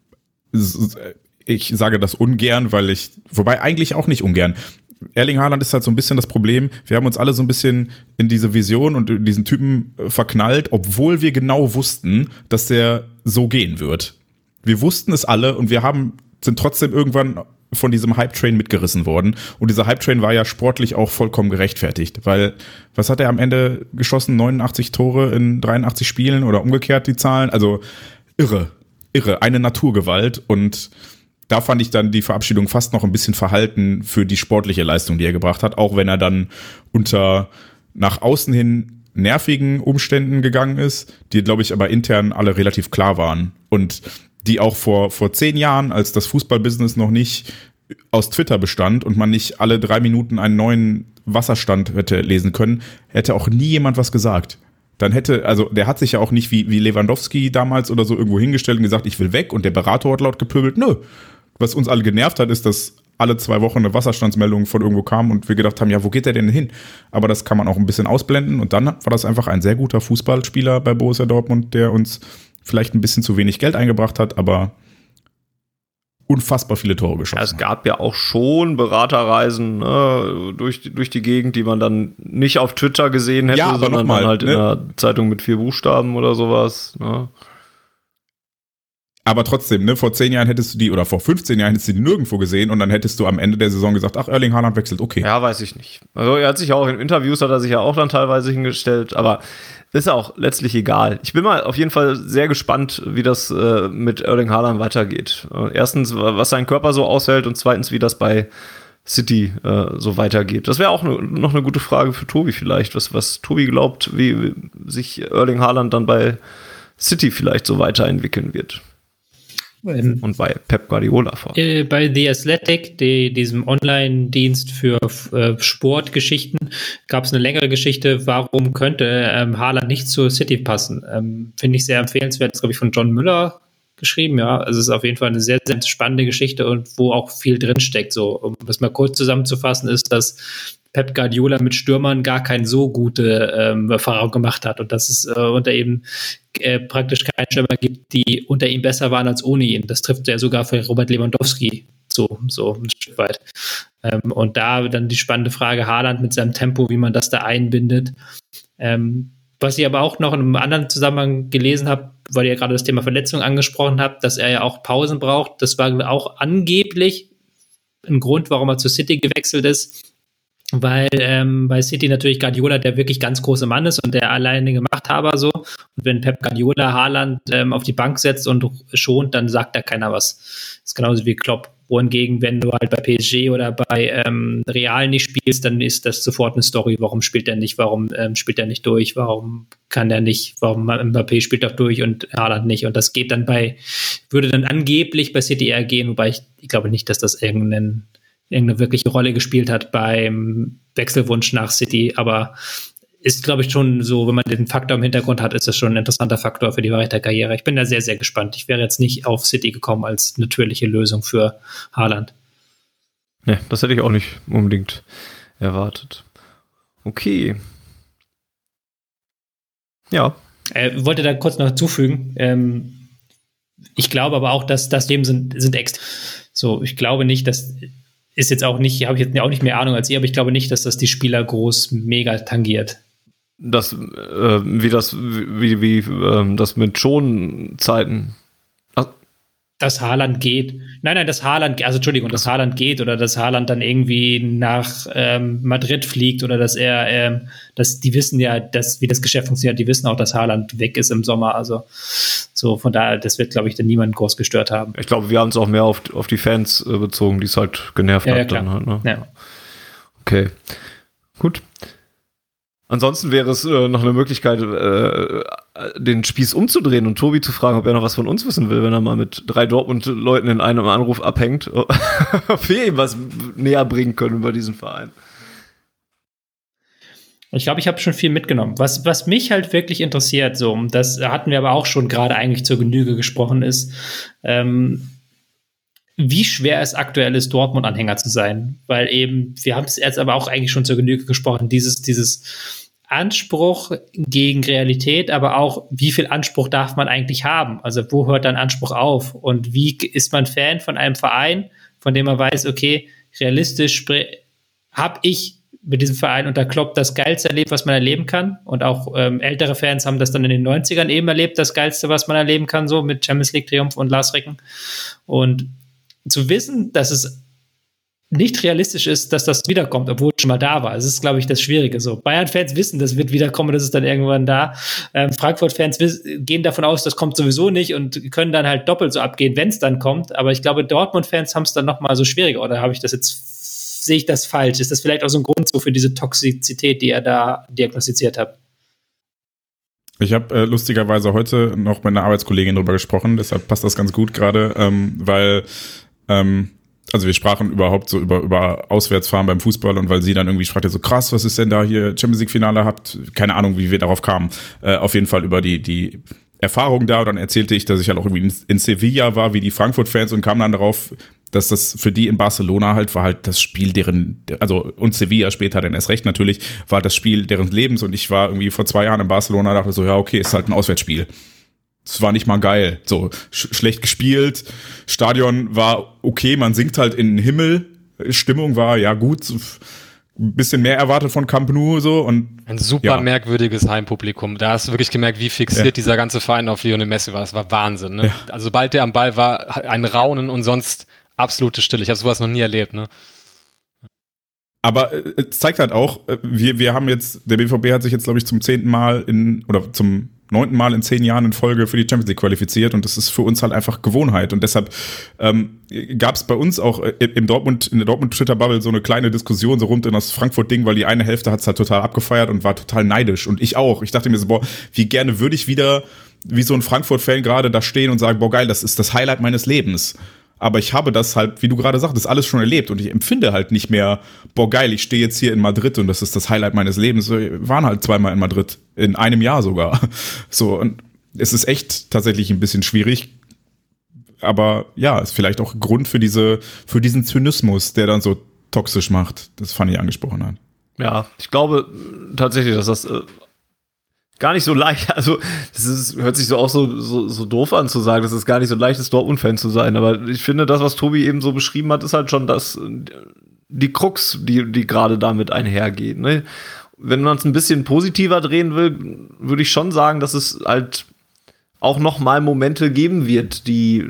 ich sage das ungern, wobei eigentlich auch nicht ungern. Erling Haaland ist halt so ein bisschen das Problem, wir haben uns alle so ein bisschen in diese Vision und in diesen Typen verknallt, obwohl wir genau wussten, dass der so gehen wird. Wir wussten es alle und sind trotzdem irgendwann von diesem Hype-Train mitgerissen worden. Und dieser Hype-Train war ja sportlich auch vollkommen gerechtfertigt, weil, was hat er am Ende geschossen? 89 Tore in 83 Spielen oder umgekehrt die Zahlen? Also irre, eine Naturgewalt. Und da fand ich dann die Verabschiedung fast noch ein bisschen verhalten für die sportliche Leistung, die er gebracht hat, auch wenn er dann unter nach außen hin nervigen Umständen gegangen ist, die, glaube ich, aber intern alle relativ klar waren. Und die auch vor 10 Jahren, als das Fußballbusiness noch nicht aus Twitter bestand und man nicht alle 3 Minuten einen neuen Wasserstand hätte lesen können, hätte auch nie jemand was gesagt. Dann der hat sich ja auch nicht wie Lewandowski damals oder so irgendwo hingestellt und gesagt, ich will weg und der Berater hat laut gepöbelt. Nö. Was uns alle genervt hat, ist, dass alle 2 Wochen eine Wasserstandsmeldung von irgendwo kam und wir gedacht haben, ja, wo geht der denn hin? Aber das kann man auch ein bisschen ausblenden und dann war das einfach ein sehr guter Fußballspieler bei Borussia Dortmund, der uns vielleicht ein bisschen zu wenig Geld eingebracht hat, aber unfassbar viele Tore geschossen. Es gab ja auch schon Beraterreisen durch die Gegend, die man dann nicht auf Twitter gesehen hätte, aber sondern mal, dann halt in einer Zeitung mit 4 Buchstaben oder sowas. Ne? Aber trotzdem, vor 10 Jahren hättest du die, oder vor 15 Jahren hättest du die nirgendwo gesehen und dann hättest du am Ende der Saison gesagt, ach, Erling Haaland wechselt, okay. Ja, weiß ich nicht. Also er hat sich ja auch in Interviews, hat er sich ja auch dann teilweise hingestellt, aber ist auch letztlich egal. Ich bin mal auf jeden Fall sehr gespannt, wie das mit Erling Haaland weitergeht. Erstens, was sein Körper so aushält und zweitens, wie das bei City so weitergeht. Das wäre auch noch eine gute Frage für Tobi vielleicht, was Tobi glaubt, wie sich Erling Haaland dann bei City vielleicht so weiterentwickeln wird. Und bei Pep Guardiola vor. Bei The Athletic, diesem Online-Dienst für Sportgeschichten, gab es eine längere Geschichte, warum könnte Haaland nicht zur City passen. Finde ich sehr empfehlenswert, das glaube ich von John Müller geschrieben, ja. Also es ist auf jeden Fall eine sehr, sehr spannende Geschichte und wo auch viel drinsteckt. So, um das mal kurz zusammenzufassen, ist, dass Pep Guardiola mit Stürmern gar keine so gute Erfahrung gemacht hat und dass es unter ihm praktisch keinen Stürmer gibt, die unter ihm besser waren als ohne ihn. Das trifft ja sogar für Robert Lewandowski so ein Stück weit. Und da dann die spannende Frage, Haaland mit seinem Tempo, wie man das da einbindet. Was ich aber auch noch in einem anderen Zusammenhang gelesen habe, weil ihr gerade das Thema Verletzung angesprochen habt, dass er ja auch Pausen braucht. Das war auch angeblich ein Grund, warum er zu City gewechselt ist. Weil bei City natürlich Guardiola der wirklich ganz große Mann ist und der alleinige Machthaber so. Und wenn Pep Guardiola Haaland auf die Bank setzt und schont, dann sagt da keiner was. Das ist genauso wie Klopp. Wohingegen, wenn du halt bei PSG oder bei Real nicht spielst, dann ist das sofort eine Story. Warum spielt er nicht? Warum spielt er nicht durch? Warum kann er nicht? Warum Mbappé spielt doch durch und Haaland nicht? Und das geht dann würde dann angeblich bei City eher gehen, wobei ich glaube nicht, dass das irgendeine wirkliche Rolle gespielt hat beim Wechselwunsch nach City, aber ist, glaube ich, schon so, wenn man den Faktor im Hintergrund hat, ist das schon ein interessanter Faktor für die weitere Karriere. Ich bin da sehr, sehr gespannt. Ich wäre jetzt nicht auf City gekommen als natürliche Lösung für Haaland. Ne, das hätte ich auch nicht unbedingt erwartet. Okay. Ja. Wollte da kurz noch hinzufügen. Ich glaube aber auch, dass das Leben sind extra. So, ich glaube nicht, dass ist jetzt auch nicht, habe ich jetzt auch nicht mehr Ahnung als ihr, aber ich glaube nicht, dass das die Spieler groß mega tangiert. Das, wie das mit Schonzeiten. Dass Haaland geht. Nein, dass Haaland geht oder dass Haaland dann irgendwie nach Madrid fliegt oder dass die wissen ja, wie das Geschäft funktioniert, die wissen auch, dass Haaland weg ist im Sommer, also so, von daher, das wird, glaube ich, dann niemanden groß gestört haben. Ich glaube, wir haben es auch mehr auf die Fans bezogen, die es halt genervt hat. Ja, dann halt, ne? Ja. Okay, gut. Ansonsten wäre es noch eine Möglichkeit, den Spieß umzudrehen und Tobi zu fragen, ob er noch was von uns wissen will, wenn er mal mit 3 Dortmund-Leuten in einem Anruf abhängt, ob wir ihm was näher bringen können über diesen Verein. Ich glaube, ich habe schon viel mitgenommen. Was mich halt wirklich interessiert, so, das hatten wir aber auch schon gerade eigentlich zur Genüge gesprochen, ist, wie schwer es aktuell ist, Dortmund-Anhänger zu sein. Weil eben, wir haben es jetzt aber auch eigentlich schon zur Genüge gesprochen, dieses Anspruch gegen Realität, aber auch, wie viel Anspruch darf man eigentlich haben? Also, wo hört dann Anspruch auf? Und wie ist man Fan von einem Verein, von dem man weiß, okay, realistisch habe ich mit diesem Verein unter Klopp das Geilste erlebt, was man erleben kann. Und auch ältere Fans haben das dann in den 90ern eben erlebt, das Geilste, was man erleben kann, so mit Champions League Triumph und Lars Ricken. Und zu wissen, dass es nicht realistisch ist, dass das wiederkommt, obwohl es schon mal da war. Das ist, glaube ich, das Schwierige. So, Bayern-Fans wissen, das wird wiederkommen, das ist dann irgendwann da. Frankfurt-Fans gehen davon aus, das kommt sowieso nicht und können dann halt doppelt so abgehen, wenn es dann kommt. Aber ich glaube, Dortmund-Fans haben es dann noch mal so schwieriger. Oder habe ich das jetzt, sehe ich das falsch? Ist das vielleicht auch so ein Grund so für diese Toxizität, die ihr da diagnostiziert habt? Ich habe lustigerweise heute noch mit einer Arbeitskollegin drüber gesprochen, deshalb passt das ganz gut gerade, weil also wir sprachen überhaupt so über Auswärtsfahren beim Fußball und weil sie dann irgendwie fragte, so krass, was ist denn da hier Champions League Finale habt? Keine Ahnung, wie wir darauf kamen. Auf jeden Fall über die Erfahrung da und dann erzählte ich, dass ich halt auch irgendwie in Sevilla war, wie die Frankfurt-Fans und kam dann darauf, dass das für die in Barcelona halt war halt das Spiel und Sevilla später dann erst recht natürlich, war das Spiel deren Lebens und ich war irgendwie vor 2 Jahren in Barcelona, dachte so, ja okay, ist halt ein Auswärtsspiel. Es war nicht mal geil. So, schlecht gespielt. Stadion war okay, man singt halt in den Himmel. Stimmung war, ja gut, so ein bisschen mehr erwartet von Camp Nou so und ein super merkwürdiges Heimpublikum. Da hast du wirklich gemerkt, wie fixiert dieser ganze Verein auf Lionel Messi war. Das war Wahnsinn. Ne? Ja. Also sobald der am Ball war, ein Raunen und sonst absolute Stille. Ich habe sowas noch nie erlebt. Ne? Aber es zeigt halt auch, wir haben jetzt, der BVB hat sich jetzt, glaube ich, zum 9. Mal in 10 Jahren in Folge für die Champions League qualifiziert und das ist für uns halt einfach Gewohnheit und deshalb gab es bei uns auch in der Dortmund-Twitter-Bubble so eine kleine Diskussion so rund in das Frankfurt-Ding, weil die eine Hälfte hat es halt total abgefeiert und war total neidisch und ich auch. Ich dachte mir so, boah, wie gerne würde ich wieder wie so ein Frankfurt-Fan gerade da stehen und sagen, boah geil, das ist das Highlight meines Lebens. Aber ich habe das halt, wie du gerade sagtest, alles schon erlebt und ich empfinde halt nicht mehr, boah geil, ich stehe jetzt hier in Madrid und das ist das Highlight meines Lebens. Wir waren halt 2-mal in Madrid, in einem Jahr sogar. So, und es ist echt tatsächlich ein bisschen schwierig, aber ja, ist vielleicht auch Grund für diesen Zynismus, der dann so toxisch macht, das Fanny angesprochen hat. Ja, ich glaube tatsächlich, dass das gar nicht so leicht, also hört sich so auch so doof an zu sagen, dass es gar nicht so leicht ist, Dortmund-Fan zu sein, aber ich finde, das, was Tobi eben so beschrieben hat, ist halt schon die Krux, die gerade damit einhergeht. Ne? Wenn man es ein bisschen positiver drehen will, würde ich schon sagen, dass es halt auch noch mal Momente geben wird, die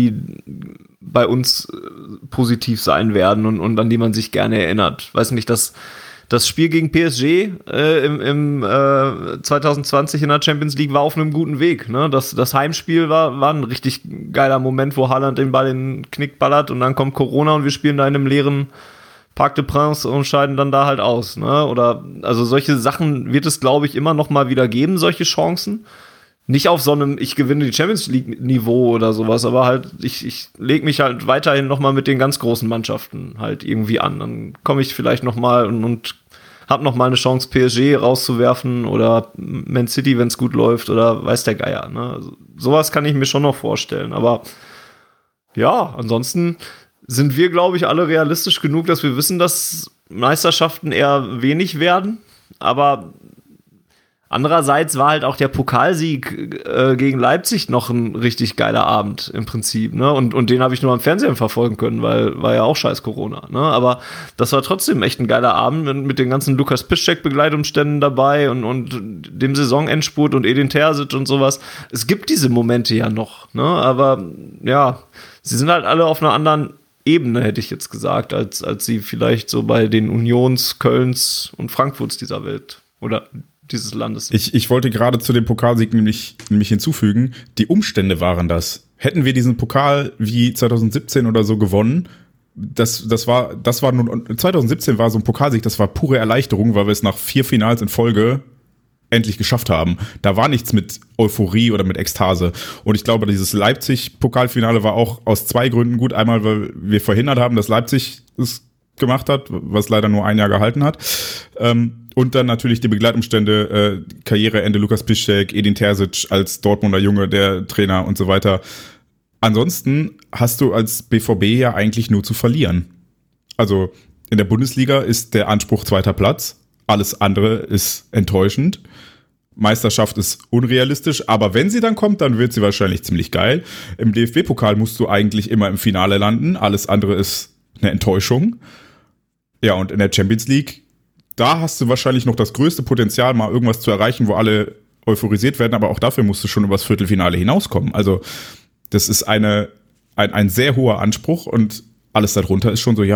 bei uns positiv sein werden und an die man sich gerne erinnert. Weiß nicht, das Spiel gegen PSG im 2020 in der Champions League war auf einem guten Weg. Ne? Das Heimspiel war ein richtig geiler Moment, wo Haaland den Ball in den Knick ballert und dann kommt Corona und wir spielen da in einem leeren Parc des Princes und scheiden dann da halt aus. Ne? Oder also solche Sachen wird es, glaube ich, immer noch mal wieder geben, solche Chancen. Nicht auf so einem ich gewinne die Champions League Niveau oder sowas, aber halt ich lege mich halt weiterhin noch mal mit den ganz großen Mannschaften halt irgendwie an. Dann komme ich vielleicht noch mal und habe noch mal eine Chance, PSG rauszuwerfen oder Man City, wenn es gut läuft oder weiß der Geier. Ne? Also, sowas kann ich mir schon noch vorstellen. Aber ja, ansonsten sind wir, glaube ich, alle realistisch genug, dass wir wissen, dass Meisterschaften eher wenig werden. Aber andererseits war halt auch der Pokalsieg gegen Leipzig noch ein richtig geiler Abend im Prinzip, ne? Und den habe ich nur am Fernsehen verfolgen können, weil war ja auch scheiß Corona, ne? Aber das war trotzdem echt ein geiler Abend mit den ganzen Lukas Piszczek-Begleitumständen dabei und dem Saisonendspurt und Edin Terzic und sowas. Es gibt diese Momente ja noch, ne? Aber ja, sie sind halt alle auf einer anderen Ebene, hätte ich jetzt gesagt, als sie vielleicht so bei den Unions, Kölns und Frankfurts dieser Welt oder dieses Landes. Ich wollte gerade zu dem Pokalsieg nämlich hinzufügen, die Umstände waren das. Hätten wir diesen Pokal wie 2017 oder so gewonnen, das war nun 2017 war so ein Pokalsieg, das war pure Erleichterung, weil wir es nach 4 Finals in Folge endlich geschafft haben. Da war nichts mit Euphorie oder mit Ekstase. Und ich glaube, dieses Leipzig-Pokalfinale war auch aus 2 Gründen gut. Einmal, weil wir verhindert haben, dass Leipzig es gemacht hat, was leider nur 1 Jahr gehalten hat. Und dann natürlich die Begleitumstände, Karriereende Lukas Piszczek, Edin Terzic als Dortmunder Junge, der Trainer und so weiter. Ansonsten hast du als BVB ja eigentlich nur zu verlieren. Also in der Bundesliga ist der Anspruch 2. Platz. Alles andere ist enttäuschend. Meisterschaft ist unrealistisch, aber wenn sie dann kommt, dann wird sie wahrscheinlich ziemlich geil. Im DFB-Pokal musst du eigentlich immer im Finale landen. Alles andere ist eine Enttäuschung. Ja, und in der Champions League, da hast du wahrscheinlich noch das größte Potenzial, mal irgendwas zu erreichen, wo alle euphorisiert werden, aber auch dafür musst du schon übers Viertelfinale hinauskommen. Also das ist ein sehr hoher Anspruch und alles darunter ist schon so,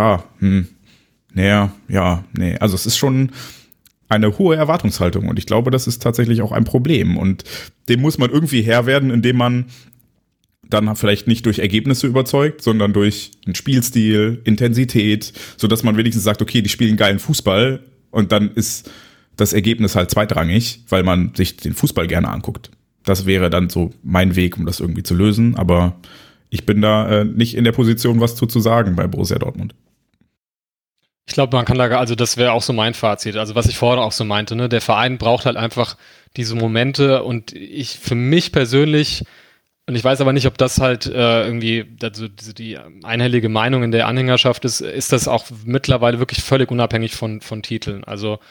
also es ist schon eine hohe Erwartungshaltung und ich glaube, das ist tatsächlich auch ein Problem und dem muss man irgendwie Herr werden, indem man dann vielleicht nicht durch Ergebnisse überzeugt, sondern durch einen Spielstil, Intensität, sodass man wenigstens sagt, okay, die spielen geilen Fußball und dann ist das Ergebnis halt zweitrangig, weil man sich den Fußball gerne anguckt. Das wäre dann so mein Weg, um das irgendwie zu lösen, aber ich bin da nicht in der Position, was zu sagen bei Borussia Dortmund. Ich glaube, man kann also das wäre auch so mein Fazit, also was ich vorhin auch so meinte, ne, der Verein braucht halt einfach diese Momente und für mich persönlich, und ich weiß aber nicht, ob das halt irgendwie also die einhellige Meinung in der Anhängerschaft ist das auch mittlerweile wirklich völlig unabhängig von Titeln. Also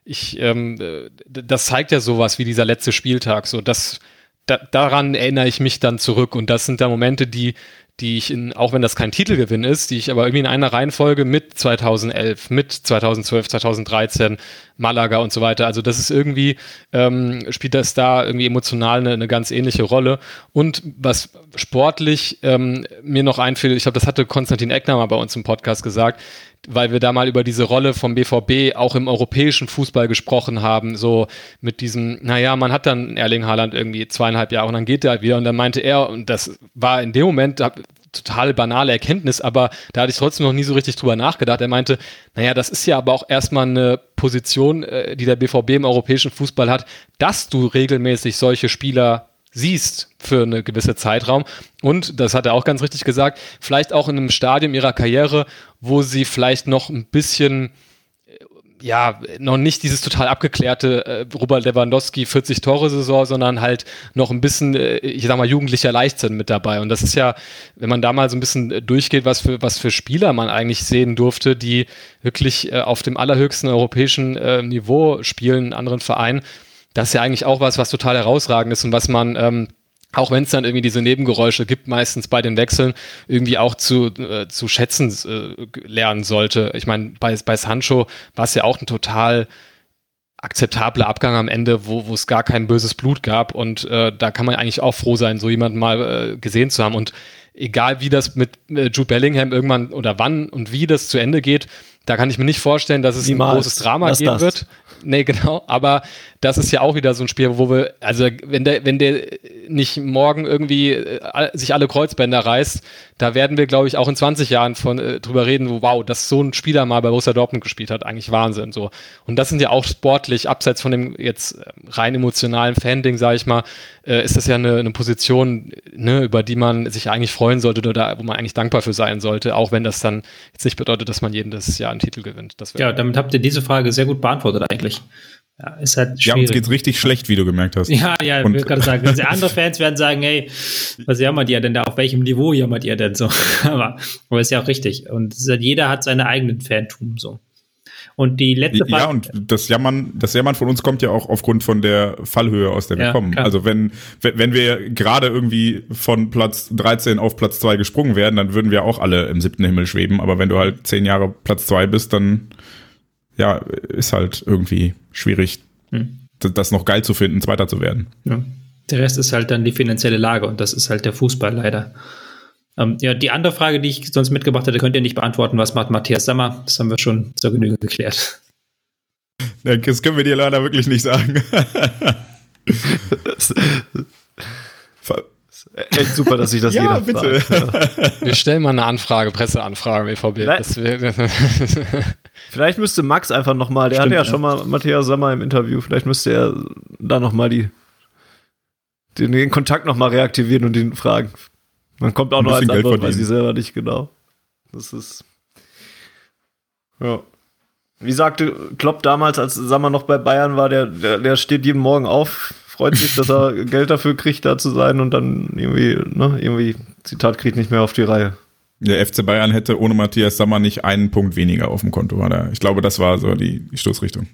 das zeigt ja sowas wie dieser letzte Spieltag, so daran erinnere ich mich dann zurück und das sind da Momente, die ich auch wenn das kein Titelgewinn ist, die ich aber irgendwie in einer Reihenfolge mit 2011, mit 2012, 2013, Malaga und so weiter, also das ist irgendwie, spielt das da irgendwie emotional eine ganz ähnliche Rolle und was sportlich mir noch einfiel, ich glaube, das hatte Konstantin Eckner mal bei uns im Podcast gesagt, weil wir da mal über diese Rolle vom BVB auch im europäischen Fußball gesprochen haben, so mit diesem, man hat dann Erling Haaland irgendwie 2,5 Jahre und dann geht der halt wieder und dann meinte er, und das war in dem Moment total banale Erkenntnis, aber da hatte ich trotzdem noch nie so richtig drüber nachgedacht. Er meinte, das ist ja aber auch erstmal eine Position, die der BVB im europäischen Fußball hat, dass du regelmäßig solche Spieler siehst für eine gewisse Zeitraum und, das hat er auch ganz richtig gesagt, vielleicht auch in einem Stadium ihrer Karriere, wo sie vielleicht noch ein bisschen, noch nicht dieses total abgeklärte Robert Lewandowski 40-Tore-Saison, sondern halt noch ein bisschen, jugendlicher Leichtsinn mit dabei und das ist ja, wenn man da mal so ein bisschen durchgeht, was für Spieler man eigentlich sehen durfte, die wirklich auf dem allerhöchsten europäischen Niveau spielen in anderen Vereinen, das ist ja eigentlich auch was total herausragend ist und was man, auch wenn es dann irgendwie diese Nebengeräusche gibt, meistens bei den Wechseln, irgendwie auch zu schätzen lernen sollte. Ich meine, bei Sancho war es ja auch ein total akzeptabler Abgang am Ende, wo es gar kein böses Blut gab und da kann man eigentlich auch froh sein, so jemanden mal gesehen zu haben und egal wie das mit Jude Bellingham irgendwann oder wann und wie das zu Ende geht, da kann ich mir nicht vorstellen, dass es ein großes Drama geben wird. Nee, genau, aber das ist ja auch wieder so ein Spiel, wo wir, also wenn der nicht morgen irgendwie sich alle Kreuzbänder reißt, da werden wir, glaube ich, auch in 20 Jahren drüber reden, wow, dass so ein Spieler mal bei Borussia Dortmund gespielt hat, eigentlich Wahnsinn, so. Und das sind ja auch sportlich, abseits von dem jetzt rein emotionalen Fan-Ding, sage ich mal, ist das ja eine Position, ne, über die man sich eigentlich freuen sollte oder wo man eigentlich dankbar für sein sollte, auch wenn das dann jetzt nicht bedeutet, dass man jedes Jahr einen Titel gewinnt. Damit habt ihr diese Frage sehr gut beantwortet eigentlich. Ja, ist halt schwierig. Ja, uns geht's richtig schlecht, wie du gemerkt hast. Ja, ich will gerade sagen, andere Fans werden sagen, hey, was jammert ihr denn da, auf welchem Niveau jammert ihr denn so? aber ist ja auch richtig. Und jeder hat seine eigenen Fantum so. Und die letzte Frage. Ja, und das Jammern von uns kommt ja auch aufgrund von der Fallhöhe, aus der wir kommen. Klar. Also wenn wir gerade irgendwie von Platz 13 auf Platz 2 gesprungen wären, dann würden wir auch alle im 7. Himmel schweben. Aber wenn du halt 10 Jahre Platz 2 bist, dann ist halt irgendwie schwierig, das noch geil zu finden, Zweiter zu werden. Ja. Der Rest ist halt dann die finanzielle Lage und das ist halt der Fußball leider. Die andere Frage, die ich sonst mitgebracht hätte, könnt ihr nicht beantworten. Was macht Matthias Sammer? Das haben wir schon zur Genüge geklärt. Ja, das können wir dir leider wirklich nicht sagen. Echt super, dass ich das jeder bitte. fragt. Wir stellen mal eine Anfrage, Presseanfrage BVB. Vielleicht müsste Max einfach nochmal, der hatte ja schon mal Matthias Sammer im Interview, vielleicht müsste er da nochmal den Kontakt nochmal reaktivieren und ihn fragen. Man kommt auch noch als Antwort, weiß ich selber nicht genau. Das ist, ja. Wie sagte Klopp damals, als Sammer noch bei Bayern war, der steht jeden Morgen auf, freut sich, dass er Geld dafür kriegt, da zu sein und dann irgendwie, Zitat, kriegt nicht mehr auf die Reihe. Der FC Bayern hätte ohne Matthias Sammer nicht einen Punkt weniger auf dem Konto. Ich glaube, das war so die Stoßrichtung.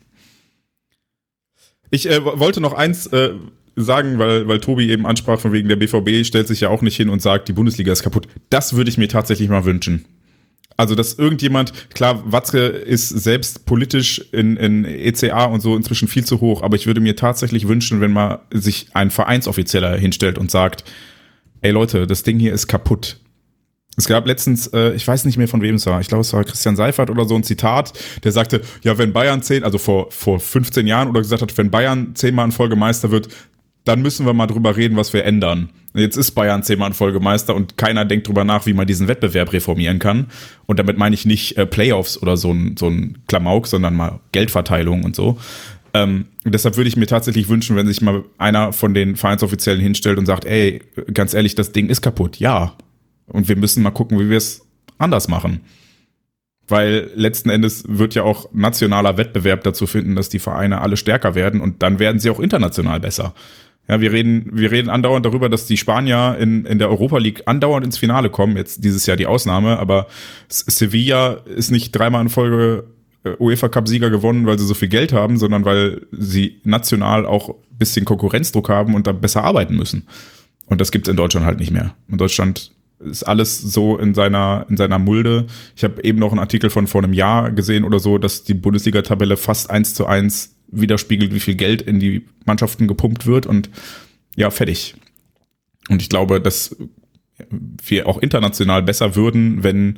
Ich wollte noch eins sagen, weil Tobi eben ansprach von wegen der BVB stellt sich ja auch nicht hin und sagt, die Bundesliga ist kaputt. Das würde ich mir tatsächlich mal wünschen. Also, dass irgendjemand, klar, Watzke ist selbst politisch in ECA und so inzwischen viel zu hoch, aber ich würde mir tatsächlich wünschen, wenn mal sich ein Vereinsoffizieller hinstellt und sagt, ey Leute, das Ding hier ist kaputt. Es gab letztens, ich weiß nicht mehr von wem es war, ich glaube es war Christian Seifert oder so, ein Zitat, der sagte, ja, wenn Bayern vor 15 Jahren oder gesagt hat, wenn Bayern 10-mal in Folge Meister wird, dann müssen wir mal drüber reden, was wir ändern. Jetzt ist Bayern 10-mal in Folge Meister und keiner denkt drüber nach, wie man diesen Wettbewerb reformieren kann. Und damit meine ich nicht Playoffs oder so ein Klamauk, sondern mal Geldverteilung und so. Deshalb würde ich mir tatsächlich wünschen, wenn sich mal einer von den Vereinsoffiziellen hinstellt und sagt, ey, ganz ehrlich, das Ding ist kaputt. Ja. Und wir müssen mal gucken, wie wir es anders machen. Weil letzten Endes wird ja auch nationaler Wettbewerb dazu finden, dass die Vereine alle stärker werden und dann werden sie auch international besser. Ja, wir reden andauernd darüber, dass die Spanier in der Europa League andauernd ins Finale kommen. Jetzt dieses Jahr die Ausnahme, aber Sevilla ist nicht 3-mal in Folge UEFA Cup Sieger gewonnen, weil sie so viel Geld haben, sondern weil sie national auch ein bisschen Konkurrenzdruck haben und da besser arbeiten müssen. Und das gibt's in Deutschland halt nicht mehr. In Deutschland ist alles so in seiner Mulde. Ich habe eben noch einen Artikel von vor einem Jahr gesehen oder so, dass die Bundesliga-Tabelle fast 1:1 widerspiegelt, wie viel Geld in die Mannschaften gepumpt wird und ja, fertig. Und ich glaube, dass wir auch international besser würden, wenn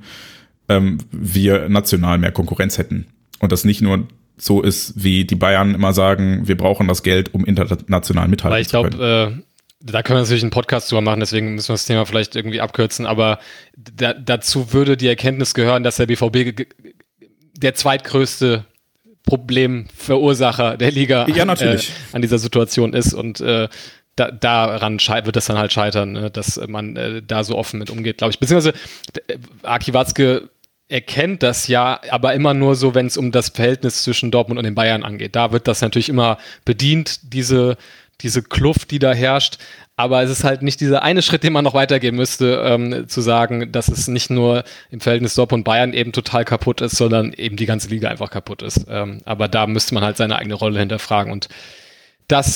wir national mehr Konkurrenz hätten. Und das nicht nur so ist, wie die Bayern immer sagen, wir brauchen das Geld, um international mithalten zu können. Weil ich glaube, da können wir natürlich einen Podcast drüber machen, deswegen müssen wir das Thema vielleicht irgendwie abkürzen, aber dazu würde die Erkenntnis gehören, dass der BVB der zweitgrößte Problemverursacher der Liga an dieser Situation ist und daran wird das dann halt scheitern, dass man da so offen mit umgeht, glaube ich. Beziehungsweise Aki Watzke erkennt das ja, aber immer nur so, wenn es um das Verhältnis zwischen Dortmund und den Bayern angeht. Da wird das natürlich immer bedient, diese Kluft, die da herrscht. Aber es ist halt nicht dieser eine Schritt, den man noch weitergehen müsste, zu sagen, dass es nicht nur im Verhältnis Dortmund-Bayern eben total kaputt ist, sondern eben die ganze Liga einfach kaputt ist. Aber da müsste man halt seine eigene Rolle hinterfragen. Und das,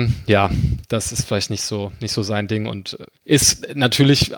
das ist vielleicht nicht so sein Ding und ist natürlich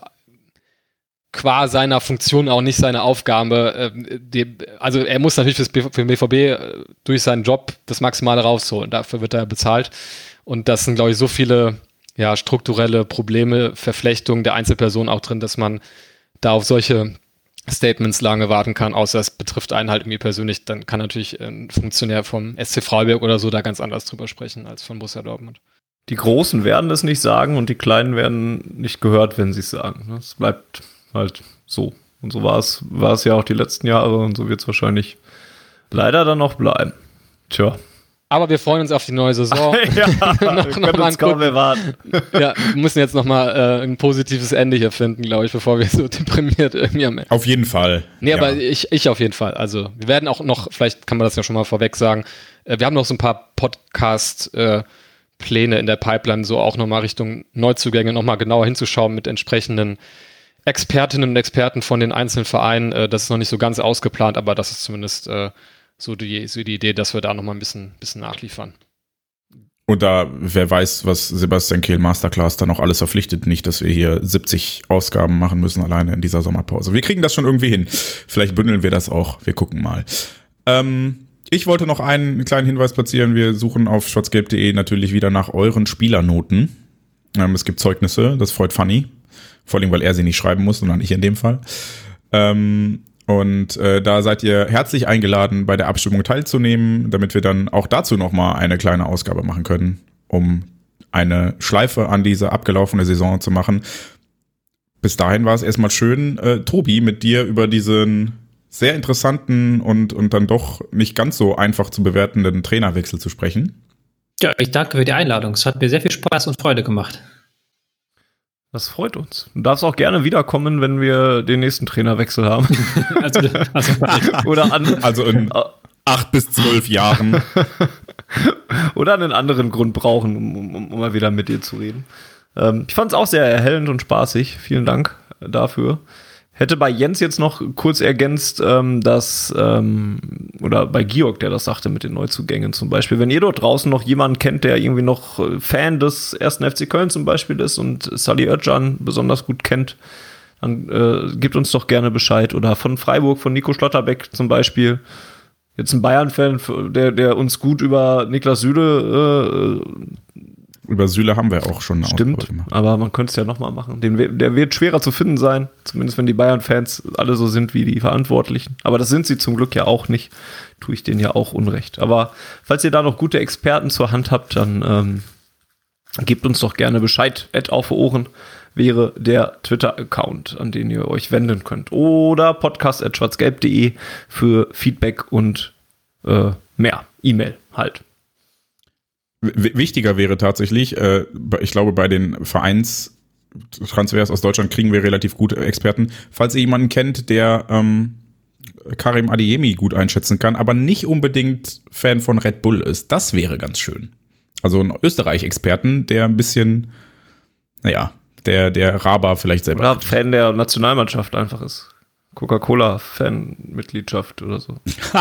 qua seiner Funktion auch nicht seine Aufgabe. Also er muss natürlich für den BVB durch seinen Job das Maximale rausholen. Dafür wird er bezahlt. Und das sind, glaube ich, so viele strukturelle Probleme, Verflechtungen der Einzelpersonen auch drin, dass man da auf solche Statements lange warten kann, außer es betrifft einen halt irgendwie persönlich. Dann kann natürlich ein Funktionär vom SC Freiburg oder so da ganz anders drüber sprechen als von Borussia Dortmund. Die Großen werden es nicht sagen und die Kleinen werden nicht gehört, wenn sie es sagen. Es bleibt halt so. Und so war es ja auch die letzten Jahre und so wird es wahrscheinlich leider dann noch bleiben. Tja. Aber wir freuen uns auf die neue Saison. Ja, wir können uns kaum erwarten. Ja, wir müssen jetzt nochmal ein positives Ende hier finden, glaube ich, bevor wir so deprimiert irgendwie am Ende. Auf jeden Fall. Nee, ja. Aber ich auf jeden Fall. Also wir werden auch noch, vielleicht kann man das ja schon mal vorweg sagen, wir haben noch so ein paar Podcast-Pläne in der Pipeline, so auch nochmal Richtung Neuzugänge nochmal genauer hinzuschauen mit entsprechenden Expertinnen und Experten von den einzelnen Vereinen. Das ist noch nicht so ganz ausgeplant, aber das ist zumindest so die Idee, dass wir da nochmal ein bisschen nachliefern. Und da, wer weiß, was Sebastian Kehl Masterclass da noch alles verpflichtet. Nicht, dass wir hier 70 Ausgaben machen müssen alleine in dieser Sommerpause. Wir kriegen das schon irgendwie hin. Vielleicht bündeln wir das auch. Wir gucken mal. Ich wollte noch einen kleinen Hinweis platzieren. Wir suchen auf schwarzgelb.de natürlich wieder nach euren Spielernoten. Es gibt Zeugnisse, das freut Fanny. Vor allem, weil er sie nicht schreiben muss, sondern ich in dem Fall. Und da seid ihr herzlich eingeladen, bei der Abstimmung teilzunehmen, damit wir dann auch dazu nochmal eine kleine Ausgabe machen können, um eine Schleife an diese abgelaufene Saison zu machen. Bis dahin war es erstmal schön, Tobi, mit dir über diesen sehr interessanten und dann doch nicht ganz so einfach zu bewertenden Trainerwechsel zu sprechen. Ja, ich danke für die Einladung. Es hat mir sehr viel Spaß und Freude gemacht. Das freut uns. Du darfst auch gerne wiederkommen, wenn wir den nächsten Trainerwechsel haben. Also in 8 bis 12 Jahren. Oder einen anderen Grund brauchen, um mal wieder mit dir zu reden. Ich fand es auch sehr erhellend und spaßig. Vielen Dank dafür. Hätte bei Jens jetzt noch kurz ergänzt, oder bei Georg, der das sagte mit den Neuzugängen zum Beispiel, wenn ihr dort draußen noch jemanden kennt, der irgendwie noch Fan des 1. FC Köln zum Beispiel ist und Salih Özcan besonders gut kennt, dann gibt uns doch gerne Bescheid. Oder von Freiburg, von Nico Schlotterbeck zum Beispiel. Jetzt ein Bayern-Fan, der uns gut über Niklas Süle über Süle haben wir auch schon eine Ausgabe gemacht. Aber man könnte es ja nochmal machen. Der wird schwerer zu finden sein, zumindest wenn die Bayern-Fans alle so sind wie die Verantwortlichen. Aber das sind sie zum Glück ja auch nicht. Tue ich denen ja auch Unrecht. Aber falls ihr da noch gute Experten zur Hand habt, dann gebt uns doch gerne Bescheid. @aufeohren wäre der Twitter-Account, an den ihr euch wenden könnt. Oder podcast@schwarzgelb.de für Feedback und mehr. E-Mail halt. Wichtiger wäre tatsächlich, ich glaube, bei den Vereinstransfers aus Deutschland kriegen wir relativ gute Experten. Falls ihr jemanden kennt, der Karim Adeyemi gut einschätzen kann, aber nicht unbedingt Fan von Red Bull ist, das wäre ganz schön. Also ein Österreich-Experten, der ein bisschen, der Raba vielleicht selber. Oder Fan der Nationalmannschaft einfach ist. Coca-Cola-Fan-Mitgliedschaft oder so.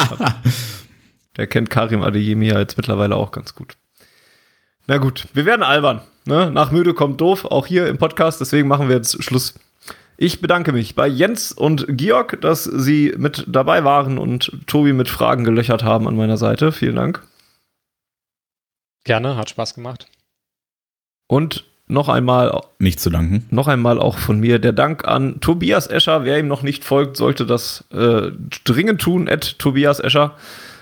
Der kennt Karim Adeyemi ja jetzt mittlerweile auch ganz gut. Na gut, wir werden albern. Ne? Nach müde kommt doof, auch hier im Podcast. Deswegen machen wir jetzt Schluss. Ich bedanke mich bei Jens und Georg, dass sie mit dabei waren und Tobi mit Fragen gelöchert haben an meiner Seite. Vielen Dank. Gerne, hat Spaß gemacht. Und noch einmal, nicht zu danken. Noch einmal auch von mir der Dank an Tobias Escher. Wer ihm noch nicht folgt, sollte das dringend tun. @Tobias Escher.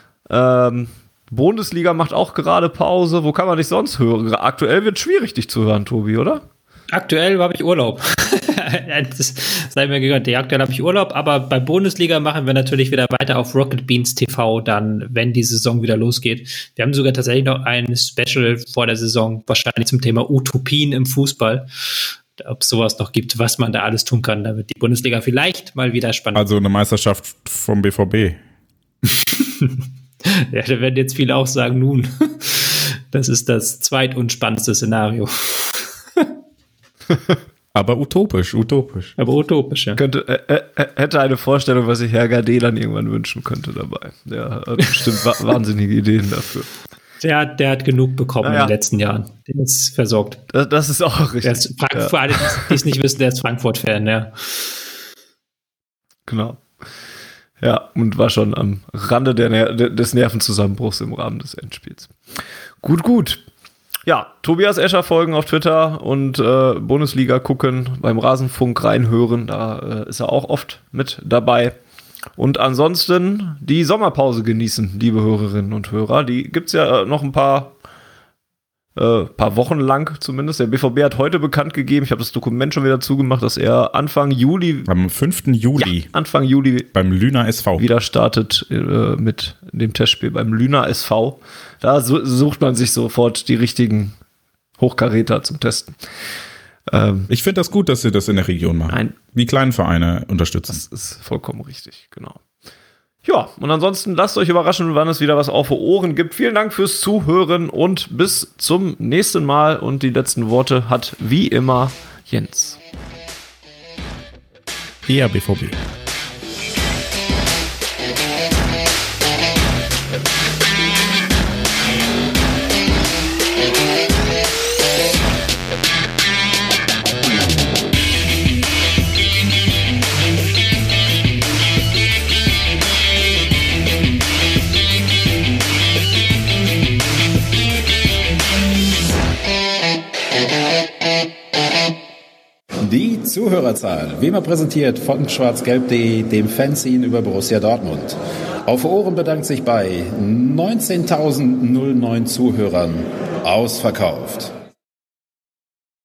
Bundesliga macht auch gerade Pause. Wo kann man dich sonst hören? Aktuell wird es schwierig, dich zu hören, Tobi, oder? Aktuell habe ich Urlaub. Das sei mir gegönnt. Aktuell habe ich Urlaub, aber bei Bundesliga machen wir natürlich wieder weiter auf Rocket Beans TV, dann, wenn die Saison wieder losgeht. Wir haben sogar tatsächlich noch ein Special vor der Saison, wahrscheinlich zum Thema Utopien im Fußball. Ob es sowas noch gibt, was man da alles tun kann, damit die Bundesliga vielleicht mal wieder spannend wird. Also eine Meisterschaft vom BVB. Ja, da werden jetzt viele auch sagen, nun, das ist das zweitunspannendste Szenario. Aber utopisch. Aber utopisch, ja. Hätte eine Vorstellung, was sich Herr Gade dann irgendwann wünschen könnte dabei. Der hat bestimmt wahnsinnige Ideen dafür. Der hat genug bekommen in den letzten Jahren. Der ist versorgt. Das ist auch richtig. Für alle, die es nicht wissen, der ist Frankfurt-Fan, ja. Genau. Ja, und war schon am Rande des Nervenzusammenbruchs im Rahmen des Endspiels. Gut. Ja, Tobias Escher folgen auf Twitter und Bundesliga gucken, beim Rasenfunk reinhören, da ist er auch oft mit dabei. Und ansonsten die Sommerpause genießen, liebe Hörerinnen und Hörer. Die gibt's ja noch ein paar Wochen lang zumindest. Der BVB hat heute bekannt gegeben, ich habe das Dokument schon wieder zugemacht, dass er Anfang Juli... Am 5. Juli. Ja, Anfang Juli. Beim Lüner SV. Wieder startet mit dem Testspiel beim Lüner SV. Da sucht man sich sofort die richtigen Hochkaräter zum Testen. Ich finde das gut, dass sie das in der Region machen. Nein. Die kleinen Vereine unterstützen. Das ist vollkommen richtig, genau. Ja, und ansonsten lasst euch überraschen, wann es wieder was auf Ohren gibt. Vielen Dank fürs Zuhören und bis zum nächsten Mal. Und die letzten Worte hat wie immer Jens. Eher BVB. Die Zuhörerzahl, wie immer präsentiert von schwarzgelb.de, dem Fanzine über Borussia Dortmund. Auf Ohren bedankt sich bei 19.009 Zuhörern ausverkauft.